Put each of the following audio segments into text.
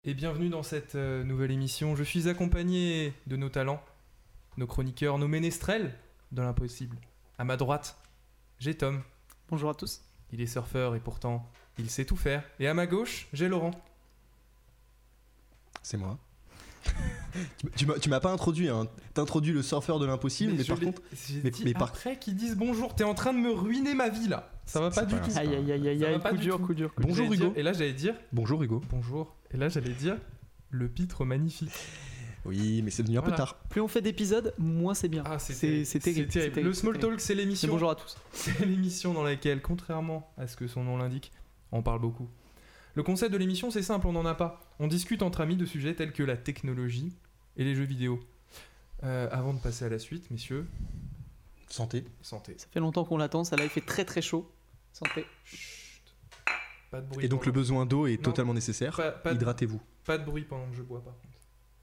Et bienvenue dans cette nouvelle émission. Je suis accompagné de nos talents, nos chroniqueurs, nos ménestrels de l'impossible. À ma droite, j'ai Tom. Bonjour à tous. Il est surfeur et pourtant, il sait tout faire. Et à ma gauche, j'ai Laurent. C'est moi. tu m'as pas introduit, hein. T'as introduit le surfeur de l'impossible, mais par contre... Mais après qu'ils disent bonjour, t'es en train de me ruiner ma vie là. Ça va pas du tout. Aïe aïe aïe aïe, coup dur. Bonjour Hugo. Et là j'allais dire... Bonjour Hugo. Bonjour. Et là j'allais dire le pitre magnifique. Oui, mais c'est devenu un peu tard. Plus on fait d'épisodes, moins c'est bien. Ah, c'est terrible. Le Small Talk, c'est l'émission. Et bonjour à tous. C'est l'émission dans laquelle, contrairement à ce que son nom l'indique, on parle beaucoup. Le concept de l'émission, c'est simple, on n'en a pas. On discute entre amis de sujets tels que la technologie et les jeux vidéo. Avant de passer à la suite, messieurs... Santé. Santé. Ça fait longtemps qu'on l'attend, ça là il fait très très chaud. Santé. Chut. Pas de bruit. Et donc le besoin d'eau est totalement nécessaire. Hydratez-vous. Pas de bruit pendant que je bois par contre.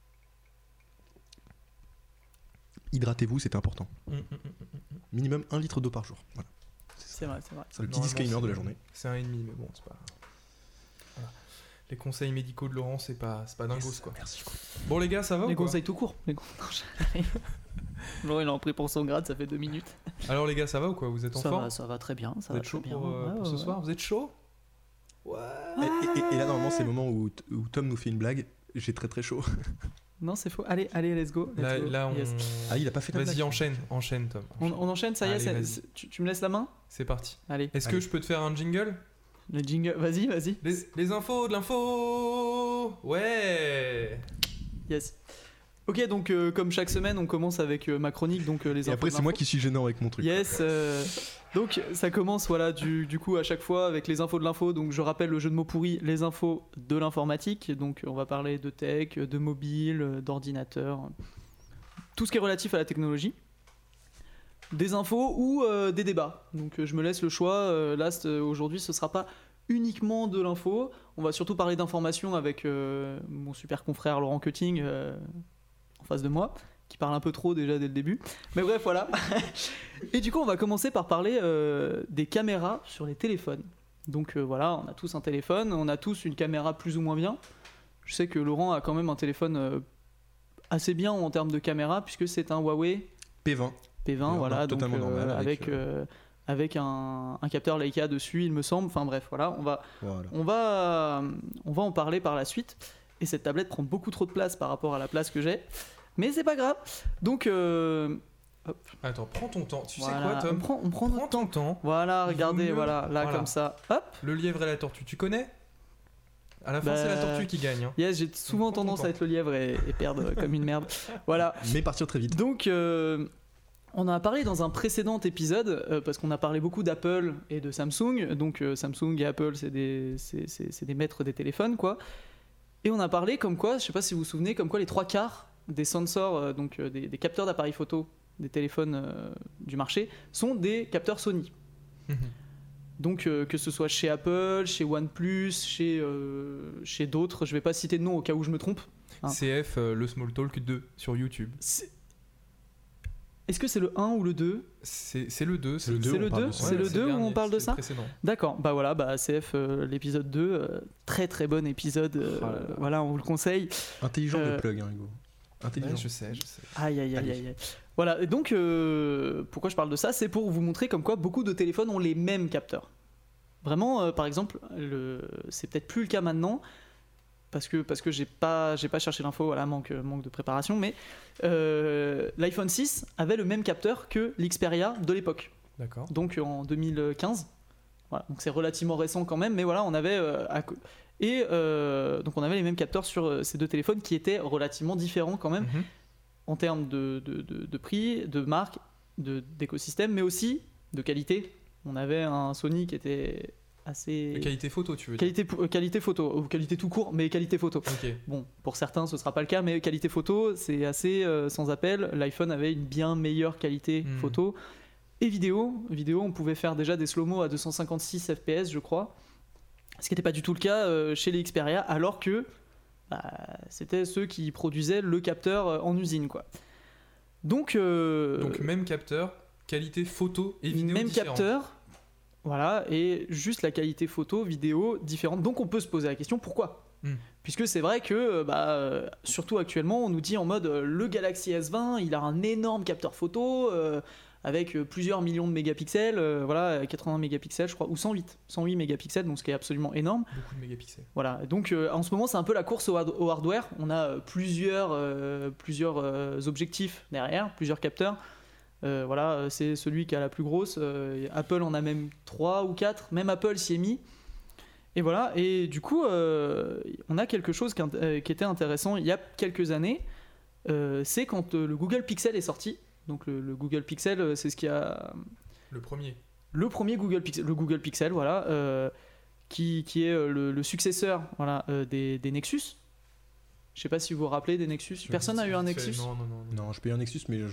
Hydratez-vous, c'est important. Minimum 1 litre d'eau par jour. Voilà. C'est vrai. C'est le petit disclaimer de la journée. C'est 1,5, mais bon, c'est pas... Voilà. Les conseils médicaux de Laurent, c'est pas dingos quoi. Merci. Bon les gars, ça va Les ou quoi? conseils tout court. Laurent il a pris pour son grade, ça fait 2 minutes. Alors les gars, ça va ou quoi? Vous êtes en forme? Ça va très bien. Vous êtes chaud pour ce soir? Vous êtes chaud? Ouais. Et là normalement c'est le moment où Tom nous fait une blague. J'ai très très chaud. Non, c'est faux. Allez, let's go. Là, on... Yes. Ah, il a pas fait la blague. Vas-y, enchaîne Tom. On enchaîne, ça y est. Allez, Tu me laisses la main? C'est parti. Allez. Est-ce que je peux te faire un jingle? Le jingle, vas-y. Les infos de l'info. Ouais. Yes. Ok, donc comme chaque semaine, on commence avec ma chronique, donc les infos. Et après, c'est moi qui suis gênant avec mon truc. Yes. Donc ça commence, voilà, du coup à chaque fois avec les infos de l'info. Donc je rappelle le jeu de mots pourri, les infos de l'informatique. Donc on va parler de tech, de mobile, d'ordinateur, tout ce qui est relatif à la technologie. Des infos ou des débats. Donc je me laisse le choix. Là, aujourd'hui, ce sera pas uniquement de l'info. On va surtout parler d'information avec mon super confrère Laurent Cutting en face de moi, qui parle un peu trop déjà dès le début. Mais bref, voilà. Et du coup, on va commencer par parler des caméras sur les téléphones. Donc voilà, on a tous un téléphone, on a tous une caméra plus ou moins bien. Je sais que Laurent a quand même un téléphone assez bien en termes de caméra, puisque c'est un Huawei P20. Voilà, donc totalement normal avec un capteur Leica dessus, il me semble. Enfin bref, voilà, on va en parler par la suite. Et cette tablette prend beaucoup trop de place par rapport à la place que j'ai, mais c'est pas grave. Donc hop. Attends, prends ton temps. Tu Voilà, sais quoi, Tom? on prend notre ton temps. Voilà, regardez, mieux. voilà, comme ça. Hop. Le lièvre et la tortue, tu connais? À la fin, c'est la tortue qui gagne. Hein. Yes, j'ai souvent tendance à être le lièvre et perdre comme une merde. Voilà. Mais partir très vite. Donc on a parlé dans un précédent épisode, parce qu'on a parlé beaucoup d'Apple et de Samsung. Donc Samsung et Apple, c'est des maîtres des téléphones, quoi. Et on a parlé comme quoi, je sais pas si vous vous souvenez, comme quoi les 3/4 des sensors, donc des capteurs d'appareils photo des téléphones du marché, sont des capteurs Sony. Donc que ce soit chez Apple, chez OnePlus, chez d'autres, je vais pas citer de nom au cas où je me trompe. Hein. CF, le Small Talk 2 sur YouTube. Est-ce que c'est le 1 ou le 2 ? C'est le 2. C'est le 2 où on parle de ça ? D'accord, bah voilà, CF, l'épisode 2, très très bon épisode, voilà, on vous le conseille. Intelligent de plug, hein, Hugo. Intelligent. Ouais, je sais. Aïe. Voilà, et donc pourquoi je parle de ça ? C'est pour vous montrer comme quoi beaucoup de téléphones ont les mêmes capteurs. Vraiment, par exemple, c'est peut-être plus le cas maintenant, parce que j'ai pas cherché l'info, voilà, manque de préparation, mais l'iPhone 6 avait le même capteur que l'Xperia de l'époque. D'accord. Donc en 2015. Voilà, donc c'est relativement récent quand même, mais voilà, on avait donc on avait les mêmes capteurs sur ces deux téléphones qui étaient relativement différents quand même en termes de prix, de marque, d'écosystème, mais aussi de qualité. On avait un Sony qui était assez... Et qualité photo, tu veux dire? Qualité photo, ou qualité tout court, mais qualité photo. Okay. Bon, pour certains, ce ne sera pas le cas, mais qualité photo, c'est assez sans appel. L'iPhone avait une bien meilleure qualité photo. Et vidéo, on pouvait faire déjà des slow-mo à 256 fps, je crois. Ce qui n'était pas du tout le cas chez les Xperia, alors que c'était ceux qui produisaient le capteur en usine, quoi. Donc même capteur, qualité photo et vidéo même différente. Capteur, voilà, et juste la qualité photo, vidéo différente. Donc on peut se poser la question, pourquoi ? Puisque c'est vrai que, surtout actuellement, on nous dit en mode le Galaxy S20, il a un énorme capteur photo avec plusieurs millions de mégapixels, 80 mégapixels, je crois, ou 108 mégapixels, donc ce qui est absolument énorme. Beaucoup de mégapixels. Voilà, donc en ce moment, c'est un peu la course au hardware. On a plusieurs objectifs derrière, plusieurs capteurs. C'est celui qui a la plus grosse. Apple en a même 3 ou 4, même Apple s'y est mis. Et voilà, et du coup, on a quelque chose qui était intéressant il y a quelques années. C'est quand le Google Pixel est sorti. Donc le Google Pixel, c'est ce qui a... Le premier Google Pixel, le Google Pixel, qui est le successeur des Nexus. Je sais pas si vous vous rappelez des Nexus. Personne n'a eu un Nexus ? Non, je paye un Nexus, mais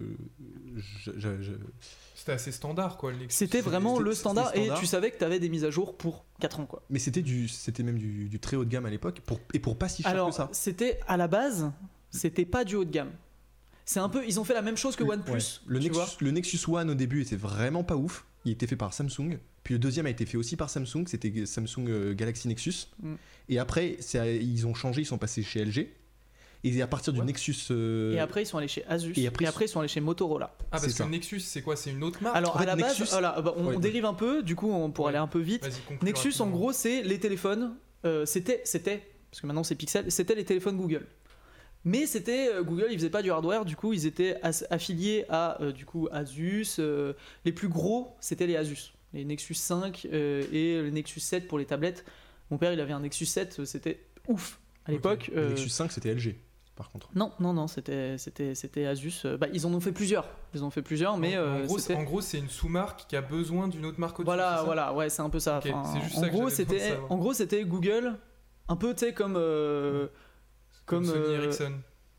C'était assez standard, quoi, le Nexus. C'était vraiment le standard, et tu savais que tu avais des mises à jour pour 4 ans, quoi. Mais c'était même du très haut de gamme à l'époque, pour pas si cher que ça. Alors, c'était à la base, c'était pas du haut de gamme. C'est un peu, ils ont fait la même chose que OnePlus. Le Nexus One au début était vraiment pas ouf. Il était fait par Samsung. Puis le deuxième a été fait aussi par Samsung. C'était Samsung Galaxy Nexus. Et après, ils ont changé. Ils sont passés chez LG. Et à partir du Nexus. Et après, ils sont allés chez Asus. Et après, ils sont allés chez Motorola. Ah, parce que le Nexus, c'est quoi ? C'est une autre marque ? Alors, à la base, on dérive un peu. Du coup, pour aller un peu vite. Nexus, en gros, c'est les téléphones. C'était. Parce que maintenant, c'est Pixel. C'était les téléphones Google. Mais c'était Google, ils faisaient pas du hardware, du coup ils étaient affiliés à Asus. Les plus gros, c'était les Asus, les Nexus 5 et le Nexus 7 pour les tablettes. Mon père, il avait un Nexus 7, c'était ouf à l'époque. Le Nexus 5, c'était LG, par contre. Non, c'était Asus. Ils en ont fait plusieurs. Mais en gros, c'est une sous-marque qui a besoin d'une autre marque au-dessus. Voilà, ouais, c'est un peu ça. Okay, c'est juste ça que en gros, c'était Google, un peu, tu sais, comme Sony Ericsson.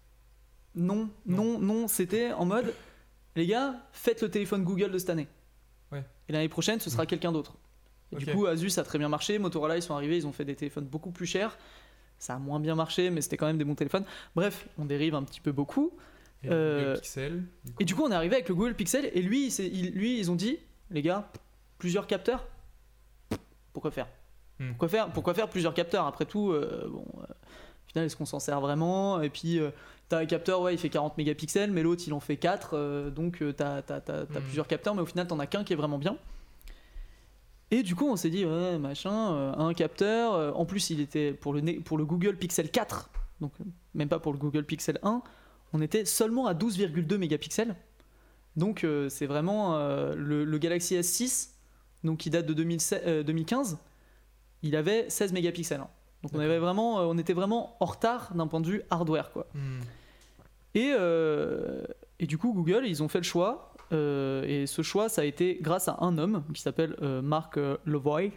Non, c'était en mode les gars, faites le téléphone Google de cette année. Ouais. Et l'année prochaine, ce sera quelqu'un d'autre. Et du coup, Asus a très bien marché. Motorola, ils sont arrivés, ils ont fait des téléphones beaucoup plus chers. Ça a moins bien marché, mais c'était quand même des bons téléphones. Bref, on dérive un petit peu beaucoup. Et le Google Pixel. Et du coup, on est arrivé avec le Google Pixel. Et lui, ils ont dit, les gars, plusieurs capteurs. Pourquoi faire Pourquoi faire plusieurs capteurs ? Après tout, au final, est-ce qu'on s'en sert vraiment ? Et puis, t'as un capteur, il fait 40 mégapixels, mais l'autre, il en fait 4. Donc, t'as plusieurs capteurs, mais au final, t'en as qu'un qui est vraiment bien. Et du coup, on s'est dit, un capteur. En plus, il était pour le Google Pixel 4, donc même pas pour le Google Pixel 1. On était seulement à 12,2 mégapixels. Donc, c'est vraiment le Galaxy S6, donc, qui date de 2015. Il avait 16 mégapixels. Donc on était vraiment en retard d'un point de vue hardware, quoi. Et du coup Google, ils ont fait le choix, et ce choix, ça a été grâce à un homme qui s'appelle Mark Levoy.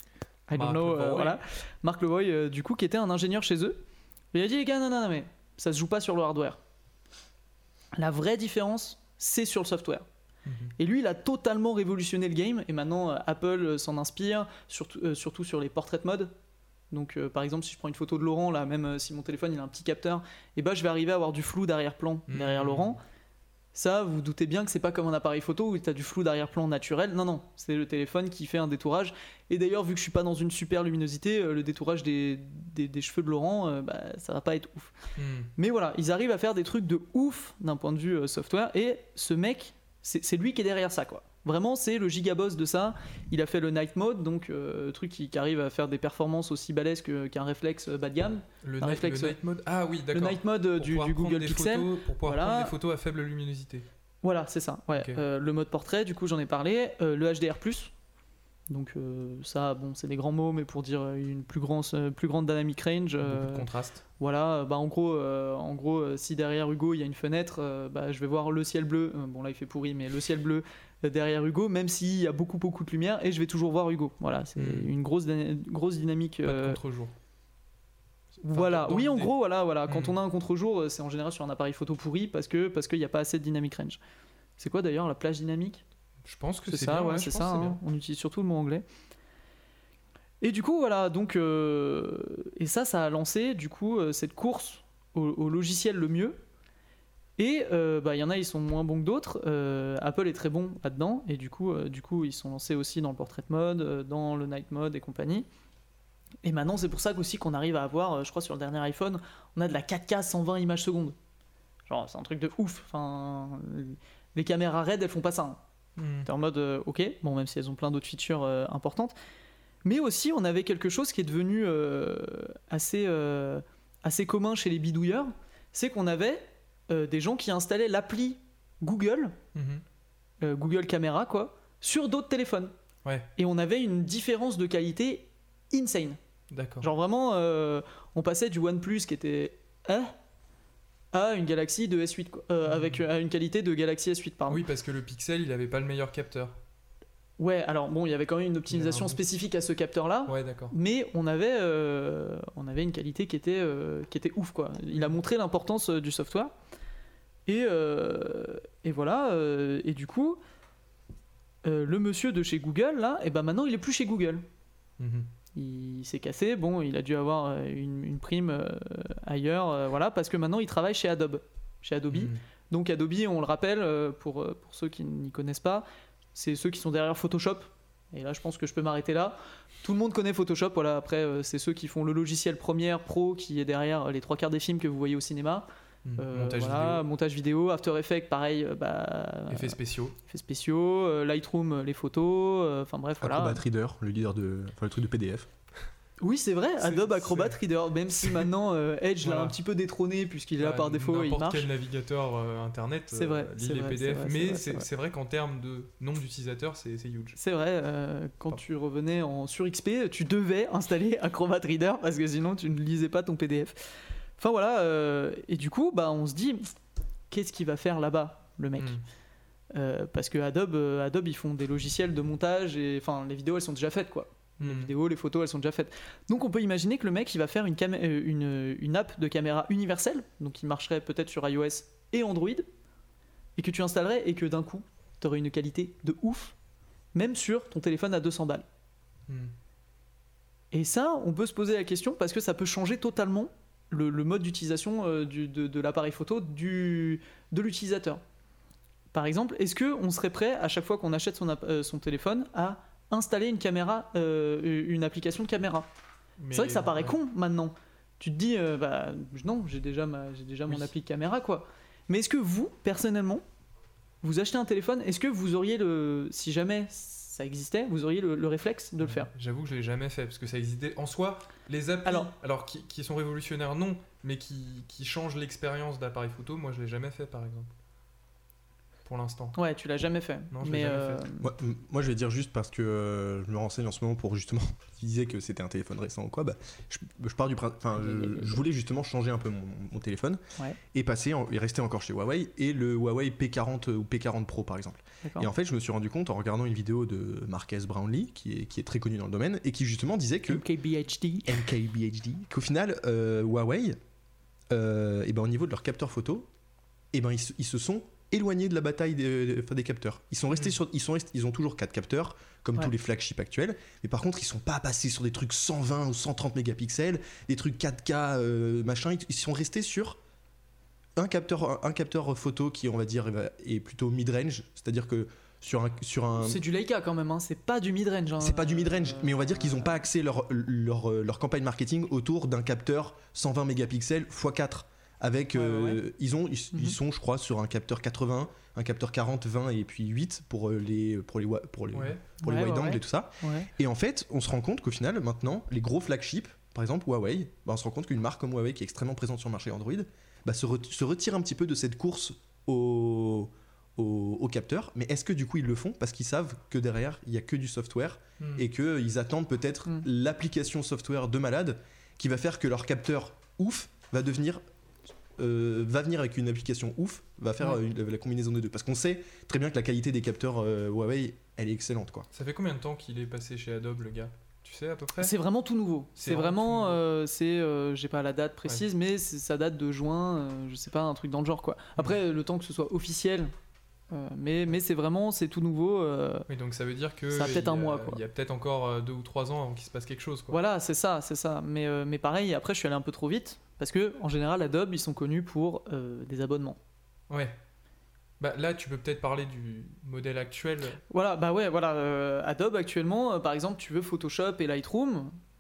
Mark Levoy, du coup, qui était un ingénieur chez eux. Il a dit, les gars, non, mais ça se joue pas sur le hardware. La vraie différence, c'est sur le software. Et lui, il a totalement révolutionné le game, et maintenant Apple s'en inspire, surtout sur les portrait mode. Donc par exemple, si je prends une photo de Laurent, là, même si mon téléphone il a un petit capteur, et je vais arriver à avoir du flou d'arrière-plan derrière Laurent. Ça, vous doutez bien que c'est pas comme un appareil photo où tu as du flou d'arrière-plan naturel. Non, c'est le téléphone qui fait un détourage. Et d'ailleurs, vu que je suis pas dans une super luminosité, le détourage des cheveux de Laurent, ça va pas être ouf. Mais voilà, ils arrivent à faire des trucs de ouf d'un point de vue software, et ce mec, c'est lui qui est derrière ça, quoi. Vraiment, c'est le gigaboss de ça. Il a fait le Night Mode, donc truc qui arrive à faire des performances aussi balèzes qu'un réflexe bas de gamme. Le Night Mode. Ah oui, d'accord. Le Night Mode du Google Pixel. Pour pouvoir prendre des photos à faible luminosité. Voilà, c'est ça. Ouais. Okay. Le mode portrait, du coup, j'en ai parlé. Le HDR+. Donc ça, bon, c'est des grands mots, mais pour dire une plus grande dynamic range. Beaucoup de contraste. Voilà, en gros, si derrière Hugo il y a une fenêtre, je vais voir le ciel bleu. Bon là il fait pourri, mais le ciel bleu derrière Hugo, même s'il y a beaucoup de lumière, et je vais toujours voir Hugo. Voilà, c'est une grosse dynamique. Pas de contre-jour. Voilà, oui, en gros, voilà. Quand on a un contre-jour, c'est en général sur un appareil photo pourri parce qu'il n'y a pas assez de dynamic range. C'est quoi d'ailleurs la plage dynamique ? Je pense que c'est ça, bien, c'est ça. On utilise surtout le mot anglais. Et du coup, voilà, donc et ça a lancé du coup cette course au logiciel le mieux. Et il y en a, ils sont moins bons que d'autres. Apple est très bon là-dedans, et du coup, ils sont lancés aussi dans le portrait mode, dans le night mode et compagnie. Et maintenant, c'est pour ça qu'aussi qu'on arrive à avoir, je crois sur le dernier iPhone, on a de la 4K 120 images secondes. Genre, c'est un truc de ouf. Enfin, les caméras RED, elles font pas ça. Hein. T'es en mode, ok, bon, même si elles ont plein d'autres features importantes. Mais aussi, on avait quelque chose qui est devenu assez commun chez les bidouilleurs, c'est qu'on avait des gens qui installaient l'appli Google, Google Caméra, quoi, sur d'autres téléphones. Ouais. Et on avait une différence de qualité insane. D'accord. Genre vraiment, on passait du OnePlus qui était à une Galaxy de S8, quoi. Avec une qualité de Galaxy S8, pardon. Oui, parce que le Pixel, il avait pas le meilleur capteur. Ouais, alors bon, il y avait quand même une optimisation spécifique à ce capteur-là. Ouais, d'accord. Mais on avait une qualité qui était ouf, quoi. Il a montré l'importance du software. Et voilà. Et du coup, le monsieur de chez Google, là, et ben maintenant, il est plus chez Google. Il s'est cassé. Bon, il a dû avoir une prime ailleurs, voilà, parce que maintenant, il travaille chez Adobe. Donc Adobe, on le rappelle, pour ceux qui n'y connaissent pas, c'est ceux qui sont derrière Photoshop. Et là, je pense que je peux m'arrêter là. Tout le monde connaît Photoshop. Voilà. Après, c'est ceux qui font le logiciel Premiere Pro qui est derrière les 3/4 des films que vous voyez au cinéma. Montage vidéo, After Effects, pareil. Effets spéciaux, Lightroom, les photos. Enfin bref, voilà. Acrobat Reader, le truc de PDF. Oui, c'est vrai, Adobe Acrobat Reader, même si maintenant Edge l'a un petit peu détrôné puisqu'il est là par défaut et il marche. N'importe quel navigateur internet c'est vrai, lit les PDF, mais c'est vrai qu'en termes de nombre d'utilisateurs, c'est huge. C'est vrai, quand tu revenais sur XP, tu devais installer Acrobat Reader parce que sinon tu ne lisais pas ton PDF. Enfin voilà, et du coup, on se dit, qu'est-ce qu'il va faire là-bas, le mec parce que Adobe, ils font des logiciels de montage et enfin les vidéos elles sont déjà faites, quoi. Les vidéos, les photos, elles sont déjà faites. Donc on peut imaginer que le mec, il va faire une app de caméra universelle, donc qui marcherait peut-être sur iOS et Android, et que tu installerais et que d'un coup, tu aurais une qualité de ouf, même sur ton téléphone à 200 balles. Et ça, on peut se poser la question parce que ça peut changer totalement le mode d'utilisation de l'appareil photo de l'utilisateur. Par exemple, est-ce qu'on serait prêt à chaque fois qu'on achète son téléphone à installer une caméra, une application de caméra? C'est vrai que ça paraît con maintenant. Tu te dis, non, j'ai déjà mon appli de caméra, quoi. Mais est-ce que vous, personnellement, vous achetez un téléphone, est-ce que vous auriez si jamais ça existait, vous auriez le réflexe de le faire? J'avoue que je l'ai jamais fait parce que ça existait en soi. Les applis, alors qui sont révolutionnaires, non, mais qui changent l'expérience d'appareil photo, moi je l'ai jamais fait, par exemple. Pour l'instant. Ouais, tu l'as jamais fait. Non, je l'ai jamais fait. Moi, je vais dire juste parce que je me renseigne en ce moment pour justement. Tu disais que c'était un téléphone récent ou quoi. Je pars du principe. Enfin, je voulais justement changer un peu mon téléphone et rester encore chez Huawei et le Huawei P40 ou P40 Pro par exemple. D'accord. Et en fait, je me suis rendu compte en regardant une vidéo de Marques Brownlee qui est très connu dans le domaine et qui justement disait que MKBHD, qu'au final Huawei, au niveau de leur capteur photo, ils se sont éloignés de la bataille des capteurs. Ils ont toujours 4 capteurs comme tous les flagships actuels, mais par contre ils sont pas passés sur des trucs 120 ou 130 mégapixels, des trucs 4K machin. Ils sont restés sur un capteur photo qui, on va dire, est plutôt mid-range, c'est-à-dire que sur un... C'est du Leica quand même, hein. C'est pas du mid-range. C'est pas du mid-range, mais on va dire qu'ils n'ont pas axé leur campagne marketing autour d'un capteur 120 mégapixels x4. Avec, ils sont, je crois, sur un capteur 80, un capteur 40, 20 et puis 8 pour les wide angle et tout ça. Ouais. Et en fait, on se rend compte qu'au final, maintenant, les gros flagships, par exemple Huawei, on se rend compte qu'une marque comme Huawei qui est extrêmement présente sur le marché Android, se retire un petit peu de cette course au capteur. Mais est-ce que du coup ils le font parce qu'ils savent que derrière il n'y a que du software et qu'ils attendent peut-être l'application software de malade qui va faire que leur capteur ouf va venir avec une application ouf, va faire la combinaison des deux. Parce qu'on sait très bien que la qualité des capteurs Huawei, elle est excellente, quoi. Ça fait combien de temps qu'il est passé chez Adobe, le gars? Tu sais à peu près? C'est vraiment tout nouveau. C'est vraiment, j'ai pas la date précise, mais ça date de juin, je sais pas, un truc dans le genre, quoi. Après, le temps que ce soit officiel, mais c'est tout nouveau. Oui, donc ça veut dire que ça a peut-être un mois, quoi. Il y a peut-être encore 2 ou 3 ans avant qu'il se passe quelque chose, quoi. Voilà, c'est ça. Mais pareil, après, je suis allé un peu trop vite. Parce que en général, Adobe, ils sont connus pour des abonnements. Ouais. Là, tu peux peut-être parler du modèle actuel. Voilà, Adobe actuellement, par exemple, tu veux Photoshop et Lightroom,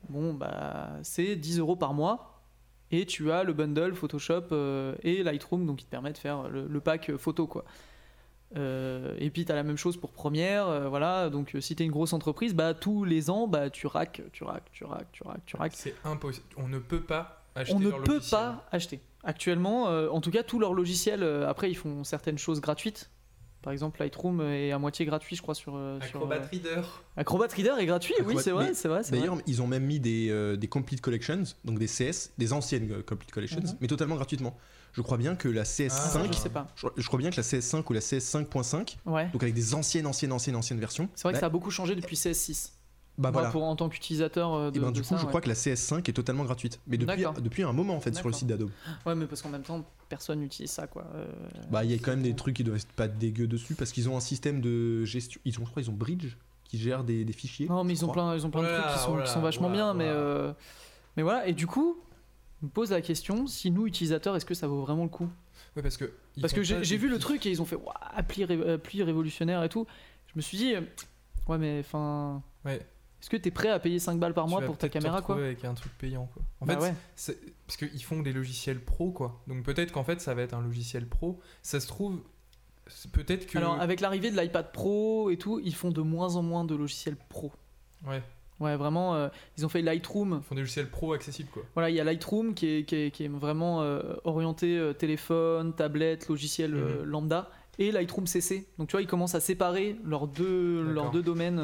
bon, bah, c'est 10 € par mois. Et tu as le bundle Photoshop et Lightroom, donc qui te permet de faire le pack photo, quoi. Et puis tu as la même chose pour Premiere, voilà. Donc si tu es une grosse entreprise, bah, tous les ans, bah, tu raques. C'est impossible. On ne peut pas acheter On ne leur peut logiciel. pas acheter. Actuellement, en tout cas, tous leurs logiciels, après, ils font certaines choses gratuites. Par exemple, Lightroom est à moitié gratuit, je crois, sur Acrobat Reader. Acrobat Reader est gratuit, oui, Acrobat- c'est vrai, mais c'est vrai. D'ailleurs, ils ont même mis des Complete Collections, donc des CS, des anciennes Complete Collections, mais totalement gratuitement. Je crois bien que la CS5, je sais pas. je crois bien que la CS5 ou la CS5.5, Ouais. donc avec des anciennes versions. C'est vrai que bah, ça a beaucoup changé depuis CS6. Bah Moi, voilà. en tant qu'utilisateur Et ben du de coup, ça, je crois que la CS5 est totalement gratuite. Mais D'accord. depuis un moment en fait sur le D'accord. site d'Adobe. Ouais, mais parce qu'en même temps, personne n'utilise ça, quoi. Bah il y a quand même des trucs qui doivent être pas dégueux dessus parce qu'ils ont un système de gestion. Je crois ils ont Bridge qui gère des fichiers. Non, mais je ils ont crois. plein de Voilà, trucs qui sont vachement voilà, bien, voilà. mais voilà. Et du coup, je me pose la question, si nous, utilisateurs, est-ce que ça vaut vraiment le coup? Ouais, parce que J'ai vu le truc et ils ont fait ouah, appli révolutionnaire et tout. Je me suis dit, ouais, mais enfin. Ouais. Est-ce que t'es prêt à payer 5 balles par Tu mois vas pour ta peut-être te caméra, quoi? retrouver avec un truc payant, quoi. En Bah fait, ouais. parce qu'ils font des logiciels pro, quoi. Donc peut-être qu'en fait, ça va être un logiciel pro. Ça se trouve, peut-être que. Alors, avec l'arrivée de l'iPad Pro et tout, ils font de moins en moins de logiciels pro. Ouais. Ouais, vraiment, ils ont fait Lightroom. Ils font des logiciels pro accessibles, quoi. Voilà, il y a Lightroom qui est vraiment orienté téléphone, tablette, logiciel lambda, et Lightroom CC. Donc tu vois, ils commencent à séparer leurs deux domaines.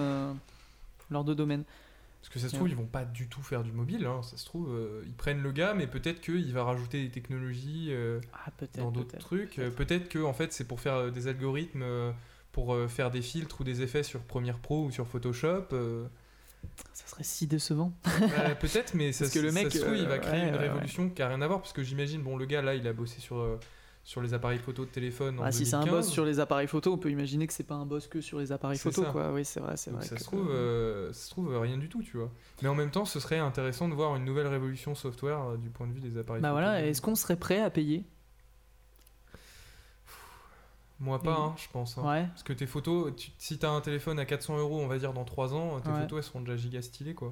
Parce que ça se trouve, ils vont pas du tout faire du mobile. Hein. Ça se trouve, ils prennent le gars, mais peut-être qu'il va rajouter des technologies Peut-être. dans d'autres trucs. Peut-être que en fait, c'est pour faire des algorithmes, pour faire des filtres ou des effets sur Premiere Pro ou sur Photoshop. Ça serait si décevant. Peut-être, mais Parce que le mec, ça se trouve, il va créer ouais, une ouais, révolution qui a rien à voir. Parce que j'imagine, bon, le gars là, il a bossé sur les appareils photo de téléphone en 2015. Si c'est un boss sur les appareils photo, on peut imaginer que c'est pas un boss que sur les appareils C'est photo, ça. quoi. Oui, c'est vrai. Donc que ça se trouve rien du tout, tu vois. Mais en même temps, ce serait intéressant de voir une nouvelle révolution software du point de vue des appareils Bah photo. voilà, est-ce qu'on serait prêt à payer? Moi pas, hein, je pense. Hein. Ouais. Parce que tes photos, si t'as un téléphone à 400 €, on va dire dans 3 ans, tes Ouais. photos elles seront déjà giga stylées, quoi.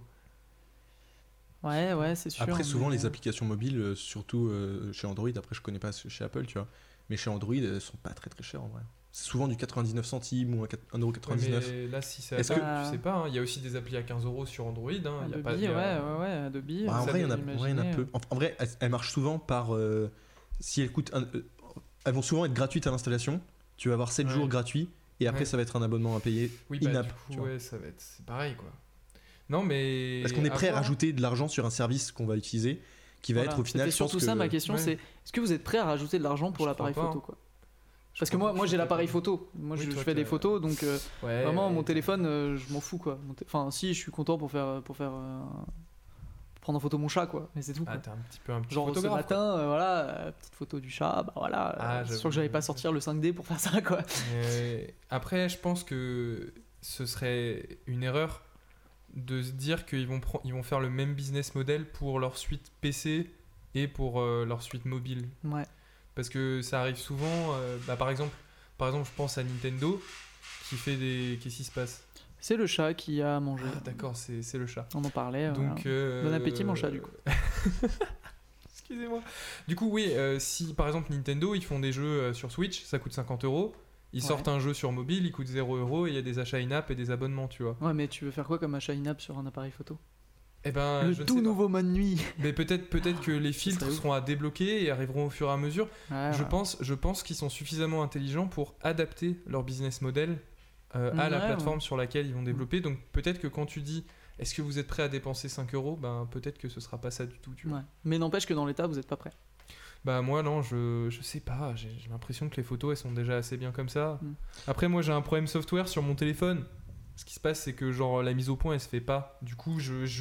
Ouais, c'est sûr. Après souvent mais- les applications mobiles, surtout chez Android, après je connais pas chez Apple, tu vois. Mais chez Android, elles sont pas très très chères en vrai. C'est souvent du 99 centimes ou 1,99 €. Mais là, si c'est Est-ce Apple, que- tu sais pas, hein, il y a aussi des applis à 15 € sur Android. Hein, il y a Adobe, pas, il y a- ouais, Adobe. Bah, en ça vrai, il y en a, peut en vrai, il y en a imaginer. peu. En vrai, elles marchent souvent par. Si elles coûtent. Elles vont souvent être gratuites à l'installation. Tu vas avoir 7 Ouais. jours gratuits. Et après, Ouais. ça va être un abonnement à payer. Oui, bah, in-app, du tu coup, vois. ouais, ça va être. C'est pareil, quoi. Non, mais. Parce qu'on est prêt à voir. rajouter de l'argent sur un service qu'on va utiliser, qui va Voilà, être au final. c'était je pense surtout que- ça ma question, Ouais. c'est est-ce que vous êtes prêt à rajouter de l'argent pour Je l'appareil crois pas, photo, hein. quoi? Parce que moi j'ai l'appareil photo. Moi Oui, je toi, fais des t'as- photos, donc Ouais, vraiment ouais, mon téléphone, je m'en fous, quoi. Enfin, si, je suis content pour prendre en photo mon chat, quoi. Mais c'est tout. Ah, Quoi. t'es un petit Genre ce photographe, matin, voilà, petite photo du chat, bah voilà. Ah, C'est sûr que j'allais pas j'avoue. sortir le 5D pour faire ça, quoi. Après, je pense que ce serait une erreur de se dire qu'ils vont faire le même business model pour leur suite PC et pour leur suite mobile. Ouais. Parce que ça arrive souvent, par exemple, je pense à Nintendo qui fait des... Qu'est-ce qui se passe? C'est le chat qui a mangé. Ah, d'accord, c'est le chat. On en parlait. Donc, Bon appétit, mon chat, du coup. Excusez-moi. Du coup, oui, si par exemple Nintendo, ils font des jeux sur Switch, ça coûte 50 €. Ils Ouais. sortent un jeu sur mobile, il coûte 0 € et il y a des achats in-app et des abonnements, tu vois. Ouais, mais tu veux faire quoi comme achat in-app sur un appareil photo? Eh ben, Le je ne tout sais pas. nouveau mode nuit. Mais peut-être que les filtres serait ouf. seront à débloquer et arriveront au fur et à mesure. Ouais, Je ouais. pense qu'ils sont suffisamment intelligents pour adapter leur business model à la Ouais, plateforme sur laquelle ils vont développer. Donc peut-être que quand tu dis est-ce que vous êtes prêt à dépenser 5 €, ben peut-être que ce sera pas ça du tout. Tu vois. Ouais. Mais n'empêche que dans l'état, vous êtes pas prêt. Bah moi non, je sais pas, j'ai l'impression que les photos elles sont déjà assez bien comme ça. Après moi j'ai un problème software sur mon téléphone. Ce qui se passe c'est que genre la mise au point elle se fait pas. Du coup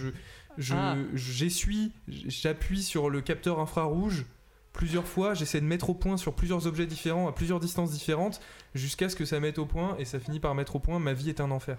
j'appuie sur le capteur infrarouge plusieurs fois, j'essaie de mettre au point sur plusieurs objets différents à plusieurs distances différentes jusqu'à ce que ça mette au point et ça finit par mettre au point. Ma vie est un enfer.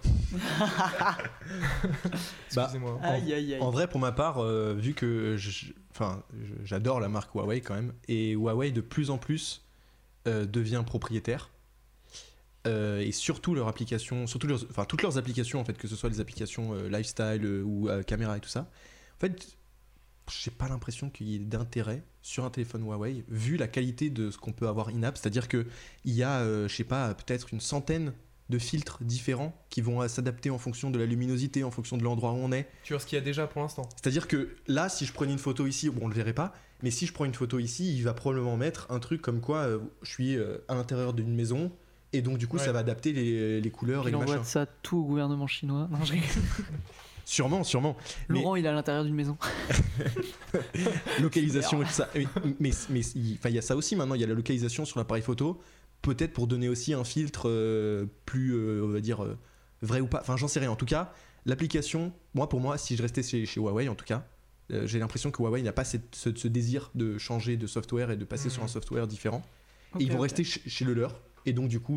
Excusez-moi. Aïe, aïe, aïe. En vrai, pour ma part, vu que j'adore la marque Huawei quand même, et Huawei de plus en plus devient propriétaire, et surtout leurs applications, toutes leurs applications en fait, que ce soit les applications lifestyle ou caméra et tout ça, En fait, j'ai pas l'impression qu'il y ait d'intérêt sur un téléphone Huawei, vu la qualité de ce qu'on peut avoir in-app. C'est-à-dire qu'il y a, je sais pas, peut-être une centaine de filtres différents qui vont s'adapter en fonction de la luminosité, en fonction de l'endroit où on est. Tu vois ce qu'il y a déjà pour l'instant. C'est-à-dire que là, si je prenais une photo ici, bon, on le verrait pas, mais si je prends une photo ici, il va probablement mettre un truc comme quoi je suis à l'intérieur d'une maison, et donc du coup, ça va adapter les couleurs et Il les envoie machins. ça tout au gouvernement chinois. Non, je rigole. Sûrement. Laurent, il est à l'intérieur d'une maison. Localisation et tout ça. Mais il y a ça aussi maintenant, il y a la localisation sur l'appareil photo, peut-être pour donner aussi un filtre plus, on va dire, vrai ou pas. Enfin, j'en sais rien. En tout cas, l'application, pour moi, si je restais chez Huawei, en tout cas, j'ai l'impression que Huawei n'a pas ce désir de changer de software et de passer sur un software différent. Et ils vont rester chez le leur. Et donc, du coup,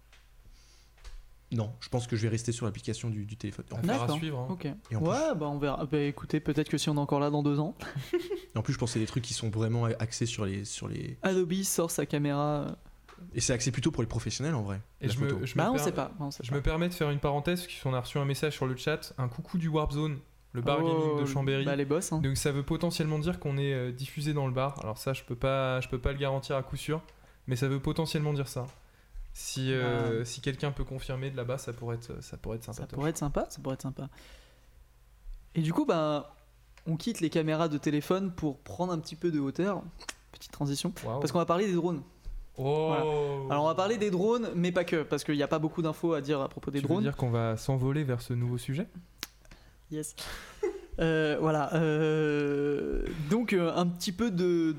non, je pense que je vais rester sur l'application du téléphone. Affaire à suivre. Hein. Ok. Et en plus, On verra. Écoutez, peut-être que si on est encore là dans 2 ans. et en plus, je pense que c'est des trucs qui sont vraiment axés sur les... Adobe sort sa caméra. Et c'est axé plutôt pour les professionnels en vrai. Et la photo. On sait pas. Je me permets de faire une parenthèse, parce qu'on a reçu un message sur le chat, un coucou du Warp Zone, le bar gaming de Chambéry. Les boss. Hein. Donc ça veut potentiellement dire qu'on est diffusé dans le bar. Alors ça, je peux pas le garantir à coup sûr, mais ça veut potentiellement dire ça. Si quelqu'un peut confirmer de là-bas, ça pourrait être sympa. Ça pourrait être sympa. Et du coup, on quitte les caméras de téléphone pour prendre un petit peu de hauteur. Petite transition. Wow. Parce qu'on va parler des drones. Oh. Voilà. Alors on va parler des drones, mais pas que, parce qu'il n'y a pas beaucoup d'infos à dire à propos des drones. Tu veux dire qu'on va s'envoler vers ce nouveau sujet ? Yes. Voilà. Donc un petit peu de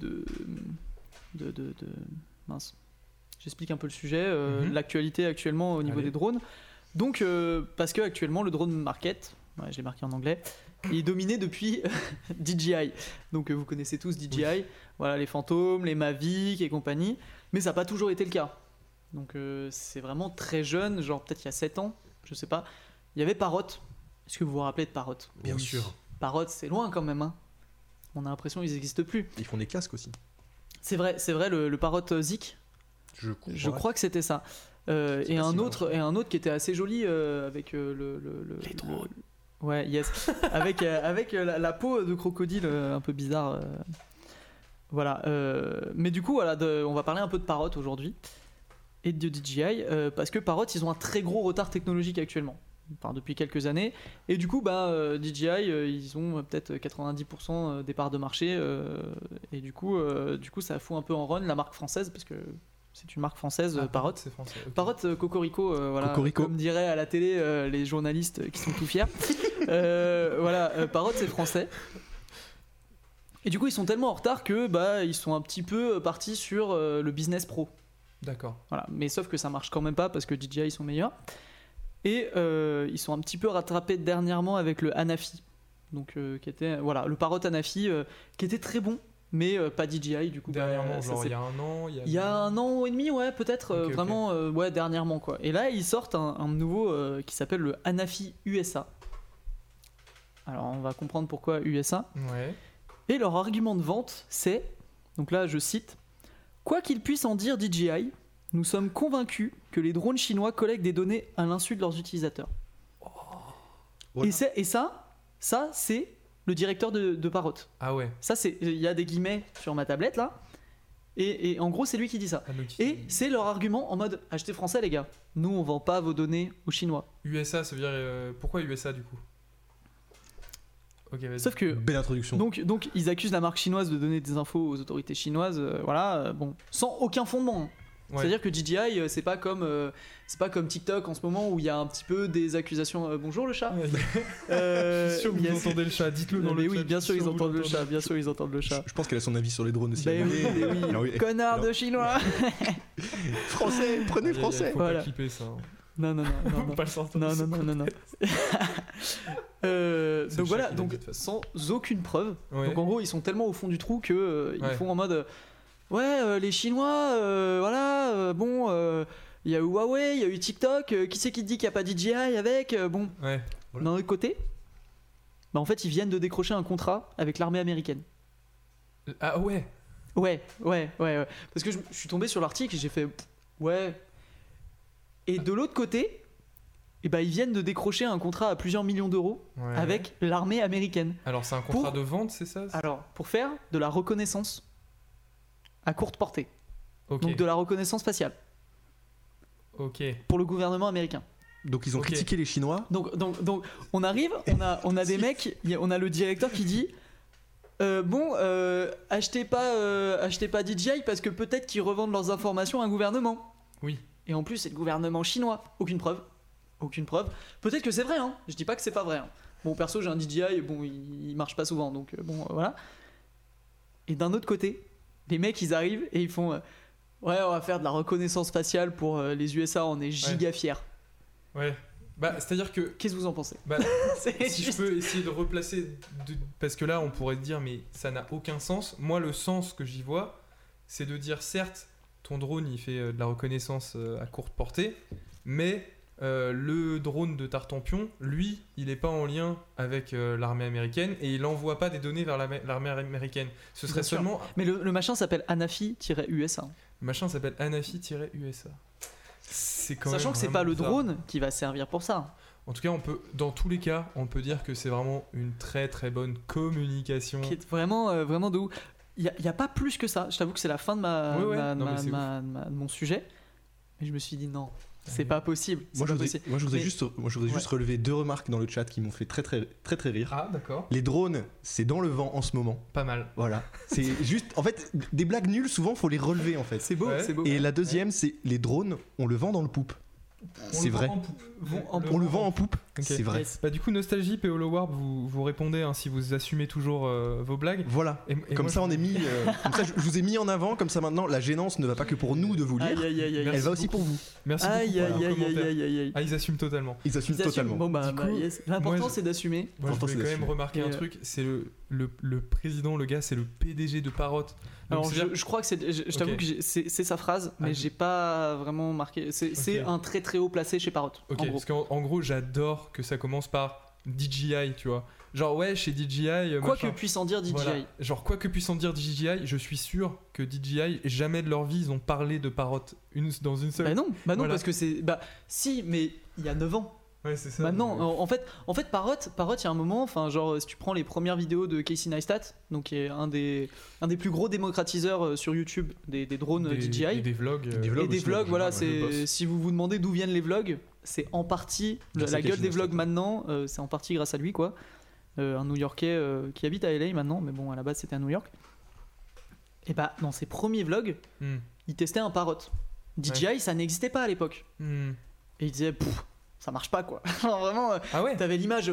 mince. J'explique un peu le sujet, l'actualité actuellement au niveau des drones. Donc parce que actuellement le drone market, je l'ai marqué en anglais, il est dominé depuis DJI. Donc vous connaissez tous DJI, oui. Voilà les fantômes, les Mavic et compagnie, mais ça n'a pas toujours été le cas. Donc c'est vraiment très jeune, genre peut-être il y a 7 ans, je sais pas. Il y avait Parrot. Est-ce que vous vous rappelez de Parrot ? Bien sûr. Parrot, c'est loin quand même. Hein. On a l'impression qu'ils n'existent plus. Ils font des casques aussi. C'est vrai, le Parrot Zik. Je crois que c'était ça. Et un autre qui était assez joli avec les drones. Ouais, yes. avec la peau de crocodile un peu bizarre. Voilà. Mais du coup, on va parler un peu de Parrot aujourd'hui et de DJI parce que Parrot, ils ont un très gros retard technologique actuellement. Enfin, depuis quelques années. Et du coup, DJI, ils ont peut-être 90% des parts de marché. Et du coup, ça fout un peu en run la marque française parce que c'est une marque française, Parrot. C'est français. Okay. Parrot Cocorico, voilà, Cocorico. comme diraient à la télé les journalistes qui sont tout fiers. Parrot, c'est français. Et du coup, ils sont tellement en retard que ils sont un petit peu partis sur le business pro. D'accord. Voilà. Mais sauf que ça marche quand même pas parce que DJI sont meilleurs. Et ils sont un petit peu rattrapés dernièrement avec le Hanafi. Donc, qui était le Parrot Hanafi qui était très bon. Mais pas DJI du coup. Dernièrement, genre il y a un an. Il y a un an et demi, ouais, peut-être. Okay, vraiment, okay. Dernièrement quoi. Et là, ils sortent un nouveau qui s'appelle le Hanafi USA. Alors, on va comprendre pourquoi USA. Ouais. Et leur argument de vente, c'est, donc là, je cite, quoi qu'il puisse en dire DJI, nous sommes convaincus que les drones chinois collectent des données à l'insu de leurs utilisateurs. Oh. Voilà. Et ça, c'est le directeur de Parrot. Ah ouais. Ça, il y a des guillemets sur ma tablette là. Et en gros, c'est lui qui dit ça. Et c'est leur argument en mode achetez français, les gars. Nous, on vend pas vos données aux Chinois. USA, ça veut dire. Pourquoi USA du coup ? Okay, sauf que belle introduction. Donc ils accusent la marque chinoise de donner des infos aux autorités chinoises, sans aucun fondement. Ouais. C'est-à-dire que DJI, c'est pas comme TikTok en ce moment où il y a un petit peu des accusations. Bonjour le chat. Je suis sûr que vous entendez le chat. Dites-le dans le chat. Oui, bien sûr ils entendent le chat. Bien sûr ils entendent le chat. Je pense qu'elle a son avis sur les drones aussi. Oui. Connard de chinois. Français, prenez français. Faut pas clipper ça. Non. Faut pas le sortir. Non. Donc voilà, sans aucune preuve. Ouais. Donc en gros, ils sont tellement au fond du trou que ils font en mode les Chinois, il y a eu Huawei, il y a eu TikTok, qui c'est qui te dit qu'il n'y a pas DJI avec Ouais. Voilà. D'un autre côté, en fait, ils viennent de décrocher un contrat avec l'armée américaine. Ah ouais. Ouais. Parce que je suis tombé sur l'article et j'ai fait ouais. Et de l'autre côté, et ben ils viennent de décrocher un contrat à plusieurs millions d'euros Ouais. avec l'armée américaine. Alors c'est un contrat de vente, c'est ça? Alors, pour faire de la reconnaissance à courte portée, Ok. donc de la reconnaissance faciale, Ok. pour le gouvernement américain. Donc ils ont Ok. critiqué les Chinois. Donc on arrive, on a des mecs, on a le directeur qui dit achetez pas DJI parce que peut-être qu'ils revendent leurs informations à un gouvernement. Oui. Et en plus, c'est le gouvernement chinois. Aucune preuve. Peut-être que c'est vrai, hein. Je dis pas que c'est pas vrai. Hein. Bon, perso, j'ai un DJI, bon, il marche pas souvent, donc voilà. Et d'un autre côté, les mecs, ils arrivent et ils font ouais, on va faire de la reconnaissance faciale pour les USA, on est giga fiers. Ouais. Bah, c'est-à-dire que. Qu'est-ce que vous en pensez? Bah, C'est si juste- je peux essayer de replacer. Parce que là, on pourrait te dire, mais ça n'a aucun sens. Moi, le sens que j'y vois, c'est de dire, certes, ton drone, il fait de la reconnaissance à courte portée, mais le drone de Tartampion, lui, il n'est pas en lien avec l'armée américaine et il n'envoie pas des données vers l'armée américaine. Ce serait Bien sûr. seulement. Mais le machin s'appelle Anafi-USA. Le machin s'appelle Anafi-USA. C'est quand Sachant même que c'est vraiment pas le bizarre. drone qui va servir pour ça. En tout cas, dans tous les cas, on peut dire que c'est vraiment une très très bonne communication. Qui est vraiment, vraiment de ouf. Il n'y a pas plus que ça. Je t'avoue que c'est la fin de de mon sujet. Mais je me suis dit non, c'est pas possible. Moi je, possible. voudrais Mais- juste relever 2 remarques dans le chat qui m'ont fait très rire. Ah, d'accord. Les drones, c'est dans le vent en ce moment. Pas mal. Voilà. C'est juste. En fait, des blagues nulles, souvent, faut les relever en fait. C'est beau, Ouais. c'est beau. Et la deuxième, c'est les drones, on le vend dans le poupe. C'est vrai. On le vend en poupe. Ok. C'est vrai. Yes. Bah, du coup, Nostalgie, Paolo Warp, vous répondez hein, si vous assumez toujours vos blagues. Voilà. Et Comme moi, ça, je- on est mis. Comme ça, je vous ai mis en avant. Comme ça, maintenant, la gênance ne va pas que pour nous de vous lire. Aïe, aïe, aïe, aïe. Elle Merci va aussi pour vous. Merci Aïe, beaucoup pour aïe, vos aïe, commentaires. aïe, aïe, aïe. Ah, ils assument totalement. Ils assument Ils assument. totalement. Bon, bah, Du bah, coup, yes. L'important, moi, je- c'est d'assumer. Moi, Pourtant, je c'est voulais quand même d'assumer. remarquer Et, un truc, c'est le président, le gars, c'est le PDG de Parrot. Donc, Alors, c'est-à-dire- je crois que je t'avoue Ok. que c'est sa phrase, mais Ah, j'ai pas vraiment marqué. C'est Ok. un très très haut placé chez Parrot. Ok, En gros. parce qu'en gros, j'adore que ça commence par DJI, tu vois. Genre, ouais, chez DJI. Quoi machin. que puisse en dire DJI. Voilà. Genre, quoi que puisse en dire DJI, je suis sûr que DJI, jamais de leur vie, ils ont parlé de Parrot dans une seule. Bah non, Voilà. parce que c'est. Bah, si, mais il y a 9 ans. Ouais, c'est ça. Maintenant, en fait, Parrot, il y a un moment, enfin, genre, si tu prends les premières vidéos de Casey Neistat, donc qui est un des plus gros démocratiseurs sur YouTube des drones DJI, Et des vlogs. Des vlogs et des aussi, vlogs, ouais, voilà, ouais, le c'est boss. si vous vous demandez d'où viennent les vlogs, c'est en partie Grâce à la gueule Casey des vlogs Neistat. maintenant, c'est en partie grâce à lui, quoi. Un New-Yorkais qui habite à LA maintenant, mais bon, à la base c'était à New York. Et bah, dans ses premiers vlogs, Hmm. il testait un Parrot. DJI, ça n'existait pas à l'époque. Hmm. Et il disait, ça marche pas, quoi. Genre, vraiment. Ah ouais. T'avais l'image,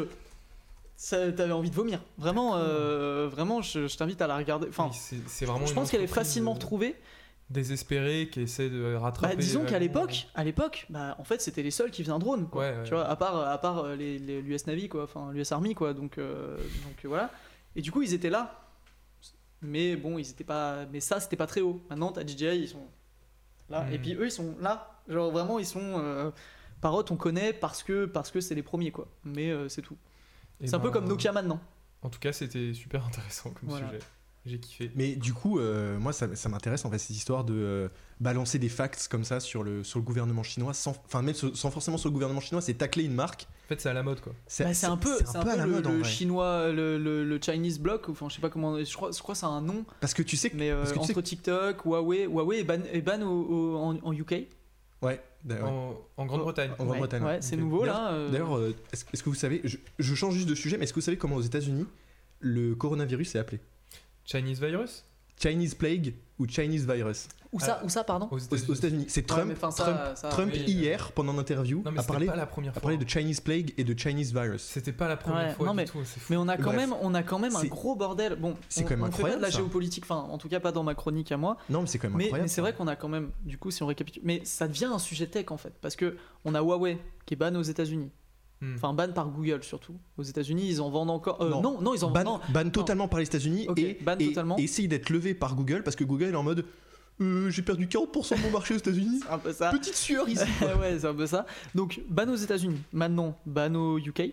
t'avais envie de vomir. Vraiment, vraiment, je t'invite à la regarder. Enfin, Oui, c'est vraiment. je une pense qu'elle est entreprise, facilement retrouvée. Désespérée qui essaie de rattraper. Bah, disons qu'à vraiment- l'époque, bah, en fait, c'était les seuls qui faisaient un drone, quoi. Ouais, ouais. Tu vois, à part l'US Navy, quoi, enfin l'US Army, quoi. Donc voilà. Et du coup, ils étaient là. Mais bon, ils étaient pas. Mais ça, c'était pas très haut. Maintenant, t'as DJI, ils sont là. Hmm. Et puis eux, ils sont là. Genre vraiment, ils sont. Parrot, on connaît parce que c'est les premiers, quoi. Mais c'est tout. Et C'est un peu ben, comme Nokia maintenant. En tout cas, c'était super intéressant comme Voilà. sujet. J'ai kiffé. Mais du coup, moi, ça m'intéresse en fait cette histoire de balancer des facts comme ça sur le gouvernement chinois, enfin même sans forcément sur le gouvernement chinois, c'est tacler une marque. En fait, c'est à la mode, quoi. C'est un peu à la mode en le vrai. chinois, le Chinese block, ou enfin je sais pas comment, je crois que ça a un nom, Parce que tu sais que. mais parce que tu sais entre TikTok, Huawei est ban en UK. Ouais, d'ailleurs. En Grande-Bretagne. En Grande-Bretagne. Ouais, c'est Ok. nouveau là. D'ailleurs, est-ce que vous savez, je change juste de sujet, mais est-ce que vous savez comment aux États-Unis le coronavirus est appelé Chinese virus Chinese plague ou Chinese virus Où ça, pardon. aux aux États-Unis. États-Unis. C'est Ouais, Trump. mais enfin, ça, Trump oui, hier pendant l'interview Non, mais a c'était parlé, pas la première a fois. parlé de Chinese plague et de Chinese virus. C'était pas la première Ouais, fois non, du mais- tout. C'est fou. Mais on a quand Bref. même un C'est- gros bordel. Bon, c'est on quand même fait pas de incroyable, la ça. géopolitique, enfin en tout cas pas dans ma chronique à moi. Non, mais c'est quand même Mais incroyable. c'est vrai qu'on a quand même, du coup, si on récapitule, mais ça devient un sujet tech en fait, parce que on a Huawei qui est ban aux États-Unis, Hmm. enfin ban par Google surtout. Aux États-Unis, ils en vendent encore. Non. Non, ils en vendent. Ban totalement par les États-Unis Ok, et, ban totalement. et essaye d'être levé par Google parce que Google est en mode j'ai perdu 40% de mon marché aux États-Unis. C'est un peu ça. Petite sueur ici. Ouais, c'est un peu ça. Donc ban aux États-Unis. Maintenant, ban au UK.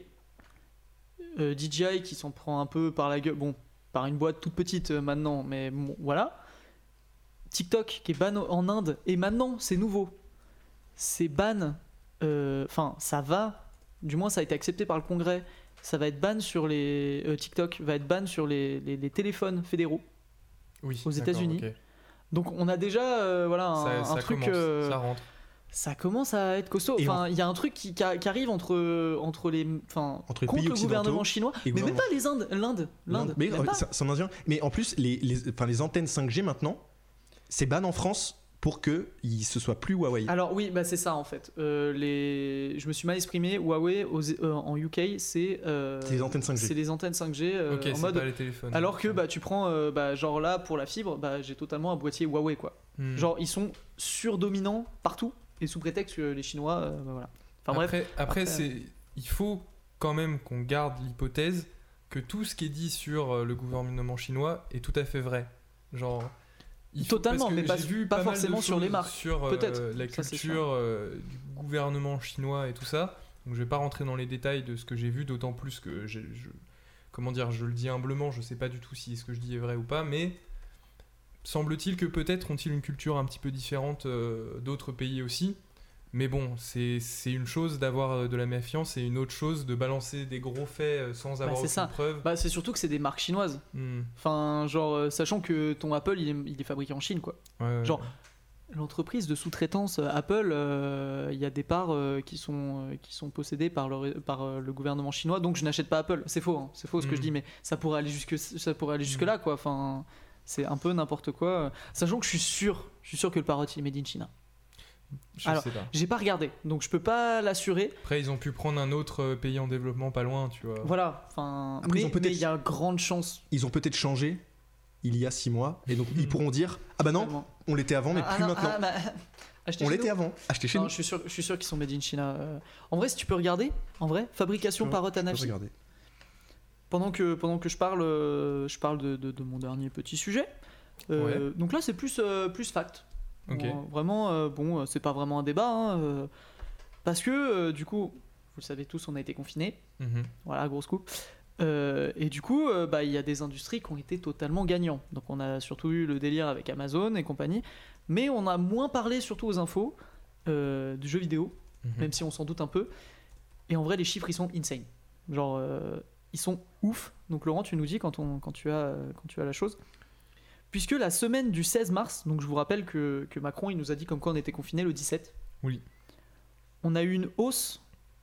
DJI qui s'en prend un peu par la gueule. Bon, par une boîte toute petite maintenant, mais bon, voilà. TikTok qui est ban en Inde. Et maintenant, c'est nouveau. C'est ban. Enfin, ça va du moins ça a été accepté par le Congrès, ça va être ban sur les TikTok va être ban sur les téléphones fédéraux Oui, aux d'accord, États-Unis. ok. Donc on a déjà voilà un Ça truc commence, ça rentre. ça commence à être costaud. Et Enfin, il y a un truc qui arrive entre les Entre les contre pays le gouvernement occidentaux chinois, et mais même gouvernement- pas l'Inde. Mais même pas. ça en vient. Mais en plus, les antennes 5G maintenant, c'est ban en France pour que ce soit plus Huawei. Alors oui, bah c'est ça en fait. Je me suis mal exprimé. Huawei en UK, c'est C'est les antennes 5G. c'est les antennes 5G Ok, en c'est mode. pas les téléphones. Alors que bah tu prends genre là pour la fibre, bah j'ai totalement un boîtier Huawei quoi. Hmm. Genre ils sont surdominants partout et sous prétexte que les Chinois, bah, voilà. Enfin bref. Après, il faut quand même qu'on garde l'hypothèse que tout ce qui est dit sur le gouvernement chinois est tout à fait vrai. Genre, Totalement, parce que mais pas- j'ai vu pas mal de forcément sur choses les marques. sur Peut-être, la ça, c'est culture du gouvernement chinois et tout ça. Donc je vais pas rentrer dans les détails de ce que j'ai vu, d'autant plus que comment dire, je le dis humblement, je sais pas du tout si ce que je dis est vrai ou pas, mais semble-t-il que peut-être ont-ils une culture un petit peu différente d'autres pays aussi. Mais bon, c'est une chose d'avoir de la méfiance et une autre chose de balancer des gros faits sans avoir c'est aucune ça. preuve. Bah c'est surtout que c'est des marques chinoises. Hmm. Enfin genre sachant que ton Apple il est fabriqué en Chine quoi. Ouais, Genre, l'entreprise de sous-traitance Apple, il y a des parts qui sont possédées par le gouvernement chinois, donc je n'achète pas Apple. C'est faux, hein. C'est faux ce que je dis, mais ça pourrait aller jusque là, quoi. Enfin, c'est un peu n'importe quoi. Sachant que je suis sûr que le Parrot il est made in China. je alors, sais pas. J'ai pas regardé, donc je peux pas l'assurer. Après, ils ont pu prendre un autre pays en développement pas loin, tu vois. Voilà. Enfin, Après, ils ont mais peut-être- il y a grande chance. Ils ont peut-être changé il y a 6 mois et donc ils pourront dire ah bah non, Vraiment. on l'était avant mais plus non, maintenant. achetez On chez l'était nous. avant. Achetez chez Non, nous. je suis sûr qu'ils sont made in China. En vrai, si tu peux regarder, fabrication Parrot Je peux Hanafi. regarder. Pendant que je parle de mon dernier petit sujet. Ouais. Donc là, c'est plus fact. Ok. Bon, vraiment, c'est pas vraiment un débat. Hein, parce que, du coup, vous le savez tous, on a été confinés. Mhm. Voilà, grosse coupe. Et du coup, bah, il y a des industries qui ont été totalement gagnants. Donc on a surtout eu le délire avec Amazon et compagnie. Mais on a moins parlé, surtout aux infos, du jeu vidéo. Mhm. Même si on s'en doute un peu. Et en vrai, les chiffres, ils sont insane. Genre, ils sont ouf. Donc Laurent, tu nous dis quand tu as la chose. Puisque la semaine du 16 mars, donc je vous rappelle que Macron, il nous a dit comme quoi on était confinés le 17. Oui. On a eu une hausse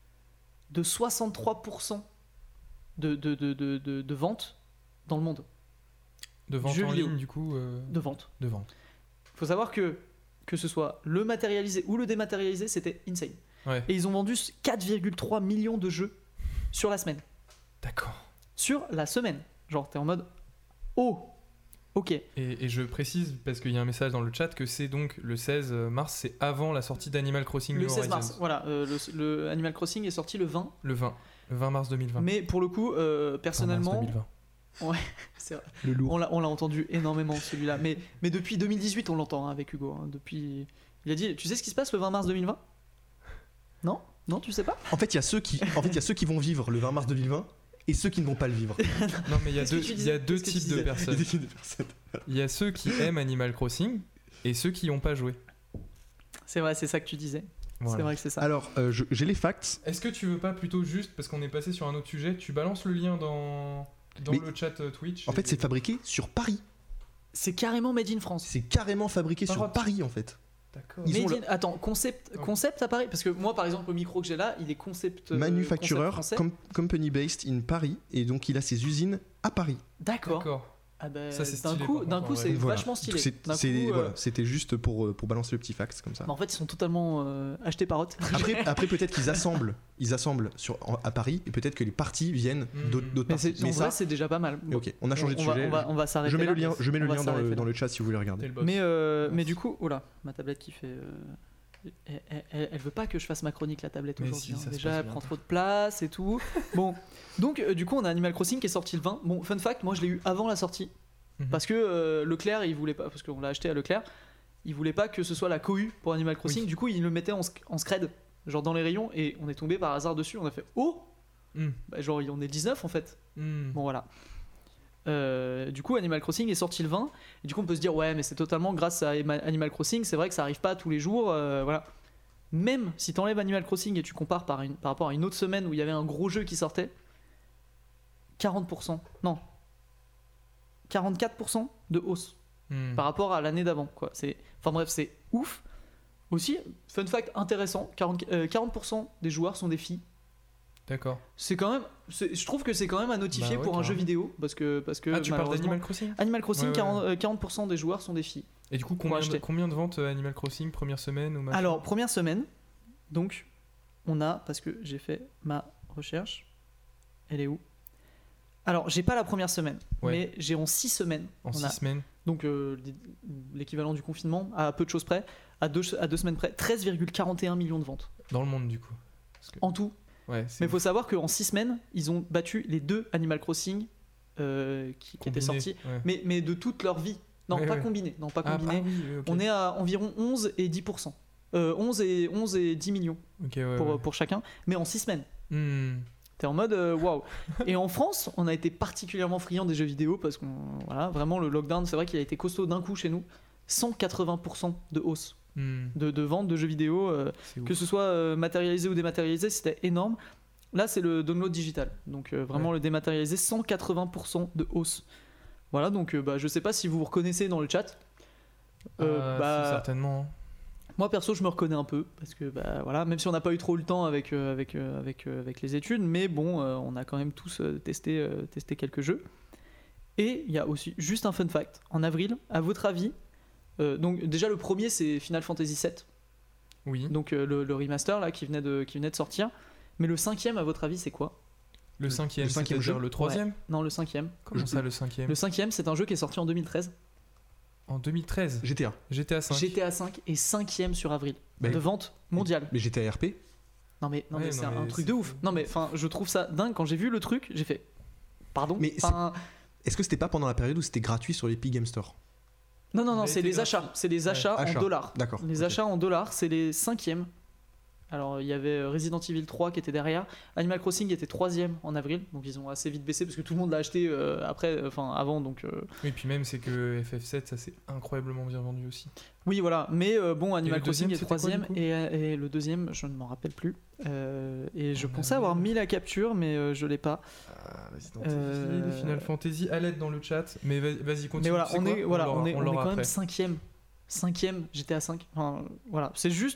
de 63% de ventes dans le monde. De vente Jeux en vidéo. ligne, du coup. De ventes. De vente. Il faut savoir que ce soit le matérialisé ou le dématérialisé, c'était insane. Ouais. Et ils ont vendu 4,3 millions de jeux sur la semaine. D'accord. Sur la semaine. Genre, t'es en mode oh, ok. Et je précise, parce qu'il y a un message dans le chat, que c'est donc le 16 mars, c'est avant la sortie d'Animal Crossing Le New 16 Horizons. mars, voilà. Le Animal Crossing est sorti le 20. Le 20 mars 2020. Mais pour le coup, 20 mars personnellement, 2020. c'est vrai. Le lourd. On l'a entendu énormément celui-là. Mais depuis 2018, on l'entend hein, avec Hugo. Hein. Depuis, il a dit, tu sais ce qui se passe le 20 mars 2020 ? Non, non, tu sais pas ? En fait, il y a ceux qui vont vivre le 20 mars 2020 et ceux qui ne vont pas le vivre. Non, mais il y a Qu'est-ce que tu disais ? deux Qu'est-ce que tu types de disais ? personnes. Il y a ceux qui aiment Animal Crossing et ceux qui n'y ont pas joué. C'est vrai, c'est ça que tu disais. Voilà. C'est vrai que c'est ça. Alors, j'ai les facts. Est-ce que tu veux pas plutôt juste, parce qu'on est passé sur un autre sujet, tu balances le lien dans Mais- le chat Twitch En fait, c'est fabriqué sur Paris. C'est carrément made in France. C'est carrément fabriqué sur Parrot. Paris en fait. D'accord. Ils ont Made in- Attends, concept à Paris. Parce que moi, par exemple, le micro que j'ai là, il est concept. Manufactureur, concept français. company based in Paris, et donc il a ses usines à Paris. D'accord. D'accord. Ah ben, Ça, c'est d'un stylé, coup, par d'un contre, coup, en c'est vrai. Voilà. vachement stylé. D'un C'est- coup, voilà, c'était juste pour balancer le petit fact comme ça. bah, en fait, ils sont totalement achetés par Hot. Après peut-être qu'ils assemblent à Paris, et peut-être que les parties viennent d'autres Mais, parties. en vrai, c'est déjà pas mal. Bon, ok, on a changé de on va- sujet. On va s'arrêter Je mets là. le lien, On va s'arrêter là. dans le chat si vous voulez T'es regarder. le boss. Mais du coup, oh là, ma tablette qui fait. Elle veut pas que je fasse ma chronique, la tablette Mais aujourd'hui. si, hein. ça se Déjà, passe elle bien. prend trop de place et tout. Bon, donc du coup, on a Animal Crossing qui est sorti le 20. Bon, fun fact, moi je l'ai eu avant la sortie. Mhm. Parce que Leclerc, il voulait pas, parce qu'on l'a acheté à Leclerc, il voulait pas que ce soit la cohue pour Animal Crossing. Oui. Du coup, il le mettait en scred, genre dans les rayons, et on est tombé par hasard dessus. On a fait oh, Hmm. bah, genre on est le 19 en fait. Hmm. Bon voilà. Du coup, Animal Crossing est sorti le 20. Et du coup, on peut se dire ouais, mais c'est totalement grâce à Animal Crossing. C'est vrai que ça arrive pas tous les jours, voilà. Même si t'enlèves Animal Crossing et tu compares par rapport à une autre semaine où il y avait un gros jeu qui sortait, 40%, non, 44% de hausse par rapport à l'année d'avant, quoi. Enfin bref, c'est ouf. Aussi, fun fact intéressant, 40% des joueurs sont des filles. D'accord. C'est quand même, je trouve que c'est quand même à notifier Bah ouais, pour un jeu carrément. vidéo parce que Ah, tu parles d'Animal Crossing? Animal Crossing, Ouais. 40% des joueurs sont des filles. Et du coup, combien de ventes Animal Crossing première semaine ou machin? Alors, première semaine, donc, on a, parce que j'ai fait ma recherche, elle est où? Alors, j'ai pas la première semaine, Ouais. mais j'ai en 6 semaines. En on 6 a, semaines. donc, l'équivalent du confinement, à peu de choses près, à deux semaines près, 13,41 millions de ventes. Dans le monde, du coup. Parce que- En tout. Ouais, Mais il faut savoir qu'en 6 semaines, ils ont battu les 2 Animal Crossing qui étaient sortis, Ouais. mais de toute leur vie. Non, Ouais, pas ouais. combinés. Non, pas Ah, combinés. oui, ok. On est à environ 11 et 10%. 11 et 10 millions Ok, ouais, pour chacun, mais en 6 semaines. Hmm. T'es en mode waouh. Et en France, on a été particulièrement friands des jeux vidéo parce que voilà, vraiment le lockdown, c'est vrai qu'il a été costaud d'un coup chez nous. 180% de hausse de vente de jeux vidéo, C'est ouf. que ce soit matérialisé ou dématérialisé, c'était énorme. Là, c'est le download digital, donc vraiment le dématérialisé, 180% de hausse. Voilà, donc je sais pas si vous vous reconnaissez dans le chat. Certainement. Moi perso, je me reconnais un peu parce que voilà, même si on n'a pas eu trop le temps avec les études, mais bon, on a quand même tous testé quelques jeux. Et il y a aussi juste un fun fact. En avril, à votre avis, donc déjà le premier c'est Final Fantasy VII, Oui. donc le remaster là qui venait de sortir. Mais le 5e, à votre avis, c'est quoi? Le cinquième, le cinquième c'est-à-dire jeu. le troisième? Non, le 5e. Comment ça, le cinquième? Le 5e, c'est un jeu qui est sorti en 2013. En 2013. GTA. GTA 5. GTA 5 est 5e sur avril Bah, de vente mondiale. Mais GTA RP? Non mais Ouais, c'est non, un mais truc c'est- de ouf. Non mais enfin, je trouve ça dingue. Quand j'ai vu le truc, j'ai fait pardon. Mais Enfin, Est-ce que c'était pas pendant la période où c'était gratuit sur l'Epic Game Store? non, Il a c'est été les achats. C'est les achats en Achats. dollars. D'accord. Les ok. achats en dollars, c'est les 5e. Alors il y avait Resident Evil 3 qui était derrière. Animal Crossing était 3e en avril. Donc ils ont assez vite baissé parce que tout le monde l'a acheté avant. Donc Oui, puis même, c'est que FF7, ça s'est incroyablement bien vendu aussi. oui, voilà. Mais bon, Animal le Crossing deuxième, est c'était quoi, 3e du coup et le deuxième, je ne m'en rappelle plus. Et je En pensais avril. avoir mis la capture, mais je l'ai pas. Resident Euh, Evil, Final Fantasy, à l'aide dans le chat. Mais vas-y, continue. Mais voilà, tu sais on quoi est, voilà, l'aura- on est l'aura quand même après. 5e. 5e, GTA 5. Enfin, voilà, c'est juste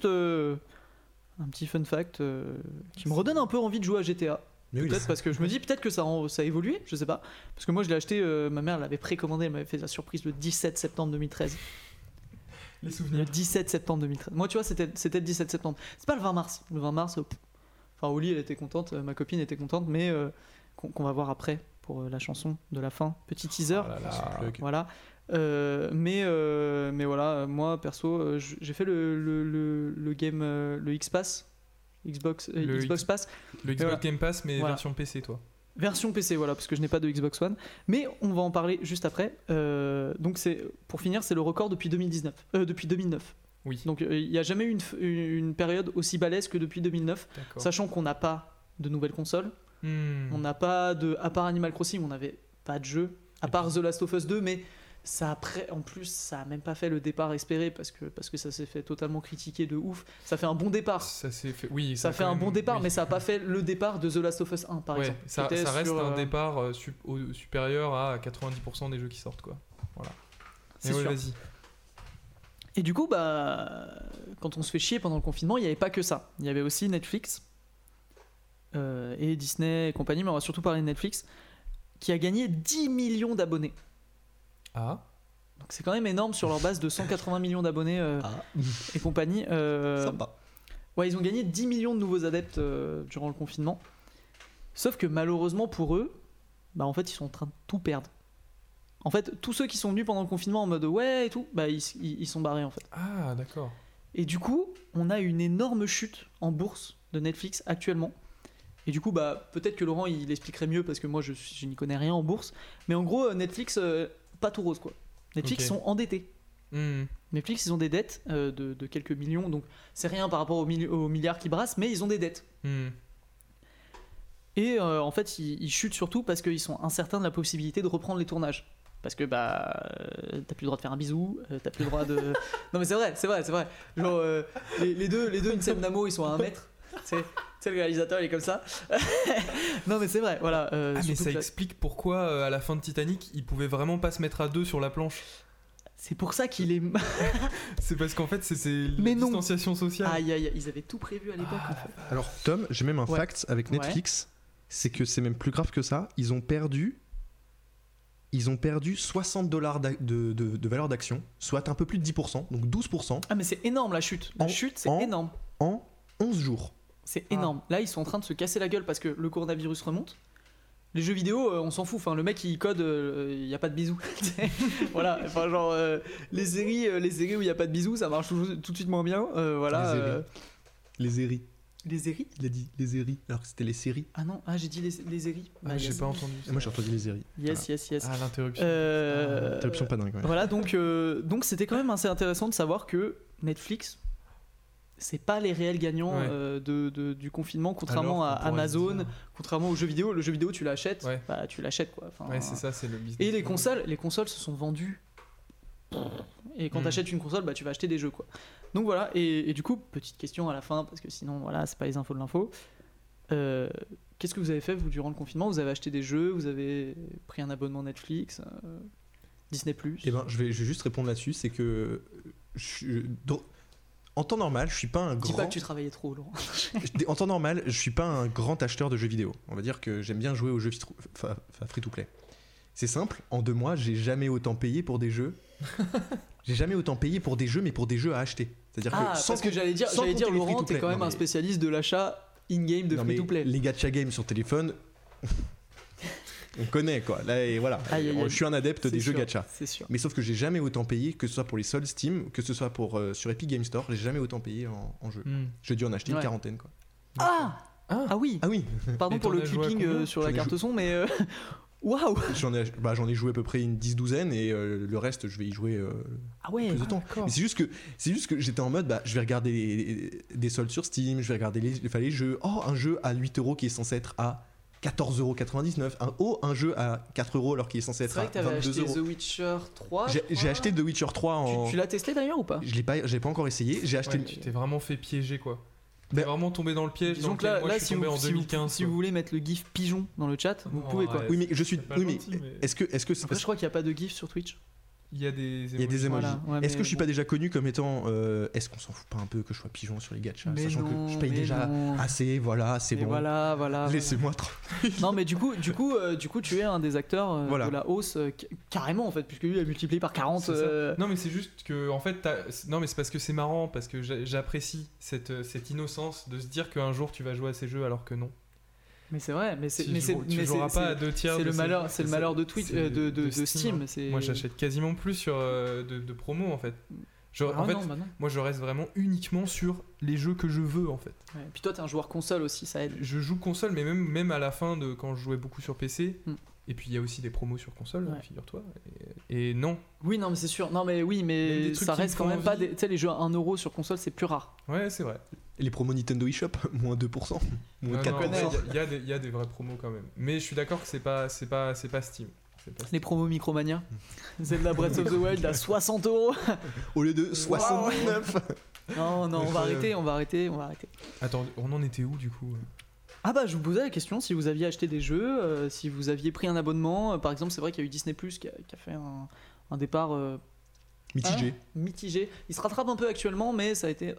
un petit fun fact qui me redonne un peu envie de jouer à GTA. Mais oui, Peut-être parce que je me dis peut-être que ça a évolué, je sais pas. Parce que moi je l'ai acheté, ma mère l'avait précommandé, elle m'avait fait la surprise le 17 septembre 2013. Les Le souvenirs. 17 septembre 2013. Moi tu vois, c'était le 17 septembre. C'est pas le 20 mars. Le 20 mars, enfin Oli elle était contente, ma copine était contente, mais qu'on va voir après pour la chanson de la fin. Petit teaser. Oh là là. Voilà. Mais voilà, moi perso, j'ai fait le game, le X-Pass, Xbox Pass, Le Xbox voilà. Game Pass, mais Voilà. version PC, toi. version PC, voilà, parce que je n'ai pas de Xbox One. Mais on va en parler juste après. Donc pour finir, c'est le record depuis 2009. Oui. Donc il n'y a jamais eu une période aussi balèze que depuis 2009, D'accord. sachant qu'on n'a pas de nouvelles consoles, Hmm. on n'a pas à part Animal Crossing, on n'avait pas de jeu, à part The Last of Us 2, mais en plus, ça a même pas fait le départ espéré parce que ça s'est fait totalement critiquer de ouf. Ça fait un bon départ. Ça s'est fait. Oui, Ça a fait quand un même- bon départ, oui. mais ça a pas fait le départ de The Last of Us 1, par Ouais, exemple. ça C'était reste sur, un départ supérieur à 90% des jeux qui sortent, quoi. Voilà. C'est Mais ouais, sûr. vas-y. Et du coup, quand on se fait chier pendant le confinement, il n'y avait pas que ça. Il y avait aussi Netflix et Disney et compagnie, mais on va surtout parler de Netflix, qui a gagné 10 millions d'abonnés. Ah. Donc c'est quand même énorme sur leur base de 180 millions d'abonnés Ah, et compagnie. sympa. Ouais, ils ont gagné 10 millions de nouveaux adeptes durant le confinement. Sauf que malheureusement pour eux, en fait, ils sont en train de tout perdre. En fait, tous ceux qui sont venus pendant le confinement en mode ouais et tout, ils sont barrés en fait. Ah, d'accord. Et du coup, on a une énorme chute en bourse de Netflix actuellement. Et du coup, peut-être que Laurent il expliquerait mieux parce que moi je n'y connais rien en bourse. Mais en gros, Netflix, pas tout rose quoi. Netflix Ok. sont endettés. Hmm. Netflix, ils ont des dettes de quelques millions, donc c'est rien par rapport aux milliards qui brassent, mais ils ont des dettes. Hmm. Et en fait, ils chutent surtout parce qu'ils sont incertains de la possibilité de reprendre les tournages. parce que t'as plus le droit de faire un bisou, t'as plus le droit de. Non mais c'est vrai. Genre les deux Insane Namo ils sont à 1 mètre. Tu sais, le réalisateur il est comme ça. Non mais c'est vrai, voilà. Mais ça explique pourquoi à la fin de Titanic ils pouvaient vraiment pas se mettre à 2 sur la planche. C'est pour ça qu'il est. C'est parce qu'en fait c'est Mais la non. distanciation sociale. Aïe, ils avaient tout prévu à l'époque en fait. Alors Tom, j'ai même un Ouais. fact avec Netflix, c'est que c'est même plus grave que ça. Ils ont perdu $60 de valeur d'action, soit un peu plus de 10%, donc 12% Ah mais c'est énorme la chute. La chute c'est énorme. en 11 jours. C'est énorme. Là ils sont en train de se casser la gueule parce que le coronavirus remonte. Les jeux vidéo, on s'en fout. Enfin, le mec il code, il y a pas de bisous. Voilà. Enfin genre les séries où il y a pas de bisous, ça marche tout de suite moins bien. Voilà. Les séries. Les séries. Il a dit les séries, alors que c'était les séries. Ah non, j'ai dit les séries. J'ai pas entendu. Et moi j'ai entendu les séries. Yes. Ah l'interruption. Interruption pas dingue. Ouais. Voilà, donc c'était quand même assez intéressant de savoir que Netflix, c'est pas les réels gagnants du confinement, contrairement Alors à qu'on pourrait se Amazon, dire. contrairement aux jeux vidéo. Le jeu vidéo, tu l'achètes, Ouais. tu l'achètes quoi. Enfin, Ouais, c'est ça, c'est le business. et les consoles se sont vendues. Et quand t'achètes une console, tu vas acheter des jeux quoi. Donc voilà, et du coup, petite question à la fin, parce que sinon, voilà, c'est pas les infos de l'info. Qu'est-ce que vous avez fait, vous, durant le confinement? Vous avez acheté des jeux, vous avez pris un abonnement Netflix, Disney+. Eh ben, je vais juste répondre là-dessus, c'est que en temps normal, je suis pas un Dis grand. pas que tu travaillais trop, Laurent. En temps normal, je suis pas un grand acheteur de jeux vidéo. On va dire que j'aime bien jouer aux jeux free to play. C'est simple, en 2 mois, j'ai jamais autant payé pour des jeux. J'ai jamais autant payé pour des jeux, mais pour des jeux à acheter. C'est-à-dire que Parce que j'allais dire, compter les Laurent, free-to-play. t'es quand même Non, un mais- spécialiste de l'achat in-game de Non, mais free-to-play. les gacha games sur téléphone, on connaît quoi. Là, et voilà. Aïe, aïe, aïe. Je suis un adepte des C'est jeux sûr, gacha. C'est sûr. Mais sauf que j'ai jamais autant payé, que ce soit pour les soldes Steam, que ce soit pour sur Epic Game Store, j'ai jamais autant payé en jeu. J'ai dû en acheter une Ouais. quarantaine quoi. Ah oui, Ah oui, pardon Et pour t'en le as joué à clipping combien sur la J'en ai carte son, mais waouh. j'en ai joué à peu près une 10-12aine et le reste je vais y jouer Ah ouais. plus de temps. Mais c'est juste que j'étais en mode je vais regarder des soldes sur Steam, je vais regarder les jeux. Oh, un jeu à 8€ qui est censé être à 14,99€. Un jeu à 4€ alors qu'il est censé C'est être vrai à que t'avais acheté 22€. The Witcher 3. J'ai acheté The Witcher 3 en. Tu l'as testé d'ailleurs ou pas? J'ai pas encore essayé. J'ai acheté. Ouais, tu t'es vraiment fait piéger quoi. Ben, T'es vraiment tombé dans le piège. Disons dans que lequel là, moi, je suis si, tombé vous, en si, vous, 2015. si vous voulez mettre le gif pigeon dans le chat, vous Oh, pouvez quoi. ouais. Oui, mais je suis. C'est pas Oui, mais gentil, mais- est-ce que c'est Après, je crois qu'il n'y a pas de gif sur Twitch. Il y a des Il y a des emojis. Voilà, ouais, Est-ce mais que je suis bon. pas déjà connu comme étant est-ce qu'on s'en fout pas un peu que je sois pigeon sur les gachas, Mais sachant non, que je paye mais déjà non. assez, voilà, c'est Et bon. voilà. Laissez-moi tranquille. Non, mais du coup, tu es un des acteurs Voilà. de la hausse carrément en fait, puisque lui a multiplié par 40. C'est ça. Non mais c'est juste que en fait non mais c'est parce que c'est marrant parce que j'apprécie cette innocence de se dire qu'un jour tu vas jouer à ces jeux alors que non. Mais c'est vrai, mais c'est Tu joueras pas à 2 tiers. c'est de le ces malheur, jeux. c'est le malheur de Twitch, c'est de Steam. hein. C'est... Moi j'achète quasiment plus sur de promo en fait. Ah En fait, non, bah non. moi je reste vraiment uniquement sur les jeux que je veux en fait. Ouais. Puis toi, t'es un joueur console aussi, ça aide. Je joue console, mais même à la fin de quand je jouais beaucoup sur PC. Mm. Et puis il y a aussi des promos sur console, Ouais. figure-toi. Et non. Oui, non, mais c'est sûr. Non, mais oui, Même mais des trucs ça qui me reste quand font même pas. envie. Tu sais, les jeux à 1€ sur console, c'est plus rare. Ouais, c'est vrai. Et les promos Nintendo eShop, moins 2%, moins Non, 4%. non, ouais, il y a des vrais promos quand même. Mais je suis d'accord que c'est pas Steam. C'est pas Steam. Les promos Micromania. Zelda Breath of the Wild à 60€. Au lieu de 69. Non, on va Incroyable. arrêter. Attends, on en était où du coup? Ah bah, je vous posais la question si vous aviez acheté des jeux, si vous aviez pris un abonnement. Par exemple, c'est vrai qu'il y a eu Disney Plus qui a fait un départ Mitigé. mitigé. Il se rattrape un peu actuellement, mais ça a été.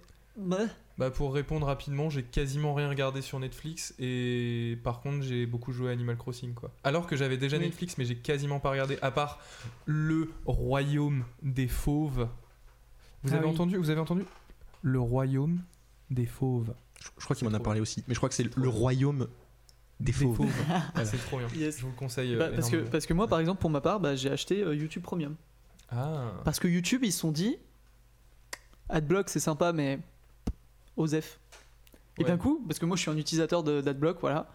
Bah pour répondre rapidement, j'ai quasiment rien regardé sur Netflix et par contre j'ai beaucoup joué à Animal Crossing quoi. Alors que j'avais déjà Oui. Netflix mais j'ai quasiment pas regardé à part le royaume des fauves. Vous Ah avez oui. entendu le royaume des fauves. Je crois qu'il m'en a trop parlé aussi. Mais je crois que c'est trop le bien. royaume des fauves. Ah, c'est trop bien. Yes. Je vous le conseille. Bah, énormément. parce que moi, par exemple, pour ma part, j'ai acheté YouTube Premium. Ah. Parce que YouTube, ils se sont dit, Adblock c'est sympa, mais OSEF. Et Ouais. d'un coup, parce que moi je suis un utilisateur d'Adblock, voilà.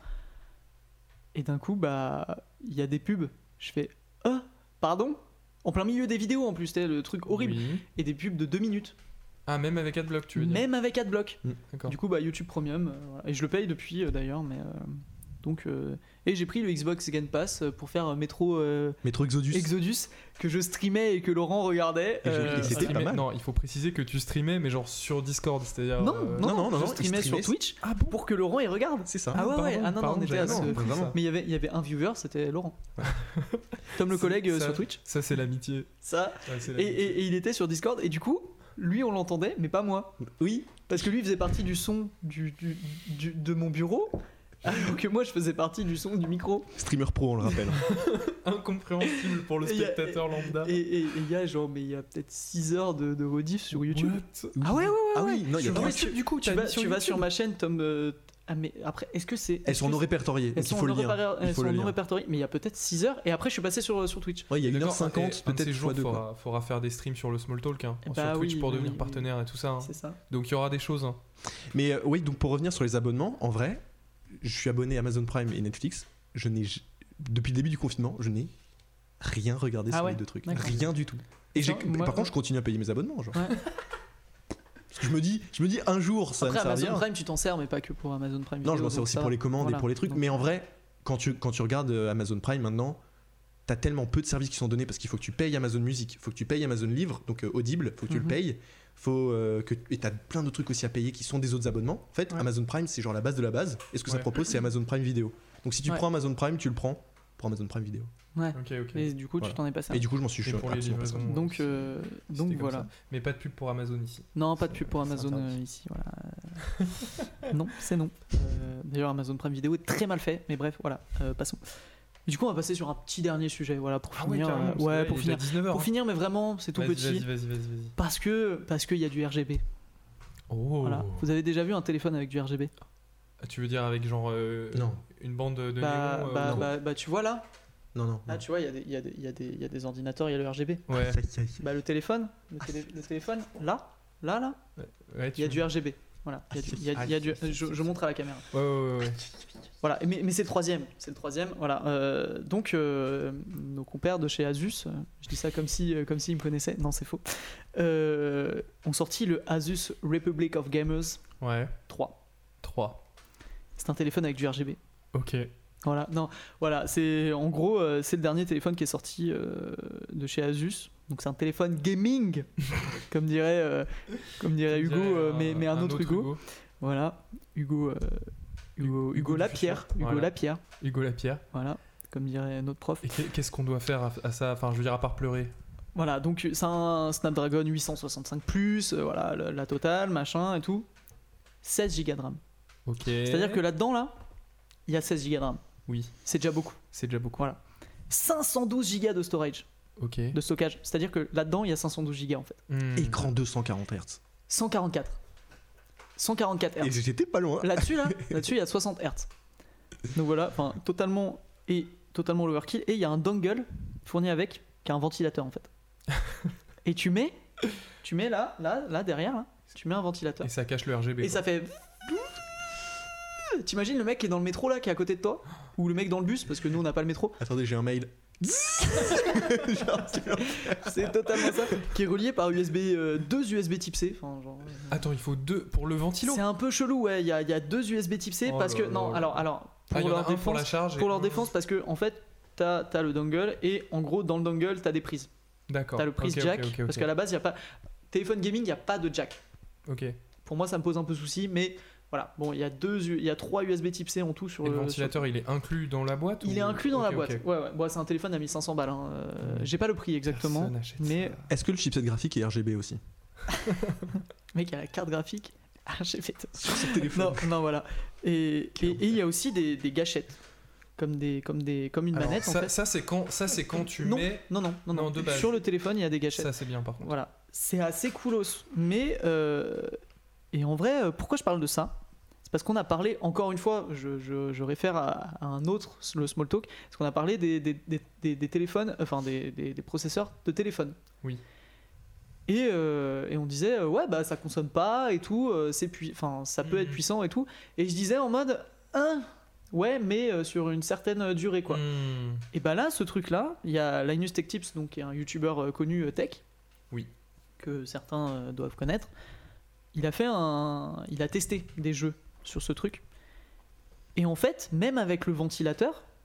Et d'un coup, il y a des pubs. Je fais, pardon? En plein milieu des vidéos en plus, c'était le truc horrible. Oui. Et des pubs de 2 minutes. Ah même avec Adblock tu veux dire. Même avec Adblock. D'accord. Du coup, YouTube Premium. Voilà. Et je le paye depuis d'ailleurs, mais. Donc, Et j'ai pris le Xbox Game Pass pour faire Metro Exodus. que je streamais et que Laurent regardait. Et c'était pas mal. Non, il faut préciser que tu streamais, mais genre sur Discord, c'est-à-dire. Non, je il streamais sur Twitch pour que Laurent y regarde. C'est ça. Ah ouais, Pardon, on était à ce. vraiment. Mais il y avait un viewer, c'était Laurent. Tom le collègue Ça- sur Twitch. Ça, c'est l'amitié. Ça. Ouais, c'est Et, l'amitié. et il était sur Discord et du coup, lui on l'entendait, mais pas moi. Oui. Parce que lui faisait partie du son de mon bureau, alors que moi je faisais partie du son du micro. Streamer pro, on le rappelle. Incompréhensible pour le Et y a- spectateur lambda. Et il y a genre, mais il y a peut-être 6 heures de rediff sur YouTube. What? Ah ouais, Ah oui, non, il y a Je trois- vois- Du coup, Tu vas sur ma chaîne, Tom. Ah, mais après, est-ce que c'est. Elles sont non répertoriées, Elles donc il sont faut le non lire. répertoriées, Il faut le non lire. répertoriées, mais il y a peut-être 6 heures. Et après, je suis passé sur Twitch. Ouais, il y a D'accord, 1h50, un de ces peut-être jours, fois 2. quoi. faudra faire des streams sur le small talk, hein, Bah sur Twitch oui, pour oui, devenir oui, partenaire et tout ça. Hein. C'est ça. Donc il y aura des choses. Hein. Mais oui, donc pour revenir sur les abonnements, en vrai, je suis abonné à Amazon Prime et Netflix. Depuis le début du confinement, je n'ai rien regardé Ah sur ouais, les deux trucs. d'accord. Rien du tout. Et Ça, moi- par contre, je continue à payer mes abonnements. Genre. Ouais. Parce que je me dis un jour, ça Après, me Amazon servir. Prime, tu t'en sers, mais pas que pour Amazon Prime. Non, je Video, m'en sers donc aussi ça pour va. les commandes Voilà. et pour les trucs. Donc, Mais en vrai, quand tu regardes Amazon Prime maintenant, t'as tellement peu de services qui sont donnés parce qu'il faut que tu payes Amazon Music, il faut que tu payes Amazon Livre, donc Audible, faut que tu le Mhm. payes. Et t'as plein de trucs aussi à payer qui sont des autres abonnements. En fait, Ouais. Amazon Prime, c'est genre la base de la base. Et ce que ça Ouais. propose, c'est Amazon Prime Vidéo. Donc si tu Ouais. prends Amazon Prime, tu le prends pour Amazon Prime Vidéo. Ouais. Ok, ok. Et du coup, Voilà. tu t'en es passé. Et du coup, je m'en suis Et pour les absolument pas livraisons, sorti. Donc, c'était comme voilà. ça. Mais pas de pub pour Amazon ici. Non, pas de pub pour C'est Amazon interdit. ici. Voilà. Non, c'est non. D'ailleurs, Amazon Prime Vidéo est très mal fait, mais bref, voilà. Passons. Du coup, on va passer sur un petit dernier sujet, voilà, pour finir. Pour finir. 19h. Pour finir, mais vraiment, c'est tout petit. Vas-y. Parce qu'il y a du RGB. Oh. Voilà. Vous avez déjà vu un téléphone avec du RGB? Ah, tu veux dire avec genre Non. une bande de Bah, néon tu vois là. Non. Là, tu vois, il y a des ordinateurs, il y a le RGB. Ouais. Bah, le téléphone, le téléphone, là, Ouais, il y a du RGB. Voilà. Il y a du. Je montre à la caméra. Ouais. Voilà, mais c'est le troisième. Voilà. Donc, nos compères de chez Asus, je dis ça comme s'ils me connaissaient. Non, c'est faux. Ont sorti le Asus Republic of Gamers Ouais. 3. 3. C'est un téléphone avec du RGB. Ok. Voilà, non, voilà, c'est en gros, c'est le dernier téléphone qui est sorti de chez Asus. Donc c'est un téléphone gaming, comme dirait Hugo, mais un autre Hugo. Voilà, Hugo Lapierre. Voilà. Hugo Lapierre. Hugo Lapierre. Voilà, comme dirait notre prof. Et qu'est-ce qu'on doit faire à ça? Enfin, je veux dire, à part pleurer. Voilà, donc c'est un Snapdragon 865 voilà, la totale, machin et tout. 16 Go de RAM. Ok. C'est-à-dire que là-dedans, là, il y a 16 Go de RAM. Oui, C'est déjà beaucoup. c'est déjà beaucoup. Voilà. 512 Go de storage, Ok. de stockage. C'est-à-dire que là-dedans, il y a 512 Go en fait. Écran 240 Hz. 144 Et Hz. j'étais pas loin. Là-dessus, il y a 60 Hz. Donc voilà, enfin totalement l'overkill. Et il y a un dongle fourni avec, qui a un ventilateur en fait. Et tu mets là derrière, là, tu mets un ventilateur. Et ça cache le RGB. Et ça fait. T'imagines le mec qui est dans le métro là, qui est à côté de toi, ou le mec dans le bus, parce que nous on n'a pas le métro. Attendez, j'ai un mail. C'est totalement ça. Qui est relié par deux USB Type C. Enfin, genre, Attends, il faut 2 pour le ventilo. c'est un peu chelou, ouais. Il y a deux USB Type C Oh parce que là non, là. alors Ah, il pour y en a leur un pour la défense, charge. pour leur défense, parce que en fait t'as le dongle et en gros dans le dongle t'as des prises. D'accord. T'as le prise Ok, jack ok. parce qu'à la base il y a pas téléphone gaming, il y a pas de jack. Ok. Pour moi ça me pose un peu souci, mais voilà. Bon, il y a 3 USB Type C en tout sur Et le sur- ventilateur, il est inclus dans la boîte Il ou- est inclus dans la Ok, boîte. ok. Ouais. Bon, c'est un téléphone à 1500 balles. Hein. J'ai pas le prix exactement. Personne n'achète Mais ça. Est-ce que le chipset graphique est RGB aussi le mec il a la carte graphique. Ah, j'ai fait. sur son téléphone? Non, voilà. Et il y a aussi des gâchettes. Comme une Alors, manette en ça, fait. ça, c'est quand tu Non, mets. non, de base. Sur le téléphone, il y a des gâchettes. Ça, c'est bien par contre. Voilà. C'est assez coolos. Mais, et en vrai, pourquoi je parle de ça? C'est parce qu'on a parlé, encore une fois, je réfère à un autre, le Small Talk, parce qu'on a parlé des téléphones, enfin des processeurs de téléphone. Oui. Et on disait, ouais, bah ça consomme pas et tout, ça peut être puissant et tout. Et je disais en mode, ouais, mais sur une certaine durée, quoi. Et bah là, ce truc-là, il y a Linus Tech Tips, donc qui est un youtubeur connu tech, Oui. que certains doivent connaître. Il a testé des jeux sur ce truc. Et en fait, même avec le ventilateur,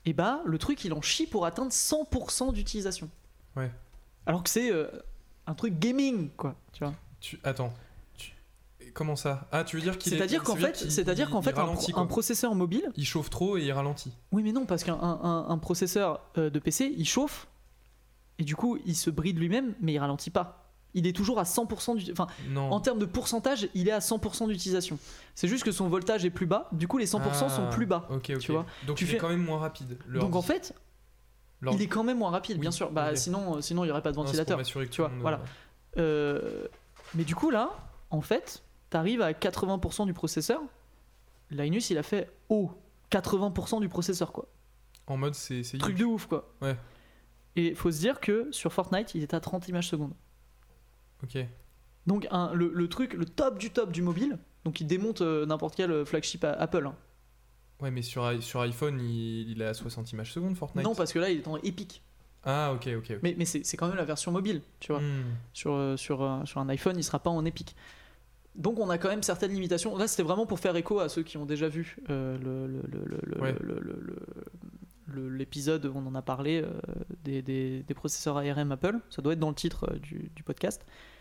et bah le truc il en chie pour atteindre 100% d'utilisation. Ouais. Alors que c'est un truc gaming, quoi, tu vois. Attends. Comment ça ? Ah, tu veux dire qu'il C'est-à-dire qu'en fait, ralentit, un processeur mobile... Il chauffe trop et il ralentit. Oui, mais non, parce qu'un processeur de PC, il chauffe, et du coup, il se bride lui-même, mais il ralentit pas. Il est toujours à 100%... Enfin, en termes de pourcentage, il est à 100% d'utilisation. C'est juste que son voltage est plus bas, du coup, les 100% sont plus bas. Ok. Tu vois. Donc il est quand même moins rapide. Donc en fait, il est quand même moins rapide, bien sûr. Bah, sinon, il n'y aurait pas de ventilateur. Tu vois, voilà. Mais du coup, là, en fait... T'arrives à 80% du processeur. Linus, il a fait 80% du processeur, quoi. En mode, c'est truc de ouf, quoi. Ouais. Et faut se dire que sur Fortnite, il est à 30 images secondes. Ok. Donc le truc, le top du mobile, donc il démonte n'importe quel flagship Apple. Hein. Ouais, mais sur iPhone, il est à 60 images secondes, Fortnite. Non, parce que là, il est en Epic. Ah, ok. Mais c'est quand même la version mobile, tu vois. Sur un iPhone, il sera pas en Epic. Donc on a quand même certaines limitations. Là, c'était vraiment pour faire écho à ceux qui ont déjà vu l'épisode où on en a parlé des processeurs ARM Apple. Ça doit être dans le titre du podcast.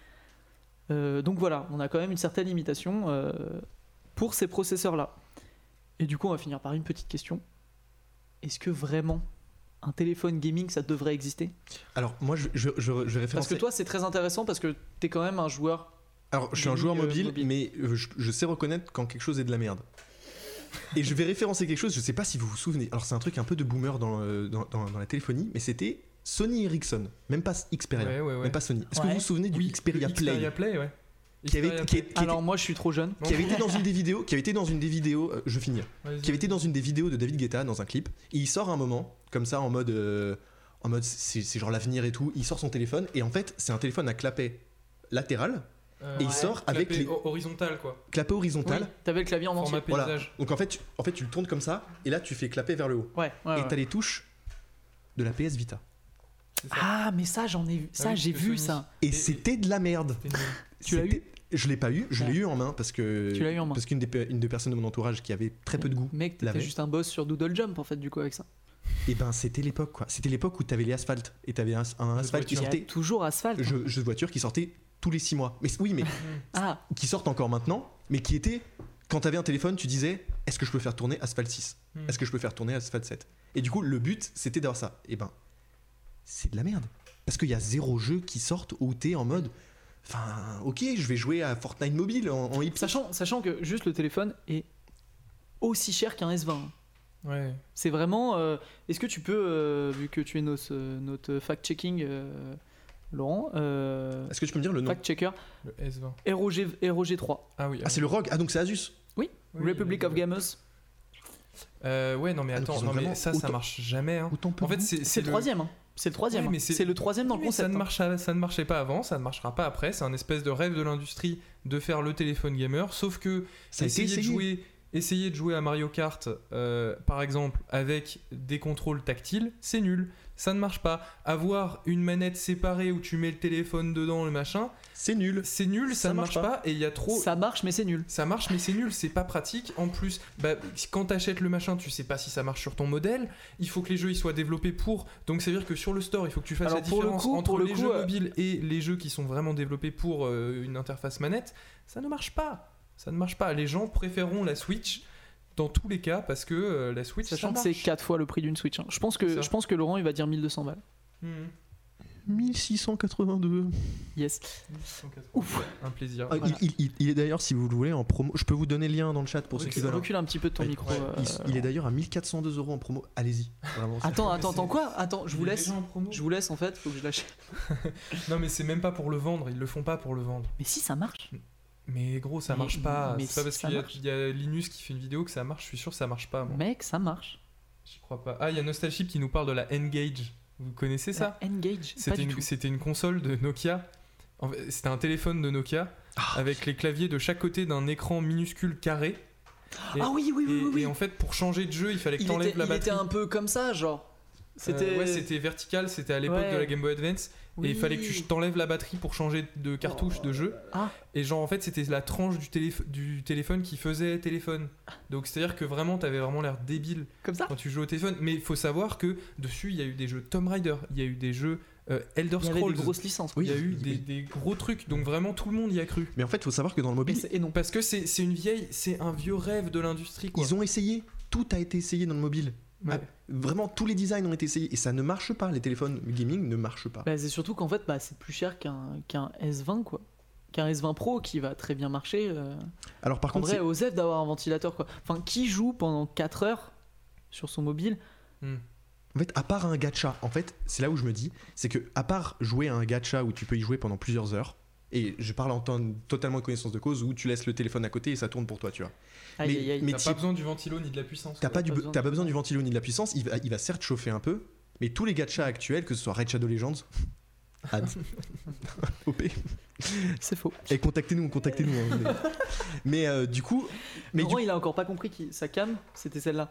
Donc voilà, on a quand même une certaine limitation pour ces processeurs-là. Et du coup, on va finir par une petite question. Est-ce que vraiment un téléphone gaming, ça devrait exister ? Alors moi, je référencer... Parce que toi, c'est très intéressant parce que t'es quand même un joueur... Alors, je suis un joueur mobile, mais je sais reconnaître quand quelque chose est de la merde. Et je vais référencer quelque chose, je sais pas si vous vous souvenez. Alors, c'est un truc un peu de boomer dans la téléphonie, mais c'était Sony Ericsson, même pas Xperia, même pas Sony. Est-ce que vous vous souvenez du Xperia Play ? Xperia Play, ouais. Alors, moi, je suis trop jeune. Qui avait été dans une des vidéos, je vais finir. Qui avait été dans une des vidéos de David Guetta, dans un clip, et il sort un moment, comme ça, en mode c'est genre l'avenir et tout. Il sort son téléphone, et en fait, c'est un téléphone à clapet latéral. Et il sort avec les horizontal, quoi. Clapet horizontal. Oui, t'avais le clavier en entier. Voilà. Donc en fait, tu le tournes comme ça et là tu fais clapet vers le haut. Et t'as les touches de la PS Vita. Ah mais ça j'ai vu Sony. ça. Et c'était de la merde. Tu l'as eu ? Je l'ai pas eu, je l'ai eu en main parce que tu l'as eu en main. Parce qu'une des personnes de mon entourage qui avait très peu de goût. Mec, t'étais juste un boss sur Doodle Jump en fait du coup avec ça. Et ben c'était l'époque quoi. C'était l'époque où t'avais les asphaltes et t'avais un asphalte qui sortait. Toujours asphalte. Jeu de voiture qui sortait tous les 6 mois. Mais oui, mais qui sortent encore maintenant, mais qui étaient quand t'avais un téléphone, tu disais est-ce que je peux faire tourner Asphalt 6 ? Est-ce que je peux faire tourner Asphalt 7 ? Et du coup, le but, c'était d'avoir ça. Et ben, c'est de la merde. Parce qu'il y a 0 jeu qui sortent où t'es en mode enfin, ok, je vais jouer à Fortnite mobile en hip. Sachant que juste le téléphone est aussi cher qu'un S20. Ouais. C'est vraiment. Est-ce que tu peux, vu que tu es notre fact-checking. Laurent, est-ce que tu peux me dire le nom ? Fact-checker. Le S20. ROG3. Ah oui. Ah, c'est le ROG. Ah, donc c'est Asus. Oui. Republic of Gamers. Ouais, non mais attends, mais ça marche jamais. Hein. En fait, c'est le troisième. Hein. C'est le troisième. Oui, c'est le troisième dans le concept. Ça ne marchait pas avant, ça ne marchera pas après. C'est un espèce de rêve de l'industrie de faire le téléphone gamer. Sauf que essayer de jouer à Mario Kart, par exemple, avec des contrôles tactiles, c'est nul. Ça ne marche pas. Avoir une manette séparée où tu mets le téléphone dedans, le machin, c'est nul. C'est nul, ça ne marche pas. Et il y a trop. Ça marche, mais c'est nul. Ça marche, mais c'est nul. C'est pas pratique. En plus, quand t'achètes le machin, tu sais pas si ça marche sur ton modèle. Il faut que les jeux ils soient développés pour. Donc ça veut dire que sur le store, il faut que tu fasses la différence entre les jeux mobiles et les jeux qui sont vraiment développés pour une interface manette. Ça ne marche pas. Ça ne marche pas. Les gens préféreront la Switch. Dans tous les cas, parce que la Switch, sachant que c'est 4 fois le prix d'une Switch. Hein. Je pense que Laurent, il va dire 1200 balles. 1682. Yes. 1680. Ouf. Un plaisir. Il est d'ailleurs, si vous le voulez, en promo. Je peux vous donner le lien dans le chat pour ceux qui veulent. Recule un petit peu de ton micro. Il est d'ailleurs à 1402 € en promo. Allez-y. Vraiment, attends quoi ? Attends, je vous laisse. Je vous laisse en fait, faut que je lâche. Non, mais c'est même pas pour le vendre. Ils le font pas pour le vendre. Mais si, ça marche. Mais gros, ça marche pas. C'est pas parce qu'il y a Linus qui fait une vidéo que ça marche. Je suis sûr que ça marche pas. Moi. Mec, ça marche. J'y crois pas. Ah, il y a Nostalchip qui nous parle de la N-Gage. Vous connaissez ça ? N-Gage. C'était une console de Nokia. En fait, c'était un téléphone de Nokia avec les claviers de chaque côté d'un écran minuscule carré. Oui. Et en fait, pour changer de jeu, il fallait que t'enlèves la batterie. Il était un peu comme ça, genre. C'était vertical, c'était à l'époque de la Game Boy Advance. Oui. Et il fallait que tu t'enlèves la batterie pour changer de cartouche de jeu. Ah. Et genre en fait c'était la tranche du téléphone qui faisait téléphone. Donc c'est à dire que vraiment t'avais vraiment l'air débile Comme ça. quand tu jouais au téléphone. Mais il faut savoir que dessus il y a eu des jeux Tomb Raider, il y a eu des jeux Elder Il y avait Scrolls, des grosses licences. il y a eu des gros trucs. Donc vraiment tout le monde y a cru. Mais en fait, il faut savoir que dans le mobile, Et non. Parce que c'est un vieux rêve de l'industrie quoi. ils ont essayé. Tout a été essayé dans le mobile. Ouais. Ah, vraiment, tous les designs ont été essayés et ça ne marche pas. Les téléphones gaming ne marchent pas. Bah, c'est surtout qu'en fait, c'est plus cher qu'un S20 quoi. Qu'un S20 Pro qui va très bien marcher. Alors par En contre, vrai, osef d'avoir un ventilateur quoi. Enfin, qui joue pendant 4 heures sur son mobile? en fait, à part un gacha, en fait, c'est là où je me dis, c'est que à part jouer à un gacha où tu peux y jouer pendant plusieurs heures, et je parle en temps totalement de connaissance de cause, où tu laisses le téléphone à côté et ça tourne pour toi, tu vois. Aïe, aïe, aïe. mais T'as pas besoin du ventilo ni de la puissance. T'as quoi. pas besoin du ventilo ni de la puissance, il va certes chauffer un peu, mais tous les gachas actuels, que ce soit Raid Shadow Legends, OP, C'est faux. et contactez-nous. Hein, mais du coup, Laurent, il a encore pas compris que sa cam, c'était celle-là.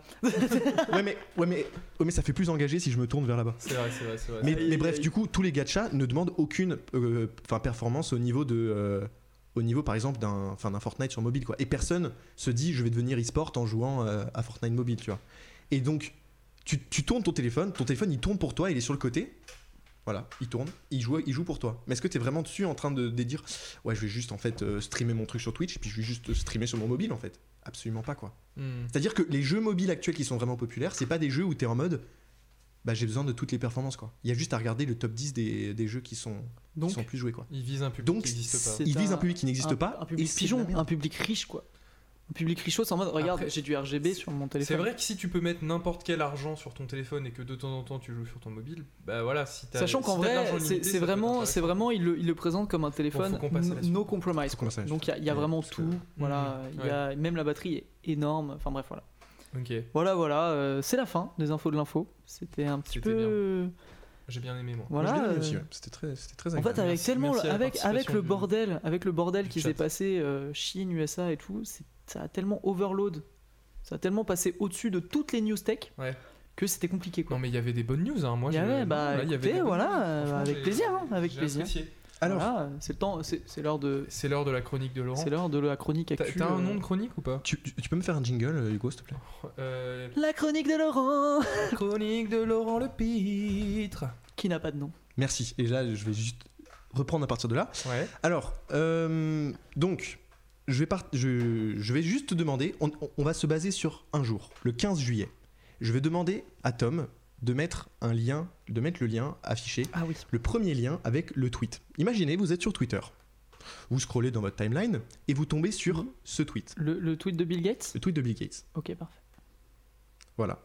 mais ça fait plus engagé si je me tourne vers là-bas. C'est vrai. Mais bref, du coup, tous les gachas ne demandent aucune performance au niveau par exemple d'un Fortnite sur mobile quoi. Et personne se dit je vais devenir e-sport en jouant à Fortnite mobile, tu vois. Et donc tu tournes ton téléphone il tourne pour toi, il est sur le côté. Voilà, il tourne, il joue pour toi. Mais est-ce que tu es vraiment dessus en train de dire ouais, je vais juste en fait streamer mon truc sur Twitch et puis je vais juste streamer sur mon mobile en fait? Absolument pas quoi. C'est-à-dire que les jeux mobiles actuels qui sont vraiment populaires, c'est pas des jeux où tu es en mode j'ai besoin de toutes les performances quoi. Il y a juste à regarder le top 10 des jeux qui sont plus joués quoi. Il vise un public Donc, qui n'existe pas. Il vise un public qui n'existe pas. Un public et c'est pigeon, de la merde. un public riche quoi. Un public riche, c'est en mode regarde, Après, j'ai du RGB sur mon téléphone. C'est vrai que si tu peux mettre n'importe quel argent sur ton téléphone et que de temps en temps tu joues sur ton mobile, bah voilà, si t'as Sachant qu'en si t'as de vrai, l'argent limité, c'est ça peut être vraiment, intéressant. il le présente comme un téléphone faut qu'on passe à la suite. no compromise. Faut qu'on passe à la Donc suite. il y a vraiment Parce que- tout. Voilà, il y a même la batterie est énorme. Enfin bref, voilà. Ok, Voilà, c'est la fin des infos de l'info. C'était un petit C'était peu. j'ai bien aimé moi. Moi, j'ai Voilà. bien aimé aussi, ouais. C'était très En agréable. fait, avec Merci- tellement, merci à la avec participation le bordel du qui chat. s'est passé Chine, USA et tout, ça a tellement overload, ça a tellement passé au-dessus de toutes les news tech Ouais. que c'était compliqué quoi. Non mais il y avait des bonnes news hein. Moi Il y avait, là, il y avait écoutez, des bonnes voilà, news. Franchement, avec j'ai- plaisir, hein, avec j'ai plaisir. apprécié. Alors, Voilà, c'est le temps, c'est l'heure de, C'est l'heure de la chronique de Laurent. c'est l'heure de la chronique actu. T'as un nom de chronique ou pas? tu peux me faire un jingle, Hugo, s'il te plaît? La chronique de Laurent, Chronique de Laurent Le Pitre. qui n'a pas de nom. Merci. Et là, je vais juste reprendre à partir de là. Ouais. Alors, donc, je vais juste te demander, on va se baser sur un jour, le 15 juillet. Je vais demander à Tom de mettre le lien affiché, Ah oui. le premier lien avec le tweet. Imaginez, vous êtes sur Twitter. Vous scrollez dans votre timeline et vous tombez sur ce tweet, Le tweet de Bill Gates. le tweet de Bill Gates. Ok, parfait. Voilà.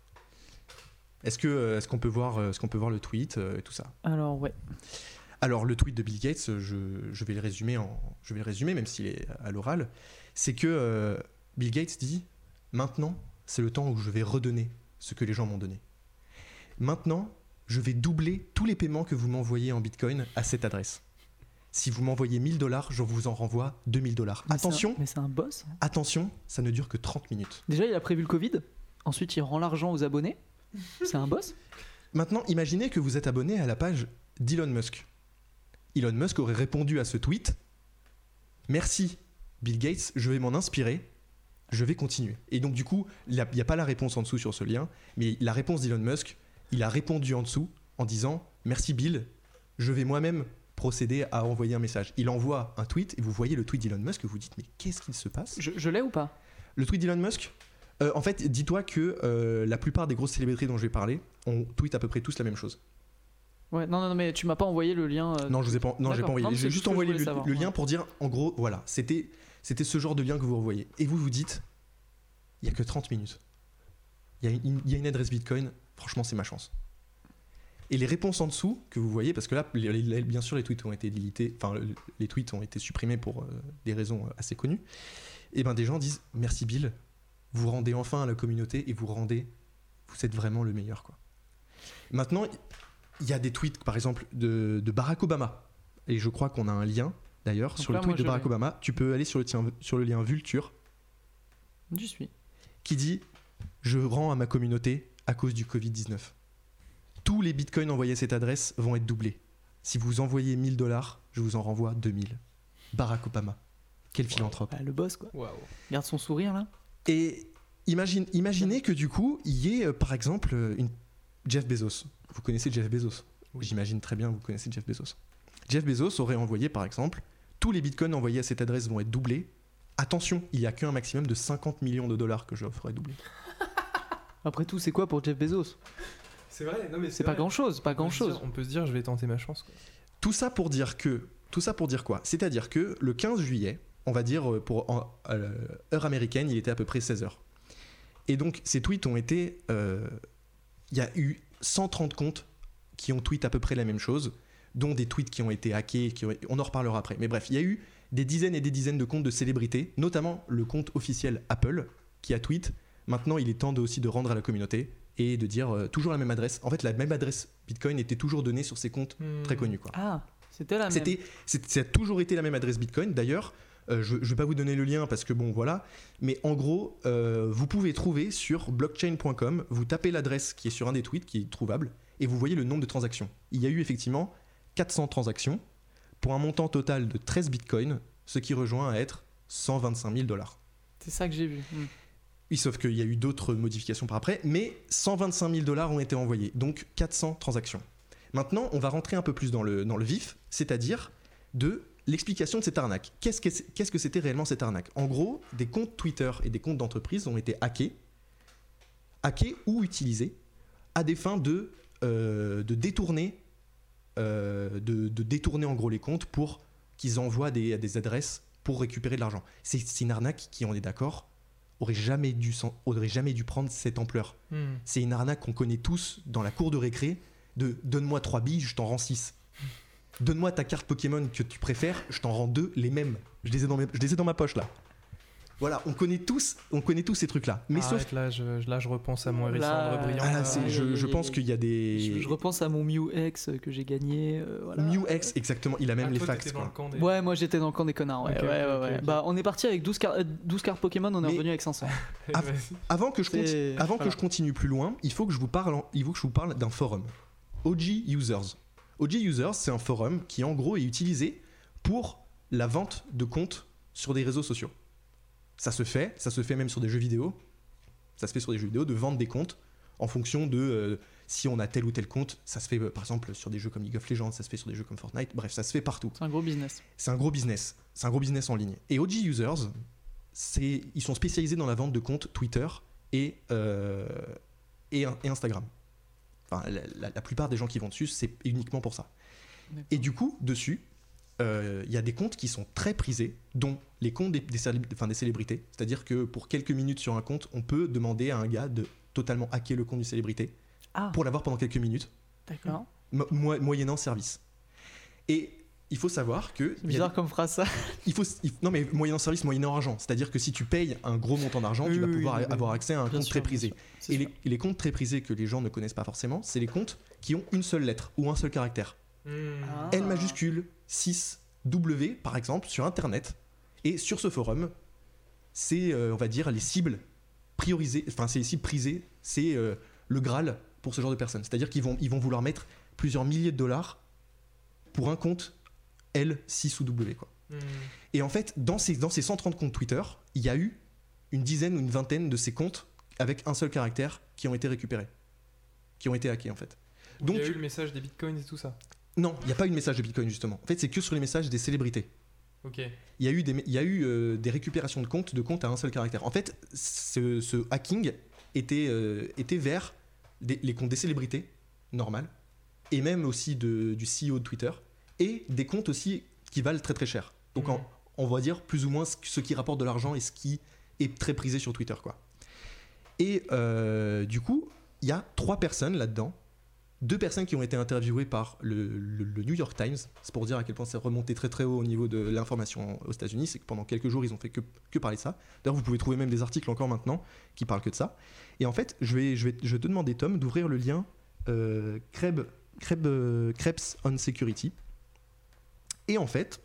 Est-ce qu'on peut voir le tweet et tout ça? Alors ouais. Alors le tweet de Bill Gates, je vais le résumer même s'il est à l'oral, c'est que Bill Gates dit maintenant c'est le temps où je vais redonner ce que les gens m'ont donné. Maintenant, je vais doubler tous les paiements que vous m'envoyez en Bitcoin à cette adresse. Si vous m'envoyez $1000, je vous en renvoie $2000. Attention, Mais c'est un boss. Hein. attention, ça ne dure que 30 minutes. Déjà, il a prévu le Covid. Ensuite, il rend l'argent aux abonnés. C'est un boss. Maintenant, imaginez que vous êtes abonné à la page d'Elon Musk. Elon Musk aurait répondu à ce tweet « Merci Bill Gates, je vais m'en inspirer, je vais continuer ». Et donc du coup, il n'y a pas la réponse en dessous sur ce lien, mais la réponse d'Elon Musk, il a répondu en dessous en disant « Merci Bill, je vais moi-même procéder à envoyer un message ». Il envoie un tweet et vous voyez le tweet d'Elon Musk et vous dites « Mais qu'est-ce qu'il se passe ?» Je l'ai ou pas? Le tweet d'Elon Musk, en fait, dis-toi que la plupart des grosses célébrités dont je vais parler, on tweet à peu près tous la même chose. Ouais, non, mais tu m'as pas envoyé le lien. Non, je vous ai pas, non, j'ai pas D'accord. envoyé. Non, mais J'ai c'est juste tout ce que envoyé je voulais savoir, le lien ouais. pour dire, en gros, voilà, c'était ce genre de lien que vous revoyez. Et vous vous dites, il y a que 30 minutes. Il y a une adresse Bitcoin. Franchement, c'est ma chance. Et les réponses en dessous que vous voyez, parce que là, bien sûr, les tweets ont été deletés, enfin, les tweets ont été supprimés pour des raisons assez connues. Et ben, des gens disent, merci Bill, vous rendez enfin à la communauté et vous êtes vraiment le meilleur, quoi. Maintenant, il y a des tweets, par exemple, de Barack Obama. Et je crois qu'on a un lien, d'ailleurs, Donc sur là, le tweet moi, de je Barack l'ai. Obama. Tu peux aller sur le lien Vulture, J'y suis. qui dit « Je rends à ma communauté à cause du Covid-19 ». tous les bitcoins envoyés à cette adresse vont être doublés. Si vous envoyez $1000, je vous en renvoie 2000. Barack Obama. Quel philanthrope. Bah, le boss, quoi. Waouh. Regarde son sourire, là. Et imaginez que du coup, il y ait par exemple une Jeff Bezos. Vous connaissez Jeff Bezos? Oui. J'imagine très bien que vous connaissez Jeff Bezos. Jeff Bezos aurait envoyé par exemple, tous les bitcoins envoyés à cette adresse vont être doublés. Attention, il n'y a qu'un maximum de $50 millions que je ferai doubler. Après tout, c'est quoi pour Jeff Bezos? C'est vrai, non mais C'est pas grand-chose, pas grand-chose. On peut se dire, je vais tenter ma chance. Quoi. Tout ça pour dire quoi? C'est-à-dire que le 15 juillet, on va dire heure américaine, il était à peu près 16h. Et donc ces tweets ont été... Il y a eu 130 comptes qui ont tweet à peu près la même chose, dont des tweets qui ont été hackés, on en reparlera après. Mais bref, il y a eu des dizaines et des dizaines de comptes de célébrités, notamment le compte officiel Apple, qui a tweet. Maintenant, il est temps aussi de rendre à la communauté et de dire toujours la même adresse. En fait, la même adresse Bitcoin était toujours donnée sur ces comptes très connus. Quoi. Ah, c'était la même. Ça a toujours été la même adresse Bitcoin. D'ailleurs, je ne vais pas vous donner le lien parce que bon, voilà. Mais en gros, vous pouvez trouver sur blockchain.com, vous tapez l'adresse qui est sur un des tweets, qui est trouvable, et vous voyez le nombre de transactions. Il y a eu effectivement 400 transactions pour un montant total de 13 bitcoins, ce qui rejoint à être $125 000. C'est ça que j'ai vu. Oui, sauf qu'il y a eu d'autres modifications par après, mais $125 000 ont été envoyés, donc 400 transactions. Maintenant, on va rentrer un peu plus dans le vif, c'est-à-dire de l'explication de cette arnaque. Qu'est-ce que c'était réellement cette arnaque? En gros, des comptes Twitter et des comptes d'entreprise ont été hackés ou utilisés à des fins de détourner en gros les comptes pour qu'ils envoient des adresses pour récupérer de l'argent. C'est une arnaque qui, on est d'accord, aurait jamais dû prendre cette ampleur. C'est une arnaque qu'on connaît tous dans la cour de récré de donne-moi 3 billes, je t'en rends 6. Donne-moi ta carte Pokémon que tu préfères, je t'en rends 2 les mêmes. Je les ai dans ma poche là. Voilà, on connaît tous ces trucs-là. Mais sauf là, je repense à mon hérissandre brillant. Je pense qu'il y a des. Je repense à mon Mew X que j'ai gagné. Voilà. Mew X, exactement. Il a même les fax. Ouais, moi j'étais dans le camp des connards. Ouais, okay. Bah, on est parti avec 12 cartes Pokémon, on est revenu avec 500. Avant que je continue plus loin, il faut que je vous parle d'un forum. OG Users. OG Users, c'est un forum qui en gros est utilisé pour la vente de comptes sur des réseaux sociaux. Ça se fait même sur des jeux vidéo. Ça se fait sur des jeux vidéo de vendre des comptes en fonction de si on a tel ou tel compte. Ça se fait par exemple sur des jeux comme League of Legends, ça se fait sur des jeux comme Fortnite. Bref, ça se fait partout. C'est un gros business. C'est un gros business en ligne. Et OG Users, ils sont spécialisés dans la vente de comptes Twitter et Instagram. Enfin, la plupart des gens qui vont dessus, c'est uniquement pour ça. D'accord. Et du coup, dessus, il y a des comptes qui sont très prisés, dont les comptes des célébrités. C'est-à-dire que pour quelques minutes sur un compte, on peut demander à un gars de totalement hacker le compte d'une célébrité pour l'avoir pendant quelques minutes. D'accord. Moyennant service. Et il faut savoir que... C'est bizarre comme phrase ça. Non mais moyennant service, moyennant argent. C'est-à-dire que si tu payes un gros montant d'argent, tu vas pouvoir avoir accès à un compte très prisé. Et les comptes très prisés que les gens ne connaissent pas forcément, c'est les comptes qui ont une seule lettre ou un seul caractère. L majuscule 6 W par exemple sur internet, et sur ce forum c'est on va dire les cibles priorisées, enfin c'est les cibles prisées, c'est le Graal pour ce genre de personnes. C'est-à-dire qu'ils vont vouloir mettre plusieurs milliers de dollars pour un compte L 6 ou W quoi. Et en fait dans ces 130 comptes Twitter, il y a eu une dizaine ou une vingtaine de ces comptes avec un seul caractère qui ont été récupérés, qui ont été hackés en fait. Donc il y a eu le message des bitcoins et tout ça. Non, il n'y a pas eu de message de Bitcoin justement. En fait, c'est que sur les messages des célébrités. Ok. Il y a eu des récupérations de comptes à un seul caractère. En fait, ce hacking était vers les comptes des célébrités, normal, et même aussi du CEO de Twitter, et des comptes aussi qui valent très très cher. Donc on va dire plus ou moins ce qui rapporte de l'argent et ce qui est très prisé sur Twitter, quoi. Et du coup, il y a 3 personnes là-dedans. 2 personnes qui ont été interviewées par le New York Times. C'est pour dire à quel point c'est remonté très très haut au niveau de l'information aux États-Unis. C'est que pendant quelques jours, ils ont fait que parler de ça. D'ailleurs, vous pouvez trouver même des articles encore maintenant qui parlent que de ça. Et en fait, je vais te demander, Tom, d'ouvrir le lien Krebs on Security. Et en fait,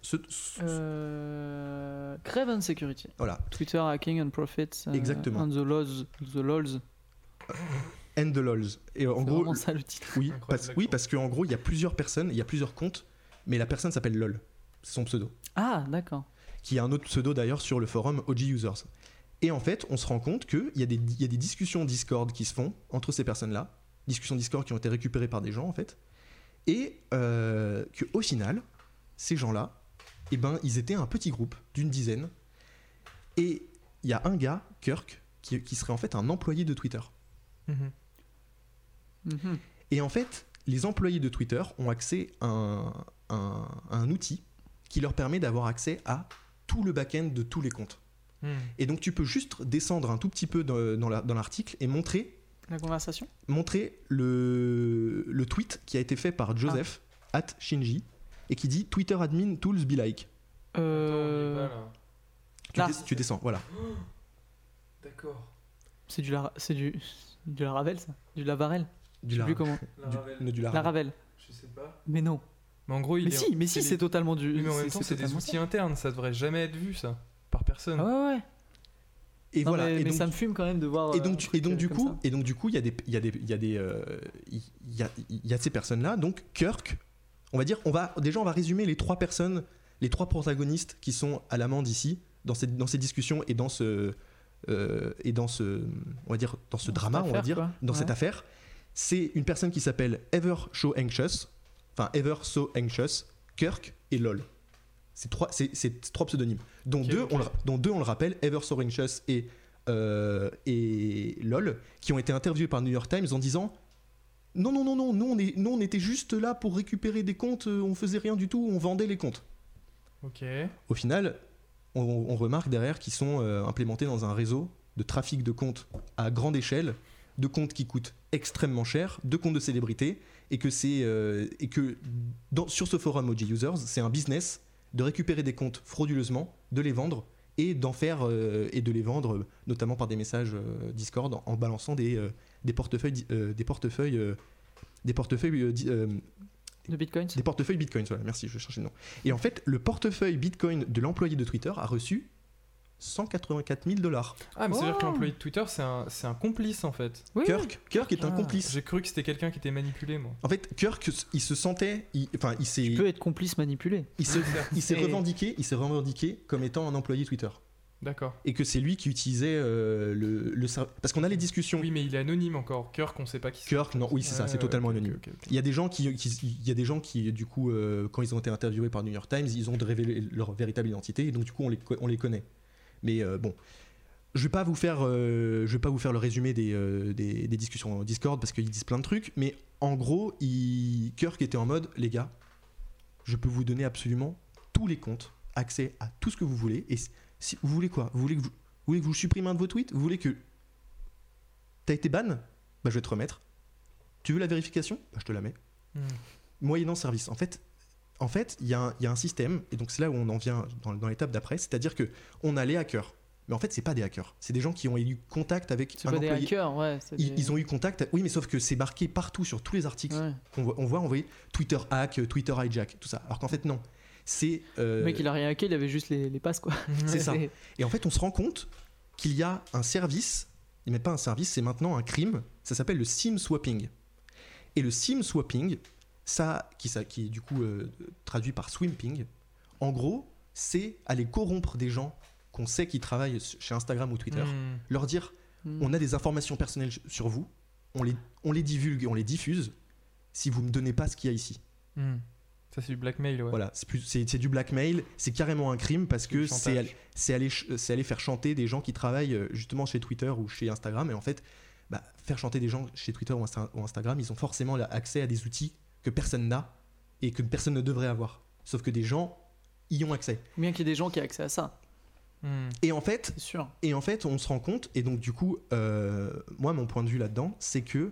Krebs on Security. Voilà. Twitter hacking and profits. Exactement. And the laws. and the lols. Et en C'est gros, vraiment ça le titre. oui, Incroyable parce qu'en gros, il y a plusieurs personnes, il y a plusieurs comptes, mais la personne s'appelle lol, c'est son pseudo. Ah, d'accord. Qui a un autre pseudo d'ailleurs sur le forum OG Users. Et en fait, on se rend compte qu'il y a des discussions Discord qui se font entre ces personnes-là, discussions Discord qui ont été récupérées par des gens en fait, et qu'au final, ces gens-là, eh ben, ils étaient un petit groupe d'une dizaine, et il y a un gars, Kirk, qui serait en fait un employé de Twitter. Mhm. Mhm. Et en fait, les employés de Twitter ont accès à un outil qui leur permet d'avoir accès à tout le back-end de tous les comptes. Et donc tu peux juste descendre un tout petit peu dans l'article et montrer La conversation le tweet qui a été fait par Joseph @Shinji et qui dit Twitter admin tools be like. Attends, on y est pas, là. Tu descends, voilà. D'accord. C'est du Laravel, ça. Du Lavarel. Du Je sais plus comment. du Laravel. Je sais pas. Mais non. Mais en gros, Mais si, c'est totalement du. Oui, mais en même temps, c'est des outils internes, ça devrait jamais être vu, ça, par personne. Ah ouais. Et Non, voilà. mais, Et mais donc, ça me fume quand même de voir. et donc, du coup, ça. il y a ces personnes-là. Donc Kirk, on va résumer les trois personnes, les trois protagonistes qui sont à l'amende ici dans ces discussions et dans ce drama, on va dire, quoi. dans Ouais. cette affaire. C'est une personne qui s'appelle Ever So Anxious, Kirk et LOL. C'est trois pseudonymes, dont Ok, deux, ok. on le rappelle, Ever So Anxious et LOL, qui ont été interviewés par New York Times en disant non, nous on était juste là pour récupérer des comptes, on faisait rien du tout, on vendait les comptes. Ok. Au final, on remarque derrière qu'ils sont implémentés dans un réseau de trafic de comptes à grande échelle, de comptes qui coûtent extrêmement cher, de comptes de célébrités, et que sur ce forum OG Users, c'est un business de récupérer des comptes frauduleusement, de les vendre et de les vendre notamment par des messages Discord en balançant des portefeuilles De bitcoins. des portefeuilles Bitcoin. Voilà, merci, je cherchais le nom. Et en fait, le portefeuille Bitcoin de l'employé de Twitter a reçu $184 000. Ah, mais c'est-à-dire que Oh. l'employé de Twitter, c'est un complice, en fait. Oui, oui. Kirk est un Ah. complice. J'ai cru que c'était quelqu'un qui était manipulé, moi. En fait, Kirk, il se sentait, il Tu peux être complice manipulé. s'est Et- revendiqué comme étant un employé Twitter. D'accord. Et que c'est lui qui utilisait parce qu'on a les discussions. Oui, mais il est anonyme encore. Kirk, on sait pas qui c'est. Kirk, non, oui, c'est ça, c'est totalement ok, anonyme. ok, ok. Il y a des gens qui du coup, quand ils ont été interviewés par New York Times, ils ont révélé leur véritable identité, et donc du coup, on les connaît. Mais bon, je vais pas vous faire le résumé des discussions en Discord parce qu'ils disent plein de trucs, mais en gros, Kirk était en mode, les gars, je peux vous donner absolument tous les comptes, accès à tout ce que vous voulez, et si vous voulez quoi, vous voulez que je vous supprime un de vos tweets, vous voulez que t'as été ban, bah je vais te remettre. Tu veux la vérification, bah je te la mets. Moyennant service. En fait, il y a un système, et donc c'est là où on en vient dans l'étape d'après, c'est-à-dire que on a les hackers. Mais en fait, c'est pas des hackers. C'est des gens qui ont eu contact avec C'est un pas des employé. hackers, ouais. c'est des- Ils ont eu contact. Oui, mais sauf que c'est marqué partout sur tous les articles. Ouais. On voit envoyer Twitter hack, Twitter hijack, tout ça. Alors qu'en fait, non. C'est. Le mec, il a rien hacké, il avait juste les passes, quoi. C'est ça. Et en fait, on se rend compte qu'il y a un service. Il n'est pas un service, c'est maintenant un crime. Ça s'appelle le SIM swapping. Et le SIM swapping, qui est du coup traduit par swimping, en gros, c'est aller corrompre des gens qu'on sait qui travaillent chez Instagram ou Twitter, leur dire on a des informations personnelles sur vous, on les divulgue et on les diffuse si vous me donnez pas ce qu'il y a ici. Ça, c'est du blackmail, ouais. Voilà, c'est du blackmail, c'est carrément un crime parce que Du chantage. c'est aller faire chanter des gens qui travaillent justement chez Twitter ou chez Instagram, et en fait, faire chanter des gens chez Twitter ou Instagram, ils ont forcément accès à des outils que personne n'a et que personne ne devrait avoir. Sauf que des gens y ont accès. Bien qu'il y ait des gens qui aient accès à ça, Et en fait, c'est sûr. on se rend compte, et donc du coup, moi, mon point de vue là-dedans, c'est que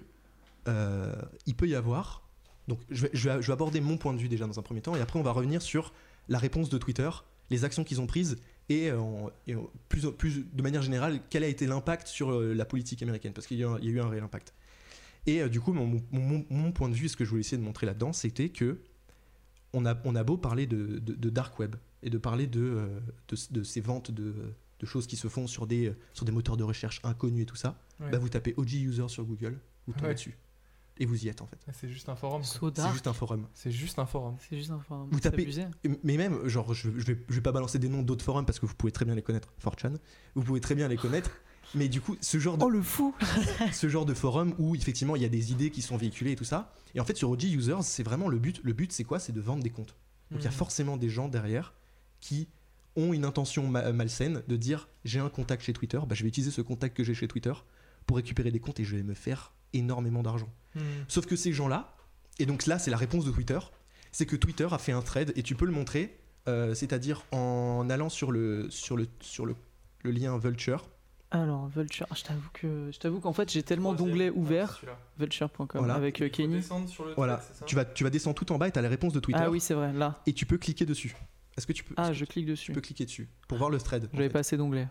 il peut y avoir. Donc, je vais aborder mon point de vue déjà dans un premier temps, et après, on va revenir sur la réponse de Twitter, les actions qu'ils ont prises, et plus de manière générale, quel a été l'impact sur la politique américaine, parce qu'il y a eu un réel impact. Et du coup, mon point de vue, ce que je voulais essayer de montrer là-dedans, c'était que on a beau parler de dark web et de parler de ces ventes de choses qui se font sur des moteurs de recherche inconnus et tout ça, Ouais. vous tapez OG User sur Google, vous tombez Ouais. dessus. Et vous y êtes en fait. C'est juste un forum. quoi. So C'est dark. juste un forum. C'est juste un forum. C'est juste un forum. Vous C'est tapez- abusé. Mais même, genre, je vais pas balancer des noms d'autres forums parce que vous pouvez très bien les connaître. 4chan, vous pouvez très bien les connaître. Mais du coup, ce genre de Oh le fou. ce genre de forum où effectivement il y a des idées qui sont véhiculées et tout ça. Et en fait sur OG Users, c'est vraiment le but. Le but c'est quoi? C'est de vendre des comptes. Donc il y a Mhm. forcément des gens derrière qui ont une intention malsaine de dire j'ai un contact chez Twitter, bah, je vais utiliser ce contact que j'ai chez Twitter pour récupérer des comptes et je vais me faire énormément d'argent. Mhm. Sauf que ces gens-là, et donc là c'est la réponse de Twitter, c'est que Twitter a fait un thread et tu peux le montrer, c'est-à-dire en allant sur le lien Vulture. Alors Vulture, je t'avoue qu'en fait j'ai tellement Troisième. d'onglets Ah, c'est ouverts. celui-là. Vulture.com Voilà. avec Il faut Kenny. descendre sur le Voilà, thread, c'est ça tu vas descendre tout en bas et tu as la réponse de Twitter Ah oui c'est vrai là. et tu peux cliquer dessus. Est-ce que tu peux Ah je clique dessus. Tu peux cliquer dessus pour voir le thread. en J'avais fait. pas assez d'onglets.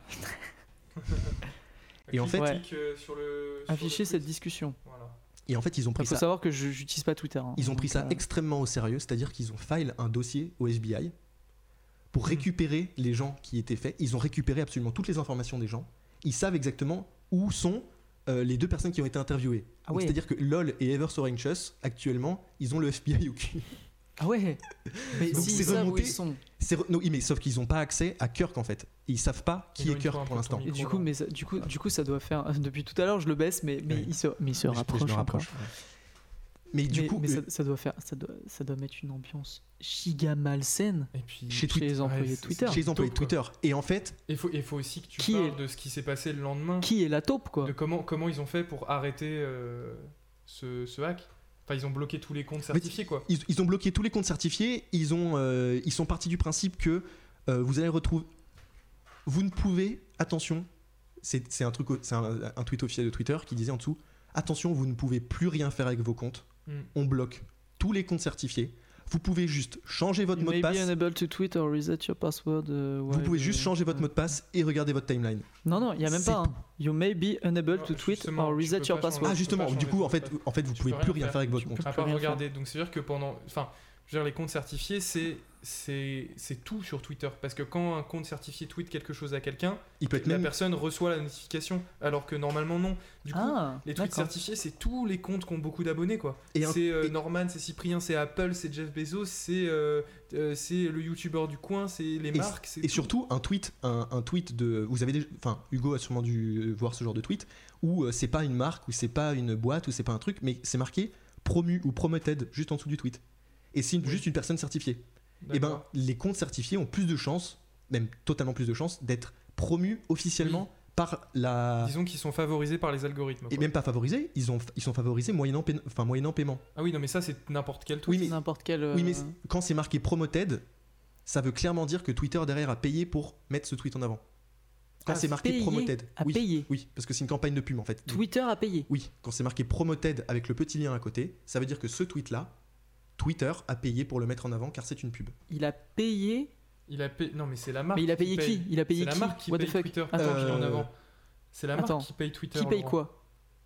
Et en fait- Clique sur le. sur Afficher le cette tweet. discussion. Voilà. Et en fait, ils ont Il pris faut ça. savoir que je j'utilise pas Twitter. hein. Ils ont pris Donc, ça extrêmement au sérieux, c'est-à-dire qu'ils ont file un dossier au FBI pour Mhm. récupérer les gens qui étaient faits. Ils ont récupéré absolument toutes les informations des gens. Ils savent exactement où sont les deux personnes qui ont été interviewées. Ah Donc, ouais. c'est-à-dire que LOL et Evers Oranges, actuellement, ils ont le FBI au cul. Ah ouais. Mais Donc, si c'est ils savent où remonté. ils sont. Non, oui, mais sauf qu'ils n'ont pas accès à Kirk en fait. Ils savent pas qui Mais est non, il faut un Kirk peu pour l'instant. ton Et micro, du coup, là. mais du coup, ça doit faire. Depuis tout à l'heure, je le baisse, mais Oui. il se Mais rapproche. je me encore. rapproche. Mais du coup, mais ça doit faire, ça doit mettre une ambiance giga malsaine Et puis. Chez chez les employés de c'est- Twitter. chez les employés de top, quoi. Twitter. Et en fait, Il faut aussi que tu Qui parles est- de ce qui s'est passé le lendemain. Qui est la taupe quoi De comment ils ont fait pour arrêter ce hack. Enfin, ils ont bloqué tous les comptes certifiés, quoi. ils ont bloqué tous les comptes certifiés. Ils sont partis du principe que vous allez retrouver. Vous ne pouvez, attention, c'est un tweet officiel de Twitter qui disait en dessous, attention, vous ne pouvez plus rien faire avec vos comptes. Mm. On bloque tous les comptes certifiés. Vous pouvez juste changer votre You mot de may be passe. unable to tweet or reset your password. Vous pouvez juste changer votre mot de passe et regarder votre timeline. Non, il y a même C'est pas. hein. You may be unable Non, to tweet justement, or tu reset peux your pas changer. password. Ah tu justement, peux pas du coup, en changer fait, ton vous Tu pouvez peux plus rien rien faire avec votre Tu compte. peux À plus part rien regarder. Donc c'est-à-dire que pendant. Enfin, je veux dire, les comptes certifiés, c'est tout sur Twitter. Parce que quand un compte certifié tweet quelque chose à quelqu'un, Il peut être la même. personne reçoit la notification. Alors que normalement, non. Du coup, Ah, les tweets d'accord. certifiés, c'est tous les comptes qui ont beaucoup d'abonnés, quoi. Et C'est et- Norman, c'est Cyprien, c'est Apple, c'est Jeff Bezos, c'est le youtubeur du coin, c'est les marques. c'est Et tout. surtout, un tweet de. Vous avez déjà. Enfin, Hugo a sûrement dû voir ce genre de tweet où c'est pas une marque, ou c'est pas une boîte, ou c'est pas un truc, mais c'est marqué promu ou promoted juste en dessous du tweet. Et c'est Oui. juste une personne certifiée. Et ben, D'accord. les comptes certifiés ont plus de chances, même totalement plus de chances, d'être promus officiellement par la. Disons qu'ils sont favorisés par les algorithmes. Et quoi. même pas favorisés, ils sont favorisés moyennant paiement. Ah oui, non, mais ça, c'est n'importe quel tweet. Oui, mais, N'importe quel. oui, mais quand c'est marqué promoted, ça veut clairement dire que Twitter derrière a payé pour mettre ce tweet en avant. Quand Ah, c'est marqué payé promoted. a oui, payé. oui, parce que c'est une campagne de pub en fait. Twitter a payé. Oui, quand c'est marqué promoted avec le petit lien à côté, ça veut dire que ce tweet-là, Twitter a payé pour le mettre en avant car c'est une pub. Il a payé. Il a payé. Non, mais c'est la marque. Mais il a payé paye. qui Il a payé C'est la qui marque qui What the paye fuck Twitter. Attends, Quand il est en avant. C'est la marque Attends. qui paye Twitter. Qui paye Laurent. quoi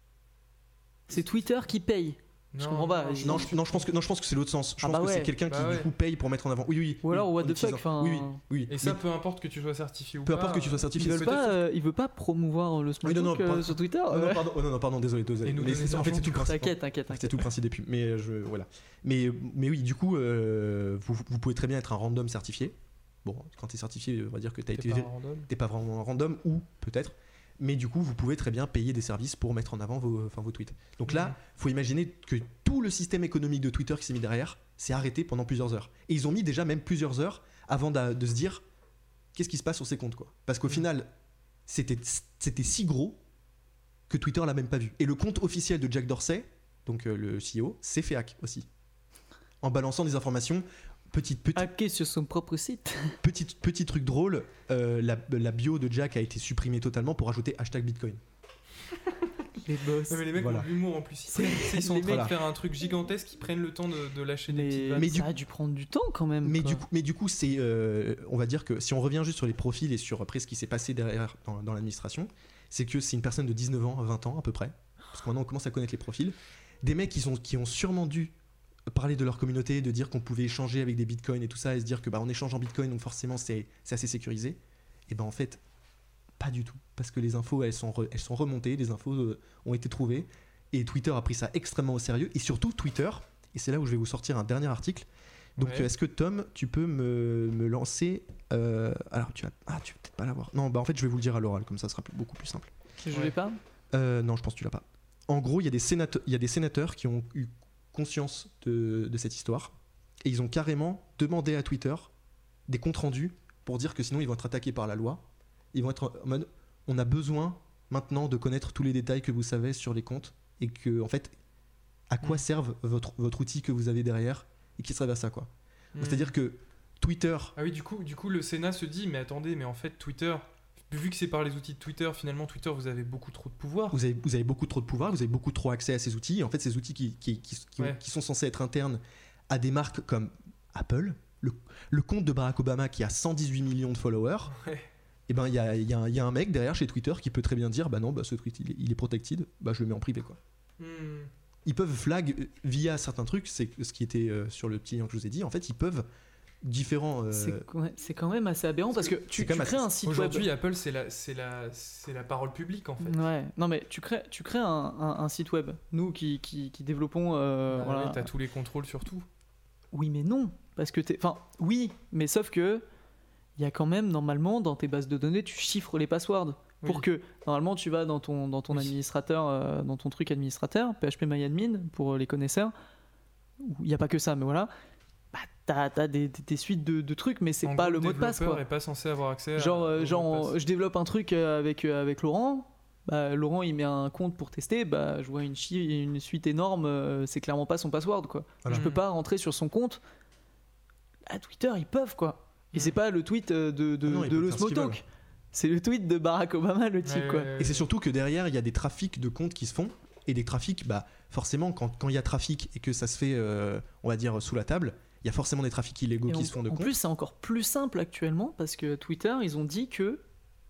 C'est Twitter qui paye. Je comprends pas. Non, je pense que c'est l'autre sens. Je Ah pense bah que ouais. c'est quelqu'un Bah qui ouais. du coup paye pour mettre en avant. Oui. Ou alors, oui, what en the fuck, utilisant- enfin, Oui. Et ça, peu importe que tu sois certifié ou Peu pas. importe que tu sois Ils certifié. veulent pas promouvoir le Oui, non, non, smoke pas- sur Twitter. Non, pardon, désolé. Et nous Mais donner de en fait, c'est tout le principe. T'inquiète. C'est tout le principe des pubs. Mais voilà. Mais oui, du coup, vous pouvez très bien être un random certifié. Bon, quand tu es certifié, on va dire que tu as T'es été pas random. t'es pas vraiment random ou peut-être, mais du coup vous pouvez très bien payer des services pour mettre en avant vos tweets. Donc là, faut imaginer que tout le système économique de Twitter qui s'est mis derrière s'est arrêté pendant plusieurs heures. Et ils ont mis déjà même plusieurs heures avant de se dire qu'est-ce qui se passe sur ces comptes quoi. Parce qu'au final, c'était si gros que Twitter l'a même pas vu. Et le compte officiel de Jack Dorsey, donc le CEO, s'est fait hack aussi. En balançant des informations. Petit Hacké sur son propre site. Petit truc drôle, la bio de Jack a été supprimée totalement pour ajouter #Bitcoin. Les boss. Non, mais les mecs Voilà. ont de l'humour en plus. Ils sont en Les train mecs- de faire un truc gigantesque, ils prennent le temps de lâcher des Mais, petites vannes. Mais ça a dû prendre du temps quand même. quoi. Mais du coup, c'est, on va dire que si on revient juste sur les profils et sur après ce qui s'est passé derrière dans l'administration, c'est que c'est une personne de 19 ans, 20 ans à peu près, parce que maintenant on commence à connaître les profils, des mecs qui ont sûrement dû parler de leur communauté, de dire qu'on pouvait échanger avec des bitcoins et tout ça, et se dire que on échange en bitcoin, donc forcément c'est assez sécurisé. Et ben en fait, pas du tout, parce que les infos elles sont remontées, les infos ont été trouvées, Et Twitter a pris ça extrêmement au sérieux. Et surtout, Twitter, et c'est là où je vais vous sortir un dernier article. Donc, est-ce que Tom, tu peux me lancer alors, tu vas peut-être pas l'avoir. Non, en fait, je vais vous le dire à l'oral, comme ça sera beaucoup plus simple. Je l'ai pas. Non, je pense que tu l'as pas. En gros, il y a des sénateurs qui ont eu conscience de cette histoire. Et ils ont carrément demandé à Twitter des comptes rendus pour dire que sinon, ils vont être attaqués par la loi. Ils vont être en mode, on a besoin maintenant de connaître tous les détails que vous savez sur les comptes. Et que, en fait, à quoi servent votre outil que vous avez derrière et qui servent à ça, quoi. Donc, c'est-à-dire que Twitter... Ah oui, du coup, le Sénat se dit, mais attendez, mais en fait, Twitter, vu que c'est par les outils de Twitter, finalement, Twitter, vous avez beaucoup trop de pouvoir. Vous avez beaucoup trop de pouvoir, vous avez beaucoup trop accès à ces outils. Et en fait, ces outils qui sont censés être internes à des marques comme Apple, le compte de Barack Obama qui a 118 millions de followers... Et ben il y a un mec derrière chez Twitter qui peut très bien dire bah non, ce tweet il est protected, bah je le mets en privé, quoi. Ils peuvent flag via certains trucs, c'est ce qui était sur le petit lien que je vous ai dit. En fait, ils peuvent différents. C'est quand même assez aberrant parce que tu crées un site web. Aujourd'hui, Apple c'est la parole publique, en fait. Ouais. Non mais tu crées un site web. Nous qui développons. Voilà. T'as tous les contrôles sur tout. Oui mais non, parce que oui, mais sauf que il y a quand même, normalement, dans tes bases de données, tu chiffres les passwords. Pour que, normalement, tu vas dans ton administrateur, dans ton truc administrateur, phpMyAdmin, pour les connaisseurs. Il n'y a pas que ça, mais voilà. Bah, t'as des suites de trucs, mais c'est pas le mot de passe, quoi. Le développeur est pas censé avoir accès genre je développe un truc avec Laurent. Bah, Laurent, il met un compte pour tester. Bah, je vois une suite énorme. C'est clairement pas son password, quoi. Voilà. Je peux pas rentrer sur son compte. À Twitter, ils peuvent, quoi. Et c'est pas le tweet de l'Osmotalk. C'est le tweet de Barack Obama, le type, quoi. Et c'est surtout que derrière, il y a des trafics de comptes qui se font. Et des trafics, bah, forcément, quand il y a trafic et que ça se fait, on va dire, sous la table, il y a forcément des trafics illégaux qui se font de comptes. En plus, c'est encore plus simple actuellement parce que Twitter, ils ont dit que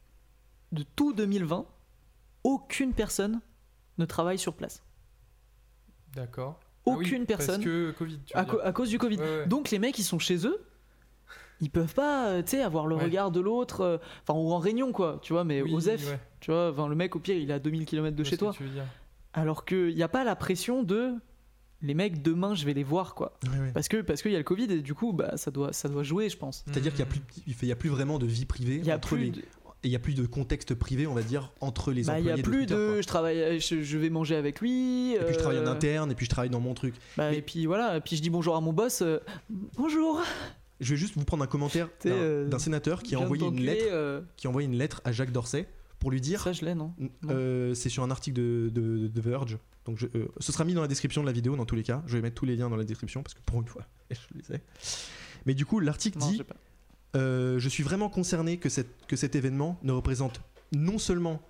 de tout 2020, aucune personne ne travaille sur place. D'accord. Aucune personne. Parce que Covid, à cause du Covid. Ouais. Donc les mecs, ils sont chez eux. Ils peuvent pas, tu sais, avoir le regard de l'autre, ou en réunion, quoi, tu vois, mais OSEF, tu vois, le mec, au pire, il est à 2000 km de chez toi. Alors qu'il n'y a pas la pression de les mecs, demain, je vais les voir, quoi. Parce qu'il y a le Covid et du coup, bah, ça doit jouer, je pense. C'est-à-dire qu'il n'y a plus vraiment de vie privée entre les. Et il n'y a plus de contexte privé, on va dire, entre les employés de Twitter. Il n'y a plus de je vais manger avec lui. Et puis je travaille en interne, et puis je travaille dans mon truc. Et puis voilà, et puis je dis bonjour à mon boss. Bonjour. Je vais juste vous prendre un commentaire d'un sénateur qui a envoyé une lettre à Jacques Dorsey pour lui dire. Ça, je l'ai, non, c'est sur un article de The Verge. Donc ce sera mis dans la description de la vidéo, dans tous les cas. Je vais mettre tous les liens dans la description parce que pour une fois, je les ai. Mais du coup, l'article dit je suis vraiment concerné que cet événement ne représente non seulement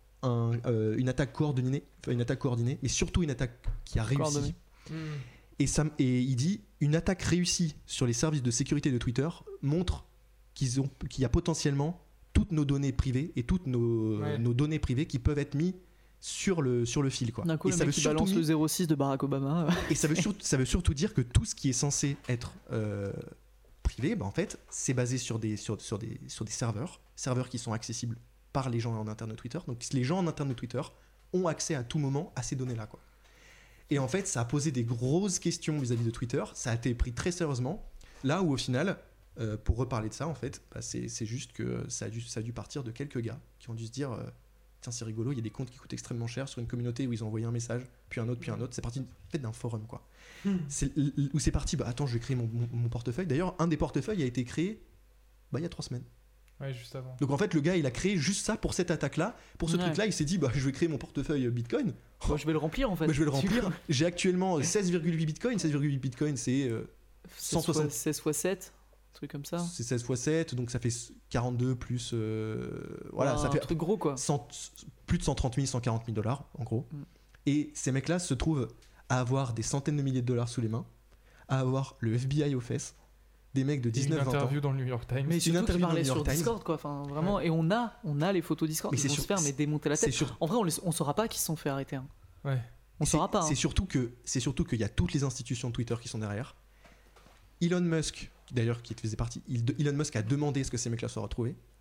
une attaque coordonnée, mais surtout une attaque qui a réussi. Et il dit une attaque réussie sur les services de sécurité de Twitter montre qu'il y a potentiellement toutes nos données privées et toutes nos données privées qui peuvent être mises sur le fil, quoi. D'un coup, le mec qui balance le 06 de Barack Obama. Et ça veut surtout dire que tout ce qui est censé être privé, bah en fait, c'est basé sur des serveurs qui sont accessibles par les gens en interne de Twitter. Donc les gens en interne de Twitter ont accès à tout moment à ces données-là, quoi. Et en fait, ça a posé des grosses questions vis-à-vis de Twitter. Ça a été pris très sérieusement. Là où au final, pour reparler de ça, en fait, bah, c'est juste que ça a dû partir de quelques gars qui ont dû se dire tiens, c'est rigolo, il y a des comptes qui coûtent extrêmement cher sur une communauté où ils ont envoyé un message, puis un autre. C'est parti peut-être d'un forum, quoi. Où c'est parti, bah attends, je vais créer mon portefeuille. D'ailleurs, un des portefeuilles a été créé il y a 3 semaines. Ouais, juste avant. Donc en fait, le gars, il a créé juste ça pour cette attaque-là. Pour ce truc-là, il s'est dit, bah, je vais créer mon portefeuille Bitcoin. Bah, je vais le remplir, en fait. Bah, je vais le remplir. J'ai actuellement 16,8 Bitcoin. 16,8 Bitcoin, c'est 160. 16 x 7, un truc comme ça. C'est 16 x 7, donc ça fait 42 plus. Voilà, ça fait un truc gros, quoi. Plus de 130 000, 140 000 $, en gros. Et ces mecs-là se trouvent à avoir des centaines de milliers de dollars sous les mains, à avoir le FBI aux fesses. Des mecs de 19-20 ans. Une interview dans le New York Times. Mais une interview dans le New York Times. Discord, quoi. Enfin, vraiment. Ouais. Et on a les photos Discord. Ils vont se faire démonter la tête. En vrai, on saura pas qu'ils se sont fait arrêter. Hein. Ouais. On saura pas. C'est surtout qu'il y a toutes les institutions de Twitter qui sont derrière. Elon Musk, d'ailleurs, qui faisait partie. Elon Musk a demandé à ce que ces mecs-là soient retrouvés.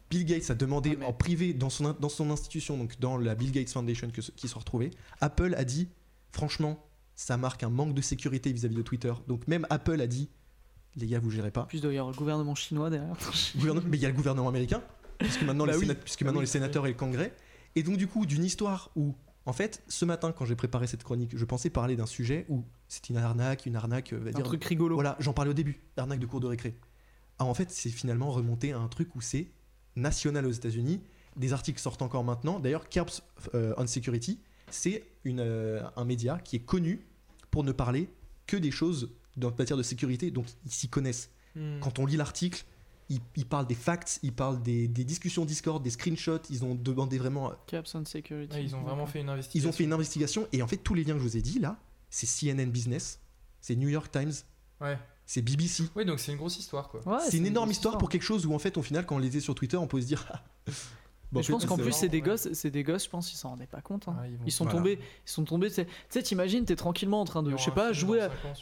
Bill Gates a demandé en privé dans son institution, donc dans la Bill Gates Foundation qui se retrouvait. Apple a dit, franchement, ça marque un manque de sécurité vis-à-vis de Twitter. Donc même Apple a dit, les gars, vous gérez pas. Plus d'ailleurs, le gouvernement chinois derrière. Mais il y a le gouvernement américain, puisque maintenant, les sénateurs et le Congrès. Et donc du coup, d'une histoire où, en fait, ce matin, quand j'ai préparé cette chronique, je pensais parler d'un sujet où c'est une arnaque, un truc rigolo. Voilà, j'en parlais au début, arnaque de cours de récré. En fait, c'est finalement remonté à un truc où c'est national aux États-Unis. Des articles sortent encore maintenant. D'ailleurs, Curbs on Security, c'est un média qui est connu pour ne parler que des choses en matière de sécurité, donc ils s'y connaissent. Quand on lit l'article, ils parlent des facts, ils parlent des discussions Discord, des screenshots, ils ont demandé vraiment... Curbs on Security. Ils ont vraiment fait une investigation. Ils ont fait une investigation, et en fait, tous les liens que je vous ai dit, là, c'est CNN Business, c'est New York Times, c'est BBC. Oui, donc c'est une grosse histoire, quoi. Ouais, c'est une énorme histoire pour quelque chose où, en fait, au final, quand on les lisait sur Twitter, on peut se dire... Bon, je pense qu'en plus c'est des gosses, je pense qu'ils s'en rendaient pas compte. Hein. Ils sont tombés, tu sais, t'imagines, t'es tranquillement en train de, je sais pas, jouer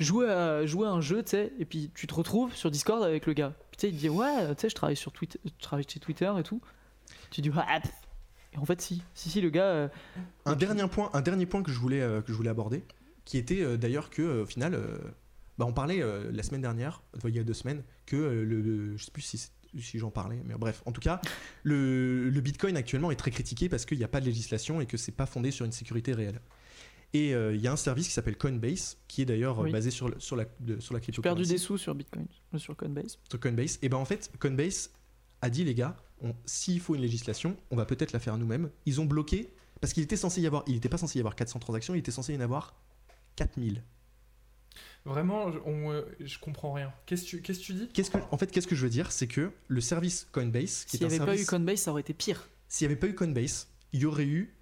à un jeu, tu sais, et puis tu te retrouves sur Discord avec le gars. Tu sais, il te dit ouais, tu sais, je travaille chez Twitter et tout. Tu dis ouais, et en fait si le gars. Un dernier point que je voulais aborder, qui était d'ailleurs que au final, on parlait la semaine dernière, il y a 2 semaines, que je sais plus si j'en parlais, mais bref, en tout cas, le Bitcoin actuellement est très critiqué parce qu'il n'y a pas de législation et que c'est pas fondé sur une sécurité réelle. Et il y a un service qui s'appelle Coinbase, qui est d'ailleurs basé sur la cryptocurrency. J'ai perdu des sous sur Bitcoin, sur Coinbase. Sur Coinbase, et en fait, Coinbase a dit, les gars, s'il faut une législation, on va peut-être la faire nous-mêmes. Ils ont bloqué, parce qu'il était censé y avoir, il n'était pas censé y avoir 400 transactions, il était censé y en avoir 4000. Vraiment, je comprends rien. Qu'est-ce que tu dis ? Qu'est-ce que je veux dire, c'est que le service Coinbase, s'il n'y avait pas eu Coinbase, ça aurait été pire. S'il n'y avait pas eu Coinbase, il y aurait eu...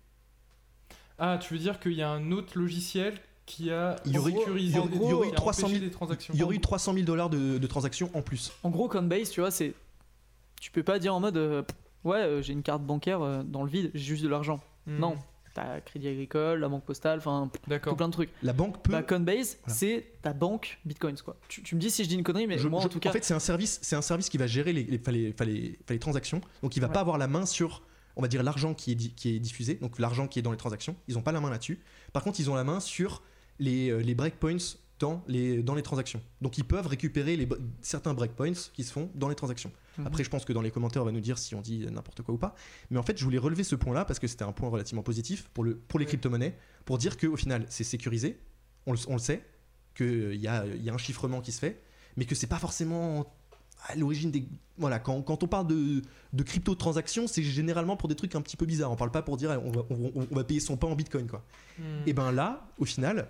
Ah, tu veux dire qu'il y a un autre logiciel qui a sécurisé, il y aurait eu 300 000 des transactions. Il y aurait eu $300 000 de transactions en plus. En gros, Coinbase, tu vois, c'est... Tu peux pas dire en mode... j'ai une carte bancaire dans le vide, j'ai juste de l'argent. Non. T'as Crédit Agricole, la Banque Postale, enfin tout plein de trucs. La banque peut. Coinbase, c'est ta banque Bitcoins, quoi. Tu me dis si je dis une connerie, mais moi en tout cas. En fait, c'est un service qui va gérer les transactions. Donc, il va pas avoir la main sur, on va dire, l'argent qui est diffusé, donc l'argent qui est dans les transactions. Ils ont pas la main là-dessus. Par contre, ils ont la main sur les breakpoints dans les transactions. Donc, ils peuvent récupérer certains breakpoints qui se font dans les transactions. Après, je pense que dans les commentaires, on va nous dire si on dit n'importe quoi ou pas. Mais en fait, je voulais relever ce point-là parce que c'était un point relativement positif pour les crypto-monnaies, pour dire qu'au final, c'est sécurisé, on le sait, qu'il y a un chiffrement qui se fait, mais que c'est pas forcément à l'origine des... Voilà, quand on parle de crypto-transactions, c'est généralement pour des trucs un petit peu bizarres. On parle pas pour dire on va payer son pain en Bitcoin, quoi. Et là, au final...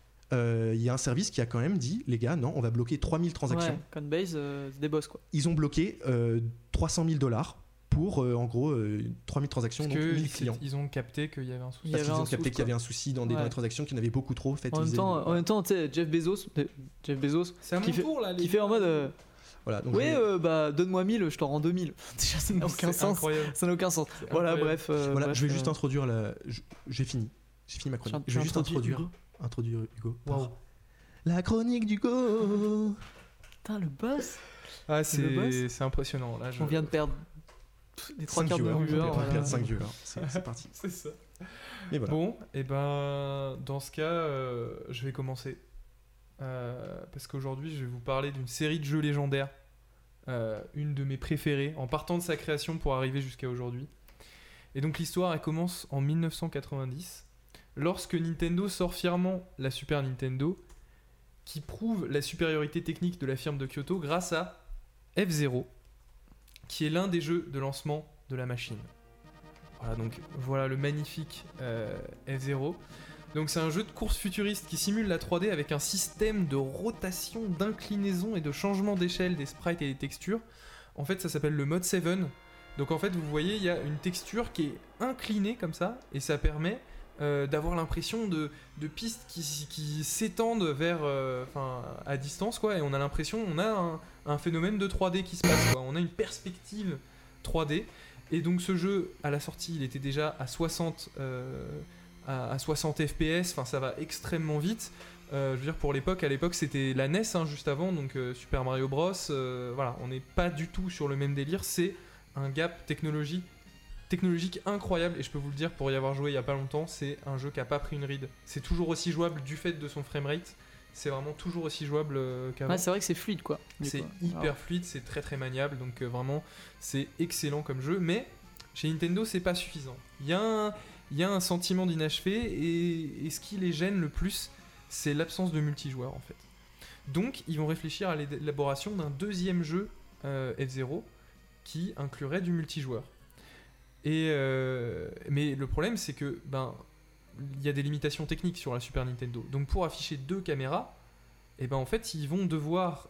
il y a un service qui a quand même dit, les gars, non, on va bloquer 3000 transactions. Coinbase, c'est des boss, quoi. Ils ont bloqué $300 000 pour, en gros, 3000 transactions, donc 1000 clients. Ils ont capté qu'il y avait un souci. Parce qu'ils ont capté qu'il y avait un souci dans les transactions, qu'il y en avait beaucoup trop. En même temps, tu sais, Jeff Bezos c'est à mon tour, là, qui fait en mode... Voilà, donc donne-moi 1000, je t'en rends 2000. Déjà, ça n'a aucun sens. Ça n'a aucun sens. Voilà, bref. Je vais juste introduire J'ai fini ma chronique. Je vais juste introduire Hugo. Wow. La chronique d'Hugo. Putain, le boss. Ah, c'est impressionnant. Là, on vient de perdre les 3 quarts de viewers. On vient de perdre 5 viewers. C'est parti. C'est ça. Et voilà. Bon, et dans ce cas, je vais commencer. Parce qu'aujourd'hui, je vais vous parler d'une série de jeux légendaires. Une de mes préférées, en partant de sa création pour arriver jusqu'à aujourd'hui. Et donc l'histoire, elle commence en 1990. Lorsque Nintendo sort fièrement la Super Nintendo, qui prouve la supériorité technique de la firme de Kyoto grâce à F-Zero, qui est l'un des jeux de lancement de la machine. Voilà le magnifique F-Zero. Donc c'est un jeu de course futuriste qui simule la 3D avec un système de rotation, d'inclinaison et de changement d'échelle des sprites et des textures. En fait, ça s'appelle le mode 7. Donc en fait, vous voyez, il y a une texture qui est inclinée comme ça, et ça permet d'avoir l'impression de pistes qui s'étendent vers à distance, quoi, et on a l'impression on a un phénomène de 3D qui se passe, quoi. On a une perspective 3D, et donc ce jeu à la sortie il était déjà à 60 FPS, enfin ça va extrêmement vite. Je veux dire, à l'époque c'était la NES juste avant, donc Super Mario Bros. Voilà, on n'est pas du tout sur le même délire, c'est un gap technologique incroyable, et je peux vous le dire pour y avoir joué il y a pas longtemps, c'est un jeu qui a pas pris une ride. C'est toujours aussi jouable du fait de son framerate. C'est vraiment toujours aussi jouable qu'avant. Ouais, c'est vrai que c'est fluide quoi. C'est hyper fluide, c'est très très maniable, donc vraiment c'est excellent comme jeu. Mais chez Nintendo, c'est pas suffisant. Il y a un sentiment d'inachevé, et ce qui les gêne le plus, c'est l'absence de multijoueur en fait. Donc ils vont réfléchir à l'élaboration d'un deuxième jeu F-Zero qui inclurait du multijoueur. Mais le problème, c'est que il y a des limitations techniques sur la Super Nintendo. Donc pour afficher 2 caméras, en fait ils vont devoir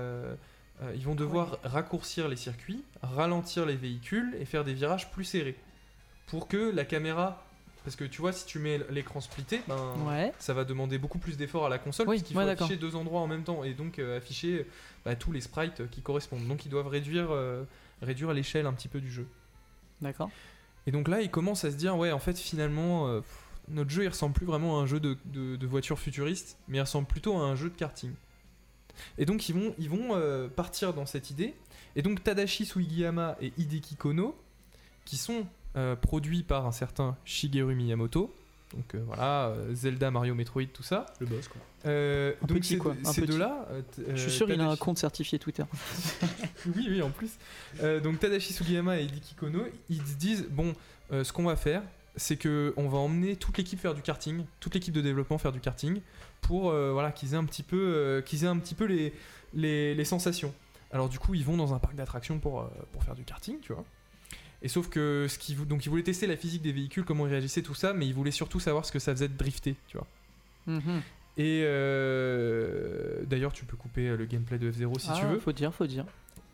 raccourcir les circuits, ralentir les véhicules et faire des virages plus serrés pour que la caméra, parce que tu vois, si tu mets l'écran splitté, ça va demander beaucoup plus d'efforts à la console, puisqu'il faut afficher 2 endroits en même temps, et donc afficher tous les sprites qui correspondent. Donc ils doivent réduire l'échelle un petit peu du jeu. D'accord. Et donc là ils commencent à se dire, ouais, en fait finalement notre jeu il ressemble plus vraiment à un jeu de voiture futuriste, mais il ressemble plutôt à un jeu de karting. Et donc ils vont partir dans cette idée. Et donc Tadashi Sugiyama et Hideki Kono, qui sont produits par un certain Shigeru Miyamoto, donc Zelda, Mario, Metroid, tout ça. Le boss quoi. Donc petit, quoi. Ces deux-là, je suis sûr il a un compte certifié Twitter. oui, en plus. Donc Tadashi Sugiyama et Hideki Kono, ils se disent, bon, ce qu'on va faire, c'est qu'on va emmener toute l'équipe faire du karting, toute l'équipe de développement faire du karting, pour qu'ils aient un petit peu les sensations. Alors du coup, ils vont dans un parc d'attractions pour faire du karting, tu vois. Et sauf que donc ils voulaient tester la physique des véhicules, comment ils réagissaient, tout ça, mais ils voulaient surtout savoir ce que ça faisait de drifter, tu vois. Mm-hmm. Et d'ailleurs, tu peux couper le gameplay de F-Zero si tu veux. Faut dire.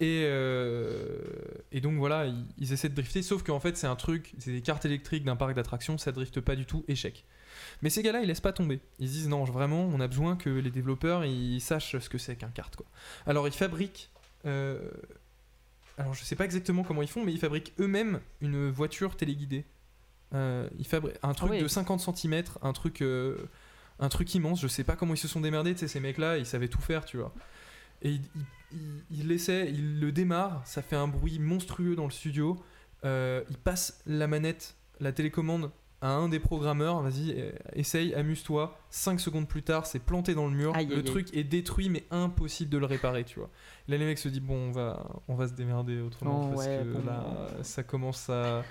Et donc voilà, ils essaient de drifter, sauf qu'en fait c'est des cartes électriques d'un parc d'attractions, ça drifte pas du tout, échec. Mais ces gars-là, ils laissent pas tomber. Ils se disent non, vraiment, on a besoin que les développeurs ils sachent ce que c'est qu'un kart, quoi. Alors ils fabriquent, alors je sais pas exactement comment ils font, mais ils fabriquent eux-mêmes une voiture téléguidée. Ils fabriquent un truc de 50 cm, un truc immense. Je sais pas comment ils se sont démerdés, tu sais, ces mecs-là, ils savaient tout faire, tu vois. Et ils le démarrent, ça fait un bruit monstrueux dans le studio. Ils passent la manette, la télécommande à un des programmeurs, vas-y, essaye, amuse-toi. 5 secondes plus tard, c'est planté dans le mur. Le truc est détruit, mais impossible de le réparer, tu vois. Là, les mecs se disent, bon, on va se démerder autrement, parce que là, ça commence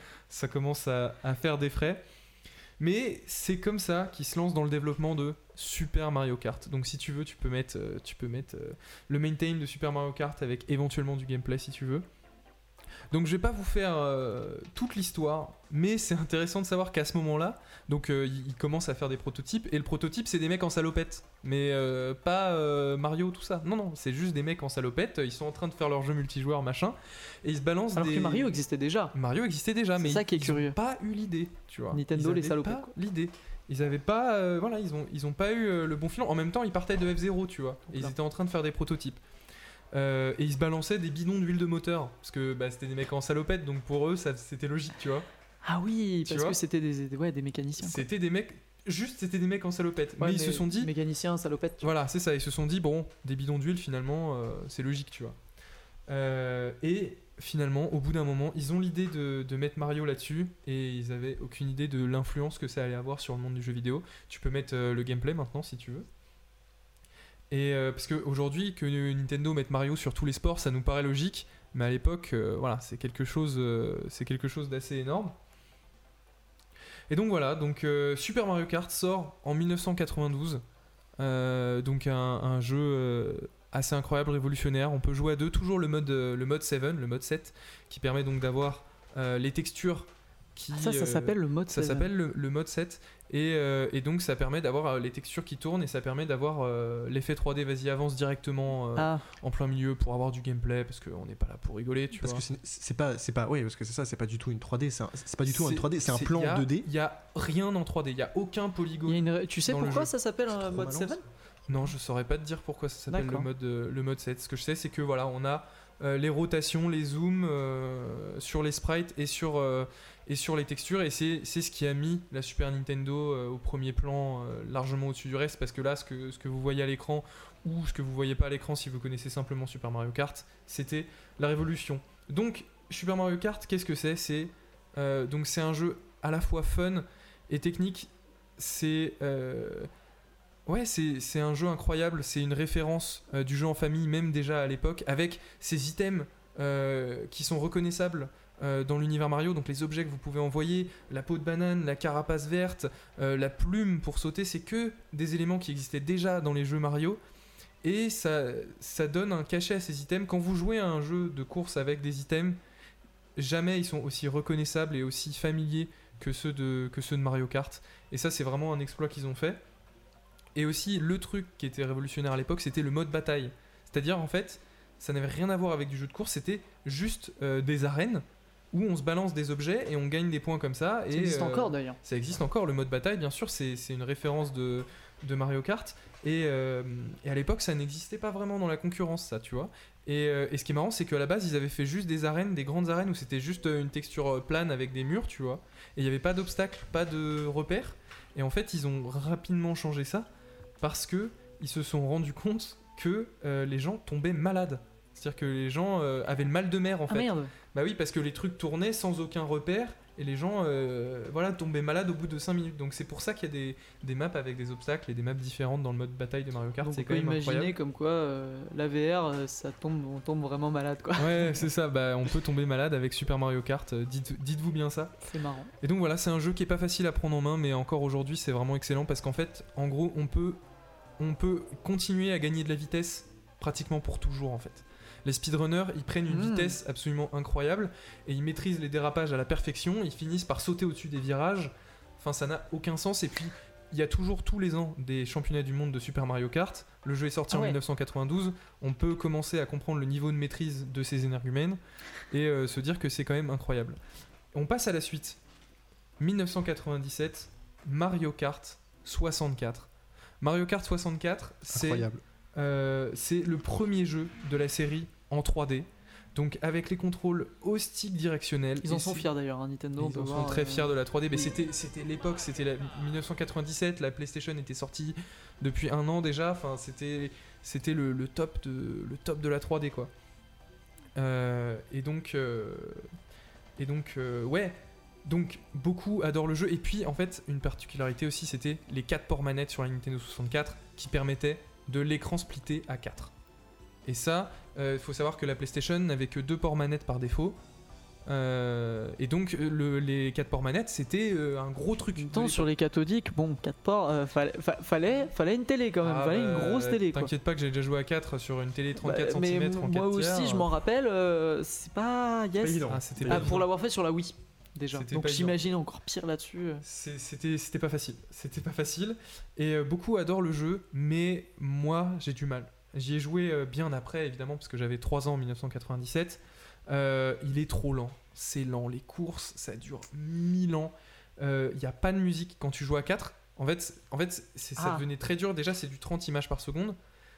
à faire des frais. Mais c'est comme ça qu'ils se lancent dans le développement de Super Mario Kart. Donc si tu veux, tu peux mettre le maintain de Super Mario Kart avec éventuellement du gameplay si tu veux. Donc je vais pas vous faire toute l'histoire, mais c'est intéressant de savoir qu'à ce moment-là, donc ils commencent à faire des prototypes, et le prototype c'est des mecs en salopette, mais pas Mario tout ça. Non, c'est juste des mecs en salopette, ils sont en train de faire leur jeu multijoueur machin, et ils se balancent alors que Mario existait déjà. Mais ça qui est curieux. Ils ont pas eu l'idée, tu vois. Nintendo les salopettes. Pas l'idée. Ils avaient pas, ils ont pas eu le bon filon. En même temps, ils partaient de F-Zero, tu vois, et ils étaient en train de faire des prototypes. Et ils se balançaient des bidons d'huile de moteur parce que c'était des mecs en salopette, donc pour eux c'était logique, tu vois. Ah oui, parce que c'était des mécaniciens. C'était des mecs, c'était des mecs en salopette. Mais ils se sont dit, mécaniciens, salopette. Voilà, c'est ça. Ils se sont dit, bon, des bidons d'huile finalement, c'est logique, tu vois. Et finalement, au bout d'un moment, ils ont l'idée de mettre Mario là-dessus, et ils avaient aucune idée de l'influence que ça allait avoir sur le monde du jeu vidéo. Tu peux mettre le gameplay maintenant si tu veux. Et parce qu'aujourd'hui, que Nintendo mette Mario sur tous les sports, ça nous paraît logique, mais à l'époque, c'est quelque chose d'assez énorme. Et donc voilà, Super Mario Kart sort en 1992, donc un jeu assez incroyable, révolutionnaire. On peut jouer à deux, toujours le mode 7, qui permet donc d'avoir les textures. Ça s'appelle le mode 7. Ça s'appelle le mode 7, et donc ça permet d'avoir les textures qui tournent, et ça permet d'avoir l'effet 3D, vas-y avance directement en plein milieu pour avoir du gameplay, parce qu'on n'est pas là pour rigoler, tu vois. Parce que c'est pas oui, parce que c'est pas du tout une 3D, c'est pas du tout un 3D, c'est un plan 2D. Il y a rien en 3D, il y a aucun polygone. Tu sais pourquoi ça s'appelle un mode 7 ? Non, je saurais pas te dire pourquoi ça s'appelle le mode 7. Ce que je sais, c'est que voilà, on a les rotations, les zooms sur les sprites et sur les textures, et c'est ce qui a mis la Super Nintendo au premier plan, largement au-dessus du reste, parce que là, ce que vous voyez à l'écran, ou ce que vous voyez pas à l'écran si vous connaissez simplement Super Mario Kart, c'était la révolution. Donc Super Mario Kart, qu'est-ce que c'est donc c'est un jeu à la fois fun et technique. C'est un jeu incroyable. C'est une référence du jeu en famille, même déjà à l'époque, avec ces items qui sont reconnaissables dans l'univers Mario. Donc les objets que vous pouvez envoyer, la peau de banane, la carapace verte, la plume pour sauter, c'est que des éléments qui existaient déjà dans les jeux Mario. Et ça donne un cachet à ces items. Quand vous jouez à un jeu de course avec des items, jamais ils sont aussi reconnaissables et aussi familiers que ceux de Mario Kart. Et ça, c'est vraiment un exploit qu'ils ont fait. Et aussi, le truc qui était révolutionnaire à l'époque, c'était le mode bataille. C'est-à-dire, en fait, ça n'avait rien à voir avec du jeu de course, c'était juste des arènes où on se balance des objets et on gagne des points comme ça. Ça existe encore d'ailleurs. Ça existe encore, le mode bataille, bien sûr, c'est une référence de Mario Kart. Et à l'époque, ça n'existait pas vraiment dans la concurrence, ça, tu vois. Et ce qui est marrant, c'est qu'à la base, ils avaient fait juste des arènes, des grandes arènes où c'était juste une texture plane avec des murs, tu vois. Et il n'y avait pas d'obstacles, pas de repères. Et en fait, ils ont rapidement changé ça parce que ils se sont rendus compte que les gens tombaient malades. C'est-à-dire que les gens avaient le mal de mer, en fait. Ah merde. Bah oui, parce que les trucs tournaient sans aucun repère et les gens tombaient malades au bout de 5 minutes. Donc c'est pour ça qu'il y a des maps avec des obstacles et des maps différentes dans le mode bataille de Mario Kart. Donc c'est on quand peut même imaginer incroyable. comme quoi la VR, on tombe vraiment malade quoi. Ouais, c'est ça, on peut tomber malade avec Super Mario Kart, dites-vous bien ça. C'est marrant. Et donc voilà, c'est un jeu qui est pas facile à prendre en main, mais encore aujourd'hui c'est vraiment excellent parce qu'en fait, en gros, on peut continuer à gagner de la vitesse pratiquement pour toujours en fait. Les speedrunners, ils prennent une vitesse absolument incroyable et ils maîtrisent les dérapages à la perfection, ils finissent par sauter au-dessus des virages, enfin ça n'a aucun sens. Et puis il y a toujours tous les ans des championnats du monde de Super Mario Kart, le jeu est sorti en 1992, on peut commencer à comprendre le niveau de maîtrise de ces énergumènes et se dire que c'est quand même incroyable. On passe à la suite, 1997, Mario Kart 64. Mario Kart 64, Incroyable. c'est le premier jeu de la série en 3D, donc avec les contrôles au stick directionnel. Ils en sont fiers d'ailleurs, hein, Nintendo. Ils en sont très fiers de la 3D, mais c'était l'époque, c'était 1997, la PlayStation était sortie depuis un an déjà, enfin c'était le top de la 3D quoi. Donc beaucoup adorent le jeu. Et puis en fait une particularité aussi, c'était les 4 ports manettes sur la Nintendo 64 qui permettaient de l'écran splitté à 4. Et ça, il faut savoir que la PlayStation n'avait que 2 ports manettes par défaut. Et donc les 4 ports manettes, c'était un gros truc. Sur les cathodiques, 4 ports, fallait une télé quand même, fallait une grosse télé. T'inquiète pas que j'ai déjà joué à 4 sur une télé 34 cm. Mais 34 moi aussi, tiers, je m'en rappelle, c'est pas... Yes. évident. Pour l'avoir fait sur la Wii. Déjà. C'était donc pas j'imagine encore pire là-dessus. C'était pas facile. Et beaucoup adorent le jeu, mais moi j'ai du mal. J'y ai joué bien après évidemment parce que j'avais 3 ans en 1997. Il est trop lent, c'est lent, les courses ça dure 1000 ans. Il n'y a pas de musique quand tu joues à 4. En fait ça devenait très dur. Déjà c'est du 30 images par seconde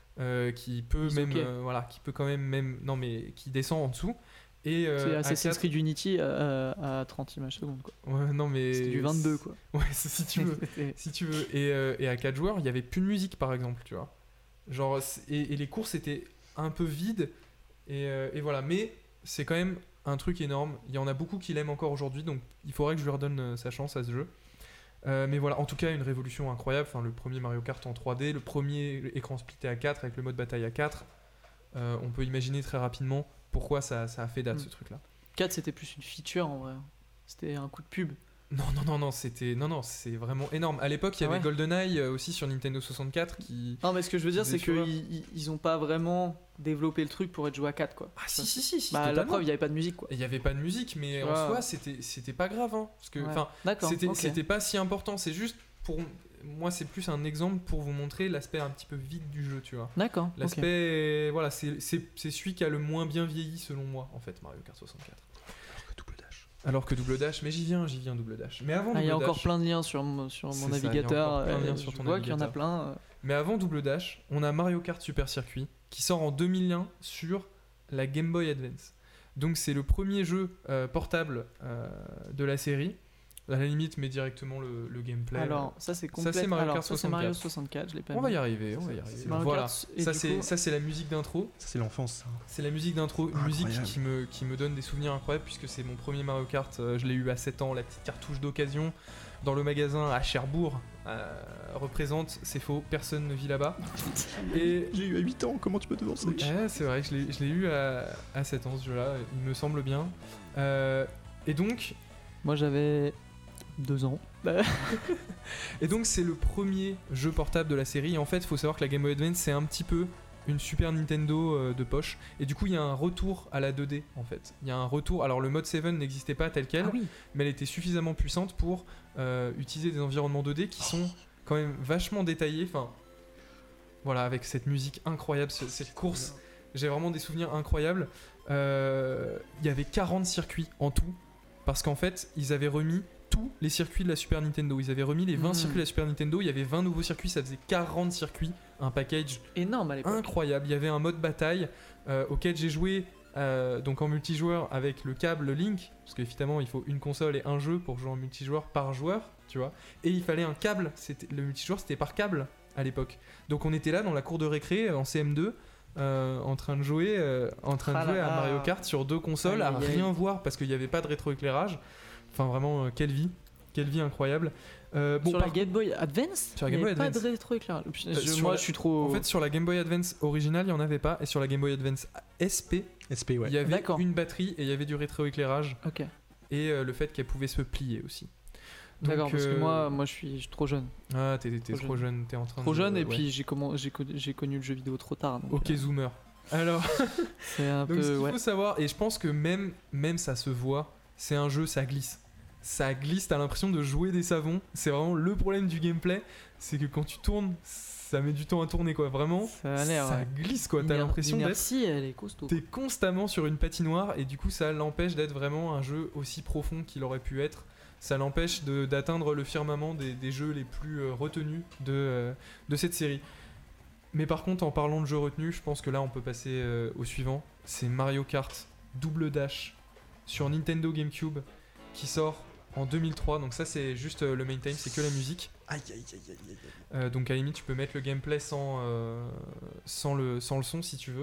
qui peut même qui peut quand même non mais qui descend en dessous. C'est Assassin's Creed Unity à 30 images secondes quoi. Ouais, non mais c'était du 22 quoi. Ouais, si tu veux. Si tu veux. Et à 4 joueurs, il y avait plus de musique par exemple, tu vois. Genre et les courses étaient un peu vides et voilà, mais c'est quand même un truc énorme. Il y en a beaucoup qui l'aiment encore aujourd'hui, donc il faudrait que je lui redonne sa chance à ce jeu. Mais voilà, en tout cas une révolution incroyable. Enfin, le premier Mario Kart en 3D, le premier écran splitté à 4 avec le mode bataille à 4. On peut imaginer très rapidement pourquoi ça a fait date ce truc là. 4 c'était plus une feature en vrai. C'était un coup de pub. Non, c'est vraiment énorme. À l'époque, il y avait GoldenEye aussi sur Nintendo 64 qui... Non, mais ce que je veux dire, c'est qu'ils ont pas vraiment développé le truc pour être joué à 4 quoi. Ah si. La preuve, il y avait pas de musique quoi. Il y avait pas de musique, mais en soi, c'était pas grave hein, parce que c'était pas si important, c'est juste pour moi c'est plus un exemple pour vous montrer l'aspect un petit peu vide du jeu, tu vois. D'accord. L'aspect voilà, c'est celui qui a le moins bien vieilli selon moi en fait, Mario Kart 64. Alors que Double Dash, mais j'y viens Double Dash. Mais avant Double Dash, il y a encore plein de liens sur mon navigateur. Sur ton navigateur. Qu'il y en a plein. Mais avant Double Dash, on a Mario Kart Super Circuit qui sort en 2001 sur la Game Boy Advance. Donc c'est le premier jeu portable de la série. À la limite, mets directement le gameplay. Alors, ça c'est complet. c'est Mario Alors, Kart ça, c'est Mario 64. 64, je l'ai pas On mis. va y arriver. Mario Voilà. Kart, et Ça du c'est, coup- ça, c'est la musique d'intro. Ça, c'est l'enfance. C'est la musique d'intro, une musique Incroyable. qui me donne des souvenirs incroyables puisque c'est mon premier Mario Kart. Je l'ai eu à 7 ans, la petite cartouche d'occasion dans le magasin à Cherbourg. Représente, c'est faux, personne ne vit là-bas. Et J'ai eu à 8 ans, comment tu peux devancer? ouais, c'est vrai que je l'ai eu à 7 ans ce jeu-là, il me semble bien. Et donc, Moi j'avais 2 ans. c'est le premier jeu portable de la série. Et en fait, il faut savoir que la Game Boy Advance, c'est un petit peu une Super Nintendo de poche. Et du coup, il y a un retour à la 2D en fait. Il y a un retour. Alors, le mode 7 n'existait pas tel quel, Ah oui. mais elle était suffisamment puissante pour utiliser des environnements 2D qui sont quand même vachement détaillés. Enfin, voilà, avec cette musique incroyable, cette course. J'ai vraiment des souvenirs incroyables. Il y avait 40 circuits en tout. Parce qu'en fait, ils avaient remis tous les circuits de la Super Nintendo. Ils avaient remis les 20 circuits de la Super Nintendo. Il y avait 20 nouveaux circuits, ça faisait 40 circuits. Un package Énorme à l'époque. incroyable. Il y avait un mode bataille auquel j'ai joué donc en multijoueur avec le câble Link. Parce qu'évidemment, il faut une console et un jeu pour jouer en multijoueur par joueur, tu vois. Et il fallait un câble. Le multijoueur, c'était par câble à l'époque. Donc on était là dans la cour de récré en CM2. En train de jouer, à Mario Kart sur 2 consoles, à Aïe, aïe, aïe. rien voir parce qu'il n'y avait pas de rétroéclairage. Enfin vraiment, quelle vie incroyable. Sur la par- Game Boy Advance, Sur la il Game y Boy avait pas Advance. de rétroéclairage. sur Moi la- je suis trop. En fait, sur la Game Boy Advance originale, il n'y en avait pas, et sur la Game Boy Advance SP, SP, ouais. il y avait D'accord. une batterie et il y avait du rétroéclairage Ok. et le fait qu'elle pouvait se plier aussi. Donc, D'accord, parce que moi je suis trop jeune. Ah, t'es trop trop jeune, t'es en train Trop de. jeune et ouais. puis j'ai connu le jeu vidéo trop tard. Donc, Ok, zoomer. Alors. c'est un Donc ce peu. qu'il Ouais. faut savoir, et je pense que même ça se voit, c'est un jeu, ça glisse. Ça glisse, t'as l'impression de jouer des savons. C'est vraiment le problème du gameplay, c'est que quand tu tournes, ça met du temps à tourner quoi. Vraiment, Ça a l'air, ouais. glisse quoi. T'as l'impression d'être. L'inertie, elle est costaud. T'es constamment sur une patinoire et du coup ça l'empêche d'être vraiment un jeu aussi profond qu'il aurait pu être. Ça l'empêche d'atteindre le firmament des jeux les plus retenus de cette série. Mais par contre, en parlant de jeux retenus, je pense que là on peut passer au suivant. C'est Mario Kart Double Dash sur Nintendo GameCube qui sort en 2003. Donc ça c'est juste le main theme, c'est que la musique. Aïe, aïe, aïe, aïe, aïe. Donc à la limite tu peux mettre le gameplay sans le son si tu veux.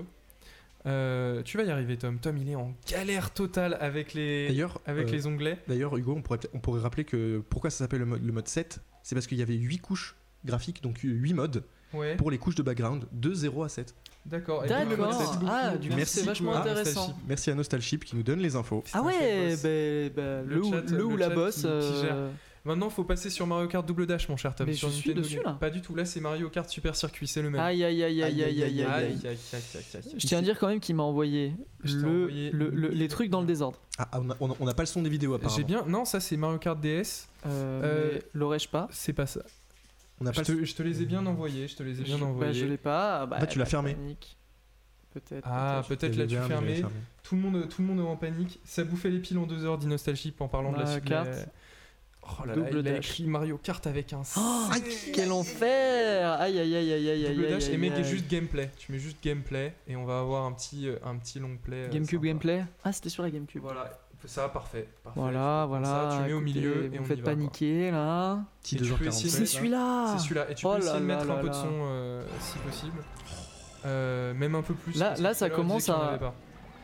Tu vas y arriver Tom. Tom il est en galère totale avec les onglets. D'ailleurs, Hugo, on pourrait rappeler que pourquoi ça s'appelle le mode 7, c'est parce qu'il y avait 8 couches graphiques, donc 8 modes Ouais. pour les couches de background, de 0 à 7. D'accord. D'accord. Merci beaucoup. Ah, du coup, Merci c'est vachement beaucoup. intéressant. Nostalgie. Merci à Nostalship qui nous donne les infos. Ah ouais, Le le chat- ou le la chat boss. qui gère. Maintenant, faut passer sur Mario Kart Double Dash, mon cher Tom. Mais sur je suis Nintendo dessus, Game. là. Pas du tout. Là, c'est Mario Kart Super Circuit, c'est le même. Aïe aïe aïe aïe aïe aïe aïe. Aïe. Je tiens à dire quand même qu'il m'a envoyé Je t'ai envoyé les trucs dans le désordre. Ah, on n'a pas le son des vidéos apparemment. J'ai bien. Non, ça c'est Mario Kart DS. Mais l'aurais-je pas? C'est pas ça. On n'a pas le Je te les ai bien envoyés. Je te les ai bien Bah, je envoyés. l'ai pas. Bah, tu l'as pas de fermé. panique. Peut-être. Ah, peut-être l'as-tu bien, fermé. fermé. Tout le monde est en panique. Ça bouffait les piles en 2 heures d'Inostalship en parlant de la Mario suite. Kart. Oh là là, Double il a dash. écrit Mario Kart avec un C. Oh, quel enfer! Aïe aïe aïe aïe aïe aïe. Double dash aïe, et mec, aïe. juste gameplay. Tu mets juste gameplay et on va avoir un petit long play. GameCube sympa. gameplay? Ah, c'était sur la GameCube. Voilà, ça, parfait. Voilà, Comme voilà. ça, tu mets au écoutez, milieu et vous on faites y va. paniquer là. Petit Et tu peux 2h47. essayer de C'est mettre- celui-là! C'est celui-là. Et tu Oh peux là essayer de là mettre là un peu de là. son si possible. Même un peu plus. Là- parce que là, tout ça à l'heure, il commence disait qu'il y en à- avait pas.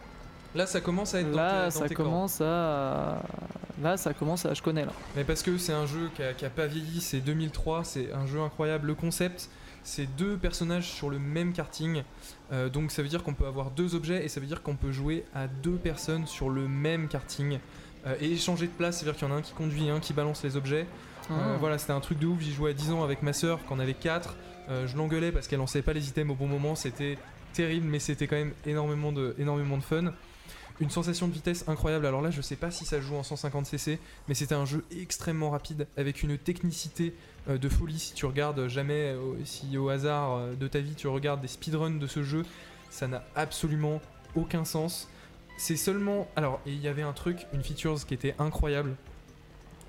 Là, ça commence à être Là, dans ça tes cordes. commence à. Là, ça commence à. Je connais là. Mais parce que c'est un jeu qui a pas vieilli, c'est 2003, c'est un jeu incroyable. Le concept, c'est 2 personnages sur le même karting. Donc ça veut dire qu'on peut avoir 2 objets et ça veut dire qu'on peut jouer à 2 personnes sur le même karting. Et échanger de place, c'est-à-dire qu'il y en a un qui conduit et un qui balance les objets. Ah. Voilà, c'était un truc de ouf. J'y jouais à 10 ans avec ma soeur quand on avait 4. Je l'engueulais parce qu'elle lançait pas les items au bon moment. C'était terrible, mais c'était quand même énormément de fun. Une sensation de vitesse incroyable. Alors là, je sais pas si ça joue en 150cc, mais c'était un jeu extrêmement rapide avec une technicité de folie. Si tu regardes jamais, si au hasard de ta vie tu regardes des speedruns de ce jeu, ça n'a absolument aucun sens. C'est seulement. Alors, et il y avait un truc, une feature qui était incroyable.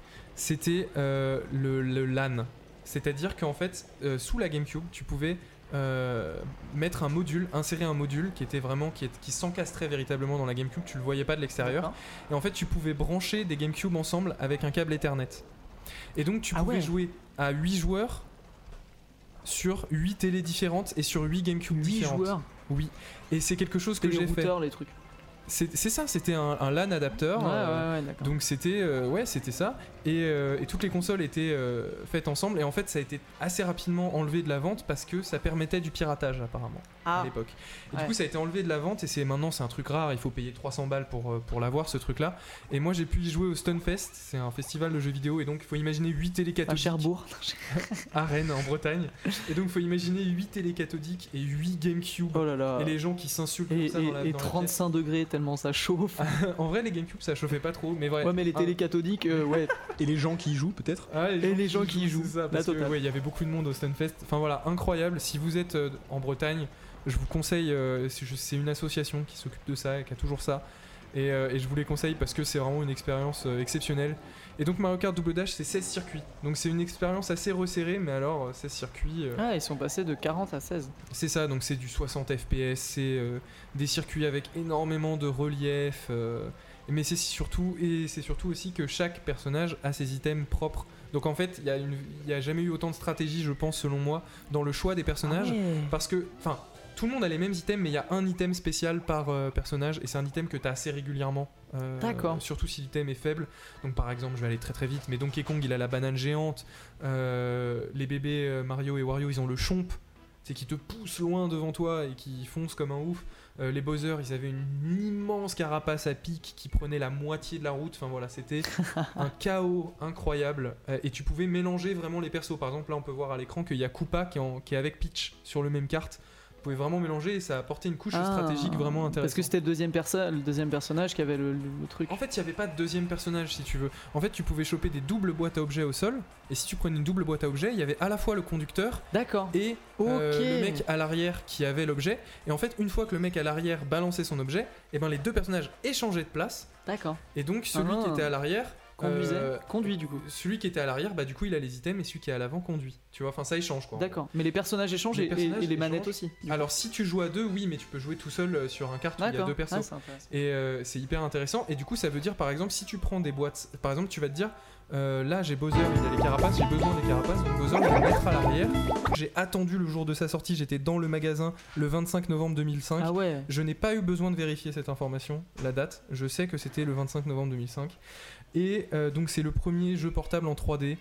C'était le LAN. C'est-à-dire qu'en fait, sous la GameCube, tu pouvais mettre un module, insérer un module qui était vraiment qui s'encastrait véritablement dans la GameCube, tu le voyais pas de l'extérieur. D'accord. Et en fait, tu pouvais brancher des GameCube ensemble avec un câble Ethernet. Et donc tu pouvais jouer à 8 joueurs sur 8 télés différentes et sur 8 GameCube 8 différentes. joueurs. Oui. Et c'est quelque chose que Les j'ai fait. routeurs, les trucs. C'est ça, c'était un LAN adapteur. Ouais, d'accord. Donc c'était ça. Et toutes les consoles étaient faites ensemble. Et en fait, ça a été assez rapidement enlevé de la vente parce que ça permettait du piratage apparemment à l'époque. Et du coup, ça a été enlevé de la vente. Et maintenant, c'est un truc rare. Il faut payer 300 balles pour l'avoir, ce truc-là. Et moi, j'ai pu y jouer au Stunfest. C'est un festival de jeux vidéo. Et donc, il faut imaginer 8 télé À cathodiques. Cherbourg. À Rennes, en Bretagne. Et donc, il faut imaginer 8 télé cathodiques et 8 GameCube. Oh là là. Et les gens qui s'insultent comme Et, ça dans la et dans la 35 degrés tellement ça chauffe. pièce. En vrai, les GameCube, ça chauffait pas trop. Mais vrai. Ouais, mais les télé cathodiques, ouais. Et les gens qui y jouent, peut-être. Ah, les gens qui y jouent, c'est ça, la parce que, totale. ouais, il y avait beaucoup de monde au Stunfest. Enfin voilà, incroyable. Si vous êtes en Bretagne, je vous conseille. C'est une association qui s'occupe de ça et qui a toujours ça. Et je vous les conseille parce que c'est vraiment une expérience exceptionnelle. Et donc Mario Kart Double Dash, c'est 16 circuits. Donc c'est une expérience assez resserrée, mais alors 16 circuits. Ah, ils sont passés de 40 à 16. C'est ça, donc c'est du 60 FPS, c'est des circuits avec énormément de relief. Mais c'est surtout aussi que chaque personnage a ses items propres. Donc en fait, il y a jamais eu autant de stratégie, je pense, selon moi, dans le choix des personnages. Parce que, enfin, tout le monde a les mêmes items, mais il y a un item spécial par personnage, et c'est un item que tu as assez régulièrement. D'accord. Surtout si l'item est faible. Donc par exemple, je vais aller très très vite, mais Donkey Kong, il a la banane géante. Les bébés Mario et Wario, ils ont le chomp. C'est qui te pousse loin devant toi et qui fonce comme un ouf. Les Bowser, ils avaient une immense carapace à pic qui prenait la moitié de la route. Enfin voilà, c'était un chaos incroyable. Et tu pouvais mélanger vraiment les persos. Par exemple, là, on peut voir à l'écran qu'il y a Koopa qui est avec Peach sur le même carte. Vous pouvez vraiment mélanger et ça apportait une couche stratégique vraiment intéressante. Parce que c'était le deuxième personnage qui avait le truc. En fait, il n'y avait pas de deuxième personnage si tu veux. En fait, tu pouvais choper des doubles boîtes à objets au sol. Et si tu prenais une double boîte à objets, il y avait à la fois le conducteur D'accord. et le mec à l'arrière qui avait l'objet. Et en fait, une fois que le mec à l'arrière balançait son objet, et ben les deux personnages échangeaient de place. D'accord. Et donc celui qui était à l'arrière conduit du coup. Celui qui était à l'arrière, bah du coup il a les items et celui qui est à l'avant conduit. Tu vois, enfin ça échange quoi. D'accord. Mais les personnages échangent et les manettes aussi. Alors si tu joues à deux, oui, mais tu peux jouer tout seul sur un kart où il y a deux persos. Ah, c'est intéressant. Et c'est hyper intéressant. Et du coup ça veut dire par exemple si tu prends des boîtes, par exemple tu vas te dire là j'ai Bowser, il a les carapaces, j'ai besoin des carapaces, donc Bowser je vais le mettre à l'arrière. J'ai attendu le jour de sa sortie, j'étais dans le magasin le 25 novembre 2005. Ah ouais. Je n'ai pas eu besoin de vérifier cette information, la date. Je sais que c'était le 25 novembre 2005. Et donc c'est le premier jeu portable en 3D.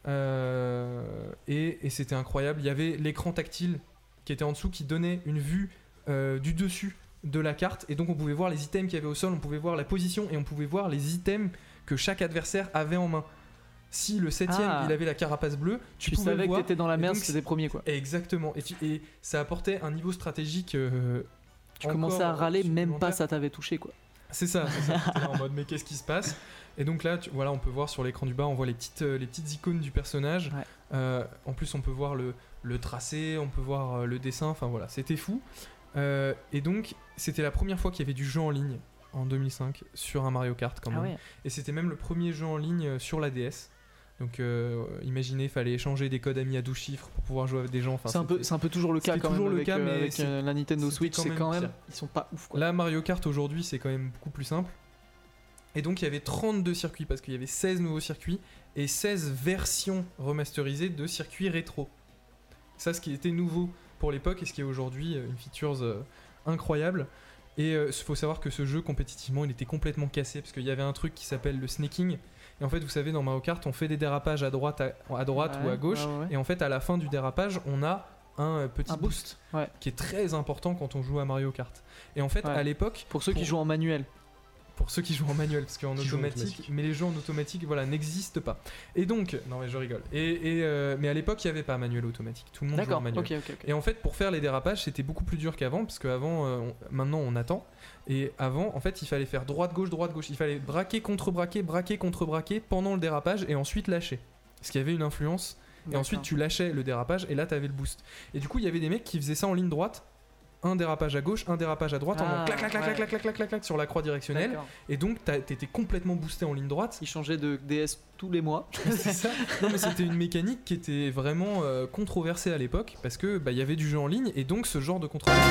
Et c'était incroyable. Il y avait l'écran tactile qui était en dessous qui donnait une vue du dessus de la carte. Et donc on pouvait voir les items qu'il y avait au sol, on pouvait voir la position et on pouvait voir les items que chaque adversaire avait en main. Si le 7ème il avait la carapace bleue, tu pouvais savais voir, que t'étais dans la merde, c'était les premiers quoi. Exactement. Et ça apportait un niveau stratégique. Tu commençais à râler, même pas ça t'avait touché quoi. C'est ça. T'étais là en mode mais qu'est-ce qui se passe? Et donc là, voilà, on peut voir sur l'écran du bas, on voit les petites icônes du personnage. Ouais. En plus, on peut voir le tracé, on peut voir le dessin. Enfin voilà, c'était fou. Et donc, c'était la première fois qu'il y avait du jeu en ligne en 2005 sur un Mario Kart quand même. Ouais. Et c'était même le premier jeu en ligne sur la DS. Donc imaginez, il fallait échanger des codes amis à 12 chiffres pour pouvoir jouer avec des gens. Enfin, c'est un peu toujours le cas quand même avec la Nintendo Switch, c'est quand même ils sont pas ouf quoi. Là Mario Kart aujourd'hui c'est quand même beaucoup plus simple. Et donc il y avait 32 circuits parce qu'il y avait 16 nouveaux circuits et 16 versions remasterisées de circuits rétro. Ça ce qui était nouveau pour l'époque et ce qui est aujourd'hui une features incroyable. Et il faut savoir que ce jeu compétitivement il était complètement cassé parce qu'il y avait un truc qui s'appelle le snaking. Et en fait, vous savez, dans Mario Kart, on fait des dérapages à droite ou à gauche. Ouais. Et en fait, à la fin du dérapage, on a un petit boost qui est très important quand on joue à Mario Kart. Et en fait, à l'époque... Pour ceux qui jouent en manuel. Pour ceux qui jouent en manuel, parce qu'en automatique... Mais les jeux en automatique, voilà, n'existent pas. Et donc... Non, mais je rigole. Mais à l'époque, il n'y avait pas manuel automatique. Tout le monde jouait en manuel. Okay. Et en fait, pour faire les dérapages, c'était beaucoup plus dur qu'avant, parce qu'avant, maintenant, on attend. Et avant, en fait, il fallait faire droite-gauche. Il fallait braquer, contre-braquer pendant le dérapage et ensuite lâcher. Parce qu'il y avait une influence. Et ensuite, tu lâchais le dérapage et là, tu avais le boost. Et du coup, il y avait des mecs qui faisaient ça en ligne droite un dérapage à gauche, un dérapage à droite, en Ah, clac, clac, clac, ouais. clac, clac, clac, clac, clac, sur la croix directionnelle. D'accord. Et donc, t'étais complètement boosté en ligne droite. Il changeait de DS tous les mois. C'est ça. Non, mais c'était une mécanique qui était vraiment controversée à l'époque parce que bah, y avait du jeu en ligne et donc ce genre de controverse.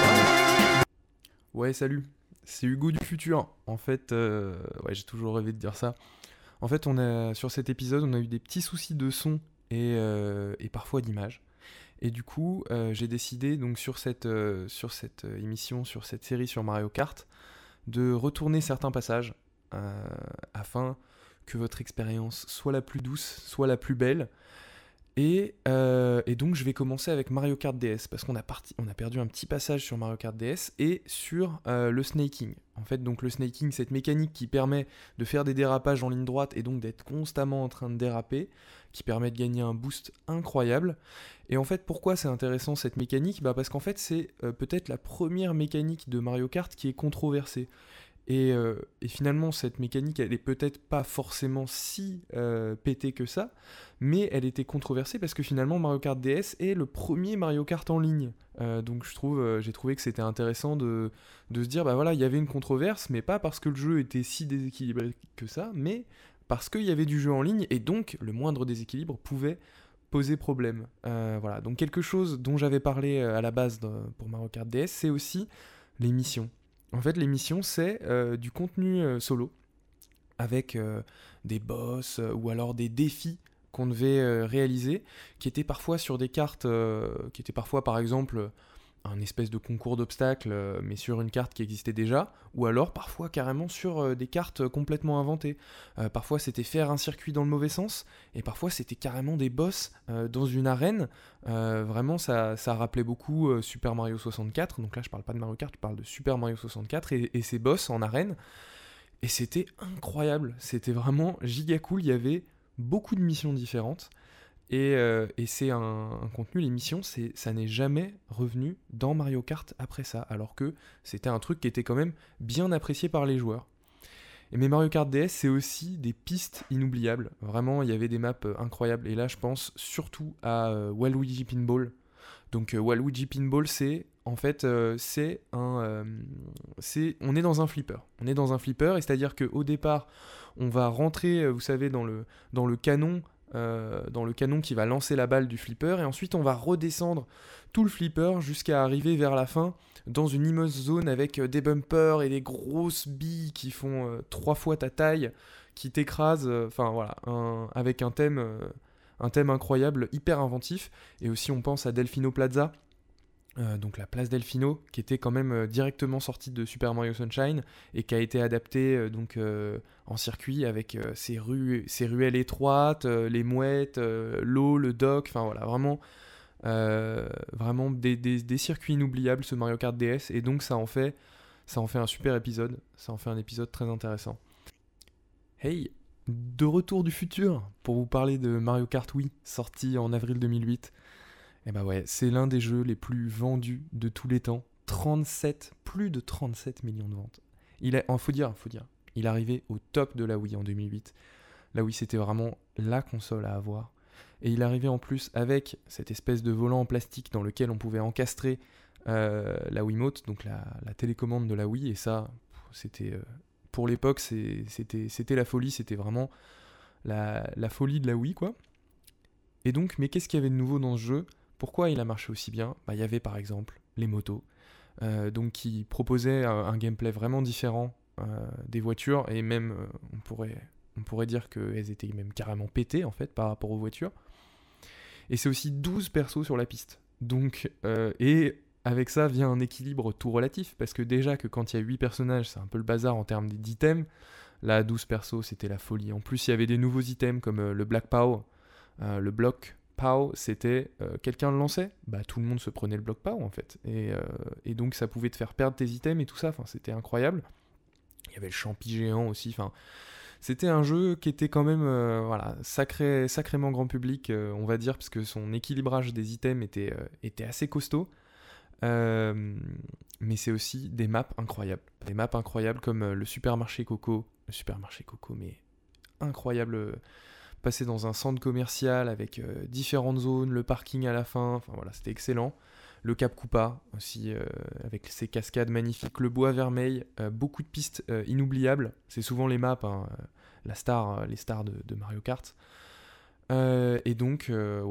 Ouais, salut. C'est Hugo du futur. En fait, ouais, j'ai toujours rêvé de dire ça. En fait, sur cet épisode, on a eu des petits soucis de son et parfois d'image. Et du coup, j'ai décidé donc sur cette émission, sur cette série sur Mario Kart, de retourner certains passages afin que votre expérience soit la plus douce, soit la plus belle. Et donc je vais commencer avec Mario Kart DS parce qu'on a perdu un petit passage sur Mario Kart DS et sur le snaking. En fait, donc le snaking, cette mécanique qui permet de faire des dérapages en ligne droite et donc d'être constamment en train de déraper, qui permet de gagner un boost incroyable. Et en fait, pourquoi c'est intéressant cette mécanique ? Bah parce qu'en fait, c'est peut-être la première mécanique de Mario Kart qui est controversée. Et finalement, cette mécanique, elle est peut-être pas forcément si pétée que ça, mais elle était controversée parce que finalement, Mario Kart DS est le premier Mario Kart en ligne. Donc j'ai trouvé que c'était intéressant de se dire, bah voilà, il y avait une controverse, mais pas parce que le jeu était si déséquilibré que ça, mais parce qu'il y avait du jeu en ligne, et donc le moindre déséquilibre pouvait poser problème. Voilà, donc quelque chose dont j'avais parlé à la base pour Mario Kart DS, c'est aussi les missions. En fait, les missions, c'est du contenu solo, avec des boss ou alors des défis qu'on devait réaliser, qui étaient parfois sur des cartes, qui étaient parfois par exemple un espèce de concours d'obstacles, mais sur une carte qui existait déjà, ou alors parfois carrément sur des cartes complètement inventées. Parfois c'était faire un circuit dans le mauvais sens, et parfois c'était carrément des boss dans une arène. Vraiment ça rappelait beaucoup Super Mario 64, donc là je parle pas de Mario Kart, je parle de Super Mario 64, et ces boss en arène, et c'était incroyable, c'était vraiment giga cool, il y avait beaucoup de missions différentes. Et c'est un contenu, les missions, ça n'est jamais revenu dans Mario Kart après ça, alors que c'était un truc qui était quand même bien apprécié par les joueurs. Mais Mario Kart DS, c'est aussi des pistes inoubliables. Vraiment, il y avait des maps incroyables. Et là, je pense surtout à Waluigi Pinball. Donc Waluigi Pinball, on est dans un flipper. On est dans un flipper, et c'est-à-dire qu'au départ, on va rentrer, vous savez, dans le canon. Dans le canon qui va lancer la balle du flipper, et ensuite on va redescendre tout le flipper jusqu'à arriver vers la fin dans une immense zone avec des bumpers et des grosses billes qui font 3 fois ta taille, qui t'écrasent, enfin voilà, avec un thème incroyable, hyper inventif. Et aussi on pense à Delfino Plaza, donc la place Delfino, qui était quand même directement sortie de Super Mario Sunshine et qui a été adaptée en circuit avec ses ruelles étroites, les mouettes, l'eau, le dock, enfin voilà, vraiment des circuits inoubliables, ce Mario Kart DS, et donc ça en fait un super épisode, ça en fait un épisode très intéressant. Hey, de retour du futur pour vous parler de Mario Kart Wii, sorti en avril 2008. Et bah ouais, c'est l'un des jeux les plus vendus de tous les temps. Plus de 37 millions de ventes. Faut dire, il est arrivé au top de la Wii en 2008. La Wii, c'était vraiment la console à avoir. Et il arrivait en plus avec cette espèce de volant en plastique dans lequel on pouvait encastrer la Wiimote, donc la télécommande de la Wii. Et ça, c'était pour l'époque, c'était la folie. C'était vraiment la folie de la Wii, quoi. Et donc, mais qu'est-ce qu'il y avait de nouveau dans ce jeu ? Pourquoi il a marché aussi bien ? Il y avait par exemple les motos, donc qui proposaient un gameplay vraiment différent des voitures, et même on pourrait dire qu'elles étaient même carrément pétées en fait par rapport aux voitures. Et c'est aussi 12 persos sur la piste. Donc, et avec ça vient un équilibre tout relatif, parce que déjà que quand il y a 8 personnages, c'est un peu le bazar en termes d'items. Là, 12 persos, c'était la folie. En plus, il y avait des nouveaux items comme le Black Pow, le bloc Pow, c'était quelqu'un le lançait, tout le monde se prenait le bloc Pow en fait, et donc ça pouvait te faire perdre tes items et tout ça, c'était incroyable. Il y avait le champi géant aussi, c'était un jeu qui était quand même sacrément grand public, on va dire, parce que son équilibrage des items était assez costaud, mais c'est aussi des maps incroyables comme le supermarché Coco, mais incroyable. Passer dans un centre commercial avec différentes zones, le parking à la fin, enfin voilà, c'était excellent. Le Cap Koopa aussi, avec ses cascades magnifiques. Le Bois Vermeil, beaucoup de pistes inoubliables. C'est souvent les maps, hein, les stars de Mario Kart. Et donc,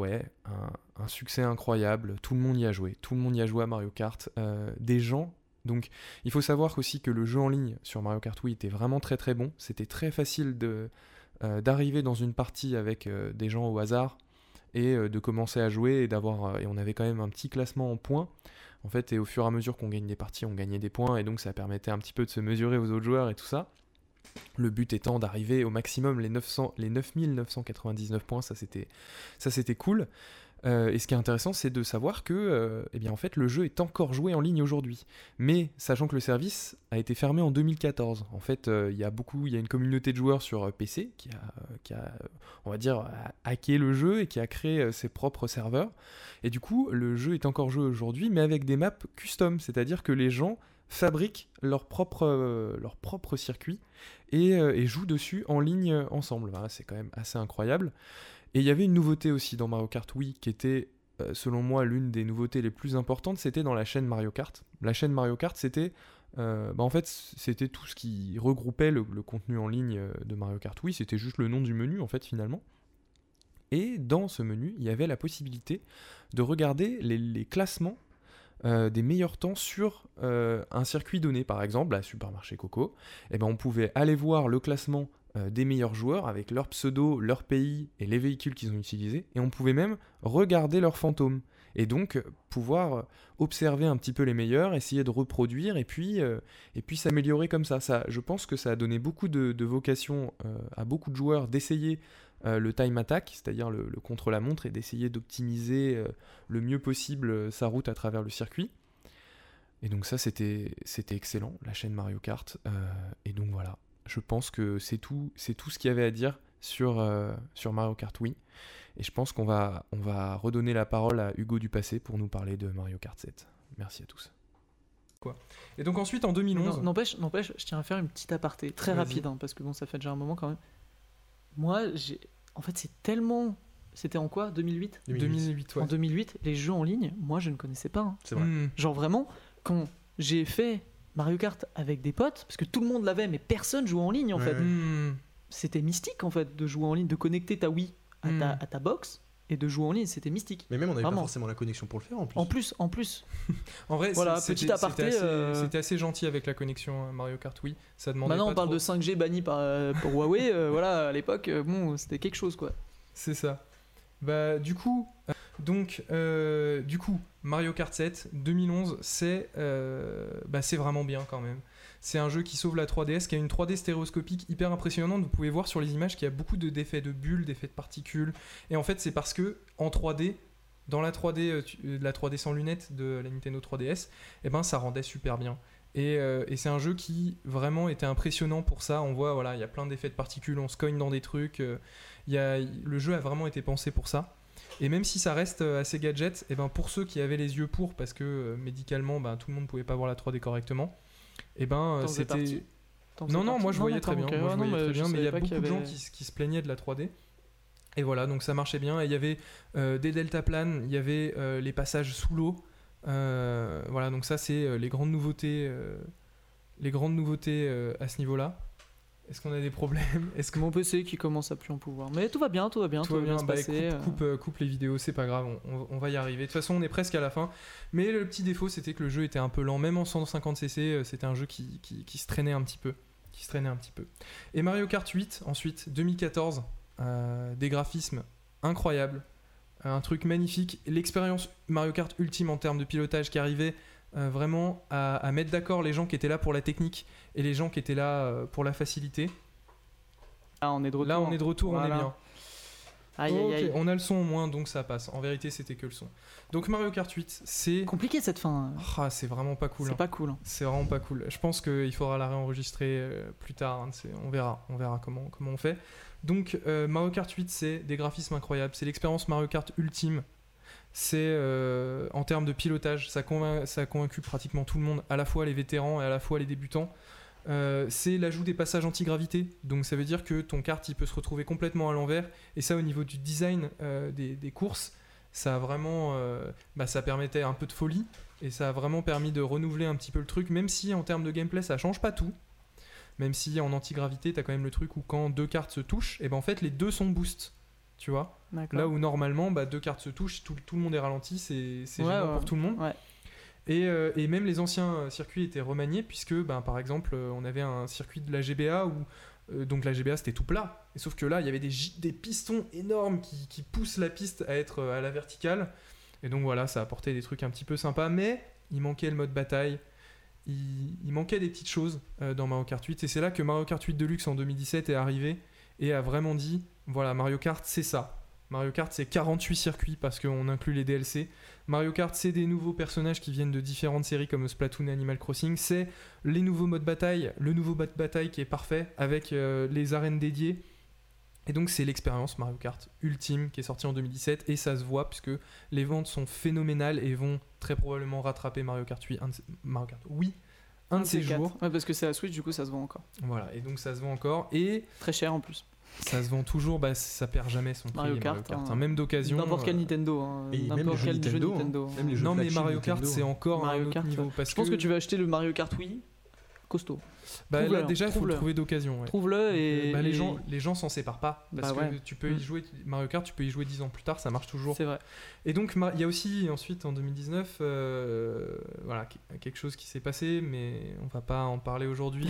un succès incroyable. Tout le monde y a joué. Tout le monde y a joué à Mario Kart. Des gens... Donc, il faut savoir aussi que le jeu en ligne sur Mario Kart Wii était vraiment très très bon. C'était très facile d'arriver dans une partie avec des gens au hasard et de commencer à jouer et on avait quand même un petit classement en points. En fait, et au fur et à mesure qu'on gagne des parties, on gagnait des points et donc ça permettait un petit peu de se mesurer aux autres joueurs et tout ça. Le but étant d'arriver au maximum les 9999 points, ça c'était cool. Et ce qui est intéressant, c'est de savoir que en fait, le jeu est encore joué en ligne aujourd'hui. Mais sachant que le service a été fermé en 2014. En fait, il y a une communauté de joueurs sur PC qui a, on va dire, hacké le jeu et qui a créé ses propres serveurs. Et du coup, le jeu est encore joué aujourd'hui, mais avec des maps custom. C'est-à-dire que les gens fabriquent leur propre circuit et jouent dessus en ligne ensemble. Voilà, c'est quand même assez incroyable. Et il y avait une nouveauté aussi dans Mario Kart Wii qui était, selon moi, l'une des nouveautés les plus importantes, c'était dans la chaîne Mario Kart. La chaîne Mario Kart, c'était en fait, c'était tout ce qui regroupait le contenu en ligne de Mario Kart Wii, c'était juste le nom du menu, en fait, finalement. Et dans ce menu, il y avait la possibilité de regarder les classements des meilleurs temps sur un circuit donné. Par exemple, à Supermarché Coco, on pouvait aller voir le classement des meilleurs joueurs avec leur pseudo, leur pays et les véhicules qu'ils ont utilisés, et on pouvait même regarder leurs fantômes et donc pouvoir observer un petit peu les meilleurs, essayer de reproduire et puis s'améliorer comme ça. Je pense que ça a donné beaucoup de vocation à beaucoup de joueurs d'essayer le time attack, c'est-à-dire le contre-la-montre, et d'essayer d'optimiser le mieux possible sa route à travers le circuit. Et donc ça, c'était excellent, la chaîne Mario Kart. Et donc voilà. Je pense que c'est tout ce qu'il y avait à dire sur Mario Kart Wii. Et je pense qu'on va redonner la parole à Hugo Dupassé pour nous parler de Mario Kart 7. Merci à tous. Et donc ensuite, en 2011... N'empêche, je tiens à faire une petite aparté, très rapide, parce que bon, ça fait déjà un moment quand même. Moi, en fait, c'est tellement... C'était en quoi, 2008 ouais. En 2008, les jeux en ligne, moi, je ne connaissais pas. Hein. C'est vrai. Genre vraiment, quand j'ai fait Mario Kart avec des potes, parce que tout le monde l'avait, mais personne jouait en ligne en fait. C'était mystique en fait de jouer en ligne, de connecter ta Wii à ta box et de jouer en ligne, c'était mystique. Mais même on n'avait pas forcément la connexion pour le faire en plus. En plus. En vrai, voilà, petit aparté. C'était assez gentil avec la connexion Mario Kart Wii. Ça demandait Maintenant pas on parle trop. de 5G banni pour Huawei. Voilà, à l'époque, bon, c'était quelque chose quoi. C'est ça. Bah du coup, Mario Kart 7 2011, c'est vraiment bien quand même. C'est un jeu qui sauve la 3DS, qui a une 3D stéréoscopique hyper impressionnante. Vous pouvez voir sur les images qu'il y a beaucoup d'effets de bulles, d'effets de particules. Et en fait, c'est parce que en 3D, dans la 3D, la 3D sans lunettes de la Nintendo 3DS, ça rendait super bien. Et c'est un jeu qui vraiment était impressionnant pour ça. On voit, voilà, il y a plein d'effets de particules, on se cogne dans des trucs. Le jeu a vraiment été pensé pour ça. Et même si ça reste assez gadget, pour ceux qui avaient les yeux pour, parce que médicalement, tout le monde ne pouvait pas voir la 3D correctement, c'était... Non, moi je voyais très bien. Mais il y a beaucoup de gens qui se plaignaient de la 3D. Et voilà, donc ça marchait bien. Et il y avait des deltaplanes, il y avait les passages sous l'eau. Voilà, donc ça c'est les grandes nouveautés à ce niveau-là. Est-ce qu'on a des problèmes? Est-ce que mon PC qui commence à plus en pouvoir? Mais tout va bien se passer. Coupe les vidéos, c'est pas grave, on va y arriver. De toute façon, on est presque à la fin. Mais le petit défaut, c'était que le jeu était un peu lent. Même en 150cc, c'était un jeu qui se traînait un petit peu. Et Mario Kart 8, ensuite, 2014, des graphismes incroyables. Un truc magnifique. L'expérience Mario Kart ultime en termes de pilotage qui arrivait vraiment à mettre d'accord les gens qui étaient là pour la technique et les gens qui étaient là pour la facilité. Là, on est de retour. Voilà. On est bien. Aïe. On a le son au moins, donc ça passe. En vérité, c'était que le son. Donc Mario Kart 8, c'est... compliqué cette fin. C'est vraiment pas cool. C'est pas cool. C'est vraiment pas cool. Je pense qu'il faudra la réenregistrer plus tard. On verra comment on fait. Donc Mario Kart 8, c'est des graphismes incroyables. C'est l'expérience Mario Kart ultime. C'est en termes de pilotage, ça a convaincu pratiquement tout le monde, à la fois les vétérans et à la fois les débutants. C'est l'ajout des passages anti-gravité, donc ça veut dire que ton kart il peut se retrouver complètement à l'envers, et ça au niveau du design des courses, ça a vraiment, ça permettait un peu de folie et ça a vraiment permis de renouveler un petit peu le truc, même si en termes de gameplay ça change pas tout. Même si en antigravité t'as quand même le truc où quand 2 cartes se touchent, et ben en fait les 2 sont boost, tu vois. D'accord. Là où normalement 2 cartes se touchent, tout le monde est ralenti, c'est gênant pour tout le monde. Ouais. Et même les anciens circuits étaient remaniés puisque par exemple on avait un circuit de la GBA où donc la GBA c'était tout plat, et sauf que là il y avait des pistons énormes qui poussent la piste à être à la verticale, et donc voilà, ça apportait des trucs un petit peu sympas, mais il manquait le mode bataille. Il manquait des petites choses dans Mario Kart 8, et c'est là que Mario Kart 8 Deluxe en 2017 est arrivé et a vraiment dit voilà, Mario Kart c'est ça. Mario Kart c'est 48 circuits parce qu'on inclut les DLC. Mario Kart c'est des nouveaux personnages qui viennent de différentes séries comme Splatoon et Animal Crossing. C'est les nouveaux modes bataille, le nouveau mode bataille qui est parfait avec les arènes dédiées. Et donc c'est l'expérience Mario Kart ultime qui est sortie en 2017, et ça se voit puisque les ventes sont phénoménales et vont très probablement rattraper Mario Kart 8 un de ces jours. Ouais, parce que c'est la Switch, du coup ça se vend encore. Voilà, et donc ça se vend encore, et très cher en plus. Ça se vend toujours, ça perd jamais son prix. Mario Kart, même d'occasion. N'importe quel Nintendo. N'importe quel jeu Nintendo. Même les jeux mais Mario Kart c'est encore Mario un autre Kart, niveau. Je pense que tu vas acheter le Mario Kart Wii, costaud. Là déjà il faut le trouver d'occasion. Ouais. Trouve-le et les gens s'en séparent pas parce que tu peux y jouer Mario Kart, tu peux y jouer 10 ans plus tard, ça marche toujours. C'est vrai. Et donc il y a aussi ensuite en 2019 quelque chose qui s'est passé, mais on va pas en parler aujourd'hui.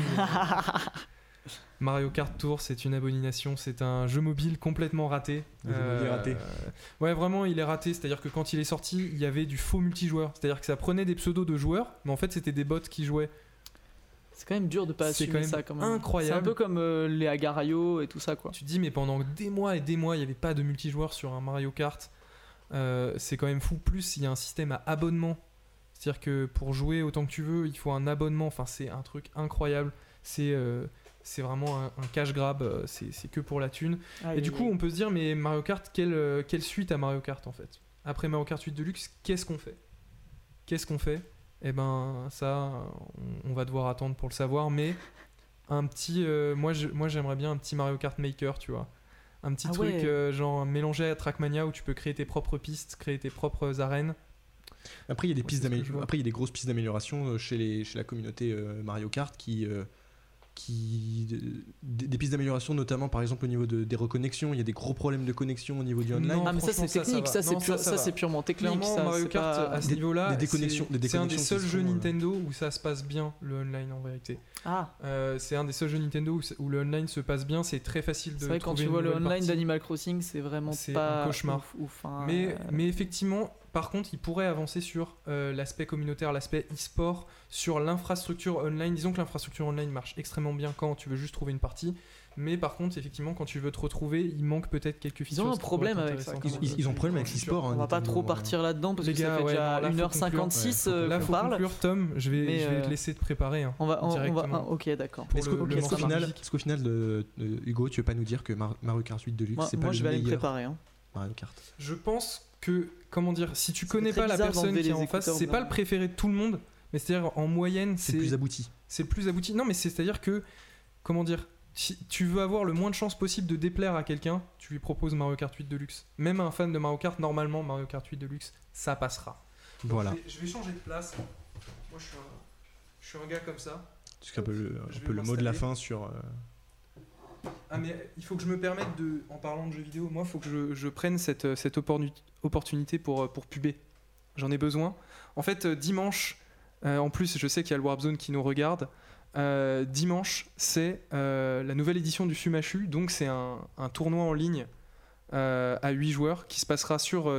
Mario Kart Tour, c'est une abomination, c'est un jeu mobile complètement raté. Ouais, vraiment, il est raté. C'est-à-dire que quand il est sorti, il y avait du faux multijoueur. C'est-à-dire que ça prenait des pseudos de joueurs, mais en fait, c'était des bots qui jouaient. C'est quand même dur de pas assumer ça quand même. Incroyable. C'est un peu comme les Agarayo et tout ça, quoi. Tu te dis, mais pendant des mois et des mois, il n'y avait pas de multijoueur sur un Mario Kart. C'est quand même fou. Plus, il y a un système à abonnement. C'est-à-dire que pour jouer autant que tu veux, il faut un abonnement. Enfin, c'est un truc incroyable. C'est vraiment un cash grab, c'est que pour la thune. Et du coup, on peut se dire, mais Mario Kart, quelle suite à Mario Kart en fait ? Après Mario Kart 8 Deluxe, qu'est-ce qu'on fait ? Eh ben, ça, on va devoir attendre pour le savoir, mais un petit. Moi, j'aimerais bien un petit Mario Kart Maker, tu vois. Un petit truc, genre mélangé à Trackmania où tu peux créer tes propres pistes, créer tes propres arènes. Après, il y a des pistes d'amélioration. Après, il y a des grosses pistes d'amélioration chez la communauté Mario Kart des pistes d'amélioration, notamment par exemple au niveau des reconnexions. Il y a des gros problèmes de connexion au niveau du online. Non, mais ça c'est technique, ça c'est purement technique. Clairement, Mario Kart à ce niveau-là, c'est un des seuls jeux Nintendo où ça se passe bien, le online en vérité. C'est un des seuls jeux Nintendo où le online se passe bien, c'est très facile de trouver. C'est vrai, quand tu vois le online d'Animal Crossing, c'est vraiment pas un cauchemar. Ouf, mais effectivement, par contre, il pourrait avancer sur l'aspect communautaire, l'aspect e-sport, sur l'infrastructure online. Disons que l'infrastructure online marche extrêmement bien quand tu veux juste trouver une partie. Mais par contre, effectivement, quand tu veux te retrouver, il manque peut-être quelques features. Ils ont un problème avec ça. Ils ont un problème avec l'e-sport. On va pas trop partir là-dedans parce que ça fait déjà 1h56 là, qu'on faut parle. Conclure, Tom, je vais te laisser te préparer. On va, ok, d'accord. Est-ce qu'au final, Hugo, tu veux pas nous dire que Mario Kart 8 Deluxe, c'est pas le meilleur? Moi, je vais aller me préparer. Mario Kart. Je pense que, si tu connais pas la personne qui est en face, c'est pas le préféré de tout le monde, mais c'est-à-dire en moyenne, c'est le plus abouti. C'est le plus abouti. Non, mais c'est-à-dire que, si tu veux avoir le moins de chances possible de déplaire à quelqu'un, tu lui proposes Mario Kart 8 Deluxe. Même un fan de Mario Kart, normalement, Mario Kart 8 Deluxe, ça passera. Voilà. Je vais changer de place. Moi, je suis un gars comme ça. C'est un peu le mot de la fin sur... Ah, mais il faut que je me permette en parlant de jeux vidéo, moi il faut que je prenne cette opportunité pour puber. J'en ai besoin. En fait, dimanche, en plus je sais qu'il y a le Warp Zone qui nous regarde, dimanche c'est la nouvelle édition du Fumachu, donc c'est un tournoi en ligne à 8 joueurs qui se passera sur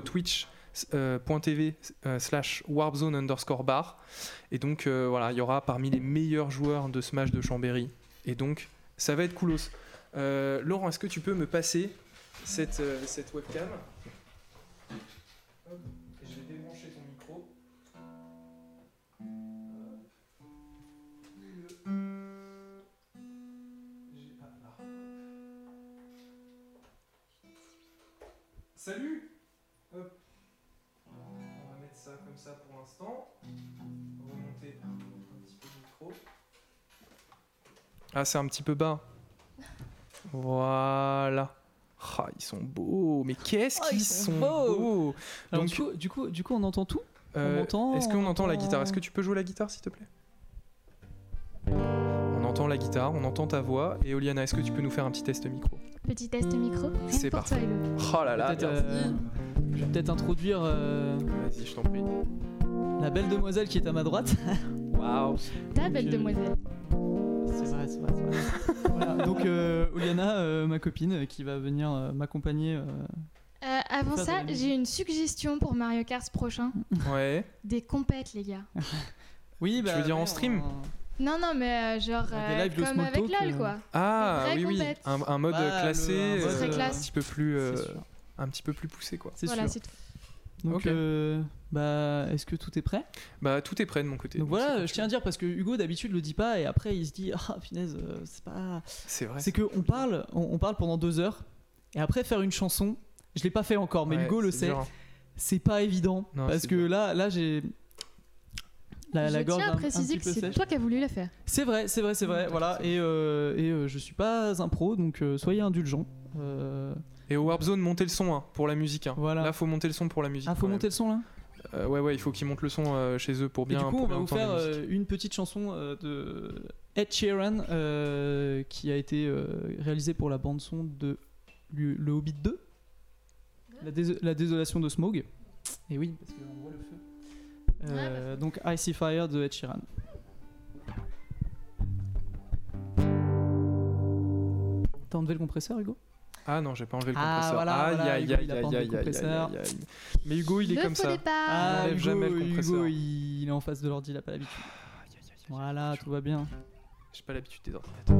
twitch.tv/warpzone_bar, et donc voilà, il y aura parmi les meilleurs joueurs de Smash de Chambéry, et donc ça va être coolos. Laurent, est-ce que tu peux me passer cette webcam ? Hop, je vais débrancher ton micro. Salut. Hop. On va mettre ça comme ça pour l'instant. Remonter un petit peu le micro. Ah, c'est un petit peu bas. Voilà. Ah, ils sont beaux, mais qu'est-ce Oh, qu'ils ils sont sont beaux. beaux. Alors, Donc, du coup, on entend tout. est-ce qu'on entend la guitare? Est-ce que tu peux jouer la guitare, s'il te plaît? On entend la guitare, on entend ta voix. Et Oliana, est-ce que tu peux nous faire un petit test micro? Petit test micro. C'est Pour toi, parfait. Hello. Oh là là, Peut-être, merci. je vais peut-être introduire Vas-y, je t'en prie. la belle demoiselle qui est à ma droite. Waouh. Ta belle demoiselle. C'est vrai. Voilà, donc Oliana, ma copine, qui va venir m'accompagner. Avant Faire de ça, la musique. j'ai une suggestion pour Mario Kart prochain. Ouais. Des compètes, les gars. Oui, veux dire en stream? Non, mais genre Des lives de comme small avec talk, LOL, quoi. Ah Des oui, vraies oui. compètes. Un mode Bah, classé, un mode, Très classe. un petit peu plus, C'est sûr. un petit peu plus poussé, quoi. C'est Voilà, sûr. c'est tout. Donc, Ok. est-ce que tout est prêt? Bah tout est prêt de mon côté. Donc c'est voilà, quand je tiens à dire parce que Hugo d'habitude le dit pas et après il se dit ah finesse, c'est pas. C'est vrai. C'est que on parle pendant 2 heures et après faire une chanson, je l'ai pas fait encore, mais Ouais, Hugo le c'est sait, dur, hein. c'est pas évident Non, parce c'est que dur. là j'ai la Je gorge tiens à un préciser petit que peu c'est sèche. toi qui as voulu la faire. C'est vrai, voilà et je suis pas un pro donc soyez indulgents. Et au Warp Zone, montez le son hein, pour la musique. Hein. Voilà. Là, faut monter le son pour la musique. Ah faut quand monter le son là. même. Ouais, il faut qu'ils montent le son chez eux pour Et bien. du coup pour on bien va vous entendre faire la musique. une petite chanson de Ed Sheeran qui a été réalisée pour la bande son de le Hobbit 2. La désolation de Smaug. Et oui, parce qu'on voit le feu. Donc I See Fire de Ed Sheeran. T'as enlevé le compresseur, Hugo? Ah non, j'ai pas enlevé le Ah, compresseur. voilà, Aïe, voilà, aïe, Hugo, aïe, il a aïe, pas enlevé aïe, le aïe, compresseur. aïe, aïe. Mais Hugo, il est Le comme faux ça. départ. Ah, enlève jamais le Hugo, compresseur. il est en face de l'ordi, il a pas l'habitude. Aïe, aïe, aïe, aïe, Voilà, aïe, tout va bien. J'ai pas l'habitude des ordinateurs.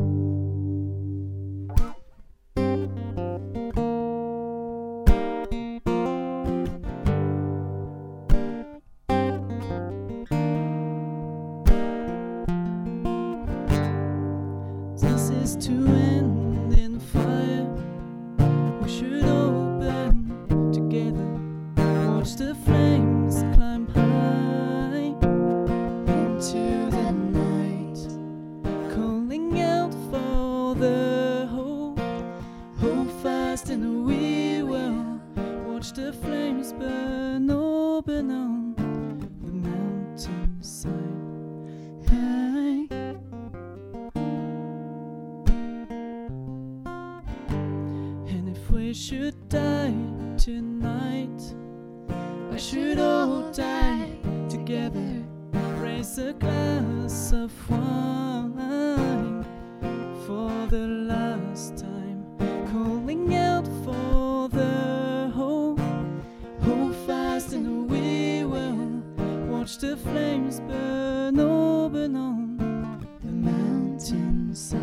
This is to end in fire. We should all burn together. Watch the flames climb high into the night, calling out for the hope. Hold fast and we will watch the flames burn open on the mountainside. Hey. And if we should die tonight, we should all die together. Raise a glass of wine for the last time, calling out for the hope. Hold fast and we will watch the flames burn open on the mountainside.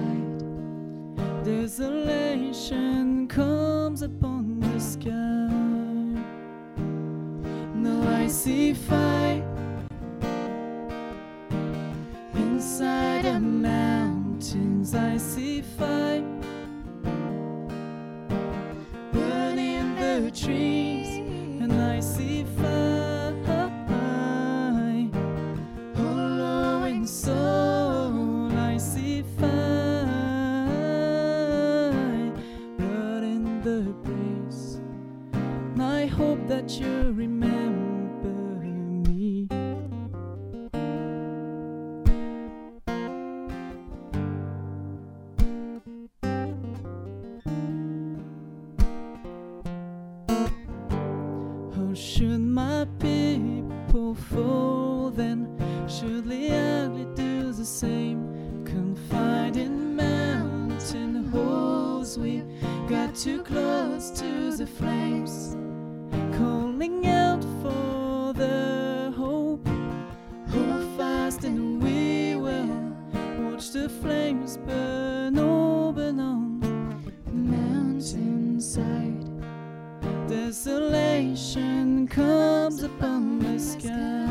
Desolation comes upon the sky. Now I see fire inside the mountains. I see fire burning the trees, and I see fire hollowing soul. I see fire blood in the breeze. And I hope that you remember me. Oh, should my people fall, then should the ugly do the same? Confined in mountain holes, we got too close to the flames, calling out for the hope. Hold fast and we will watch the flames burn open on the mountainside. Desolation comes upon the sky.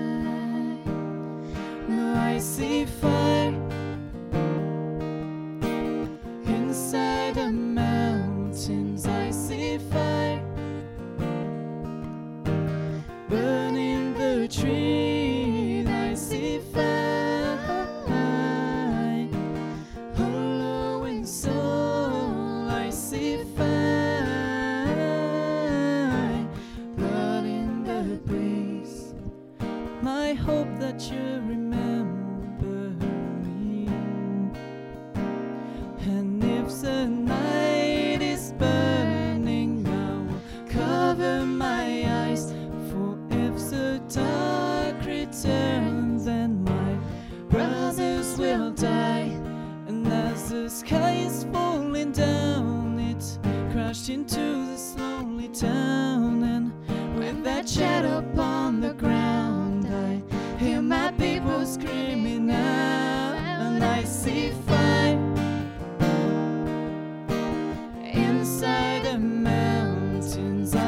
Now I see fire inside the mountains. I see fire burning the trees. I see fire hollowing soul. I see fire marched into this lonely town, and with that shadow upon the ground, I hear my people screaming out, and I see fire inside the mountains.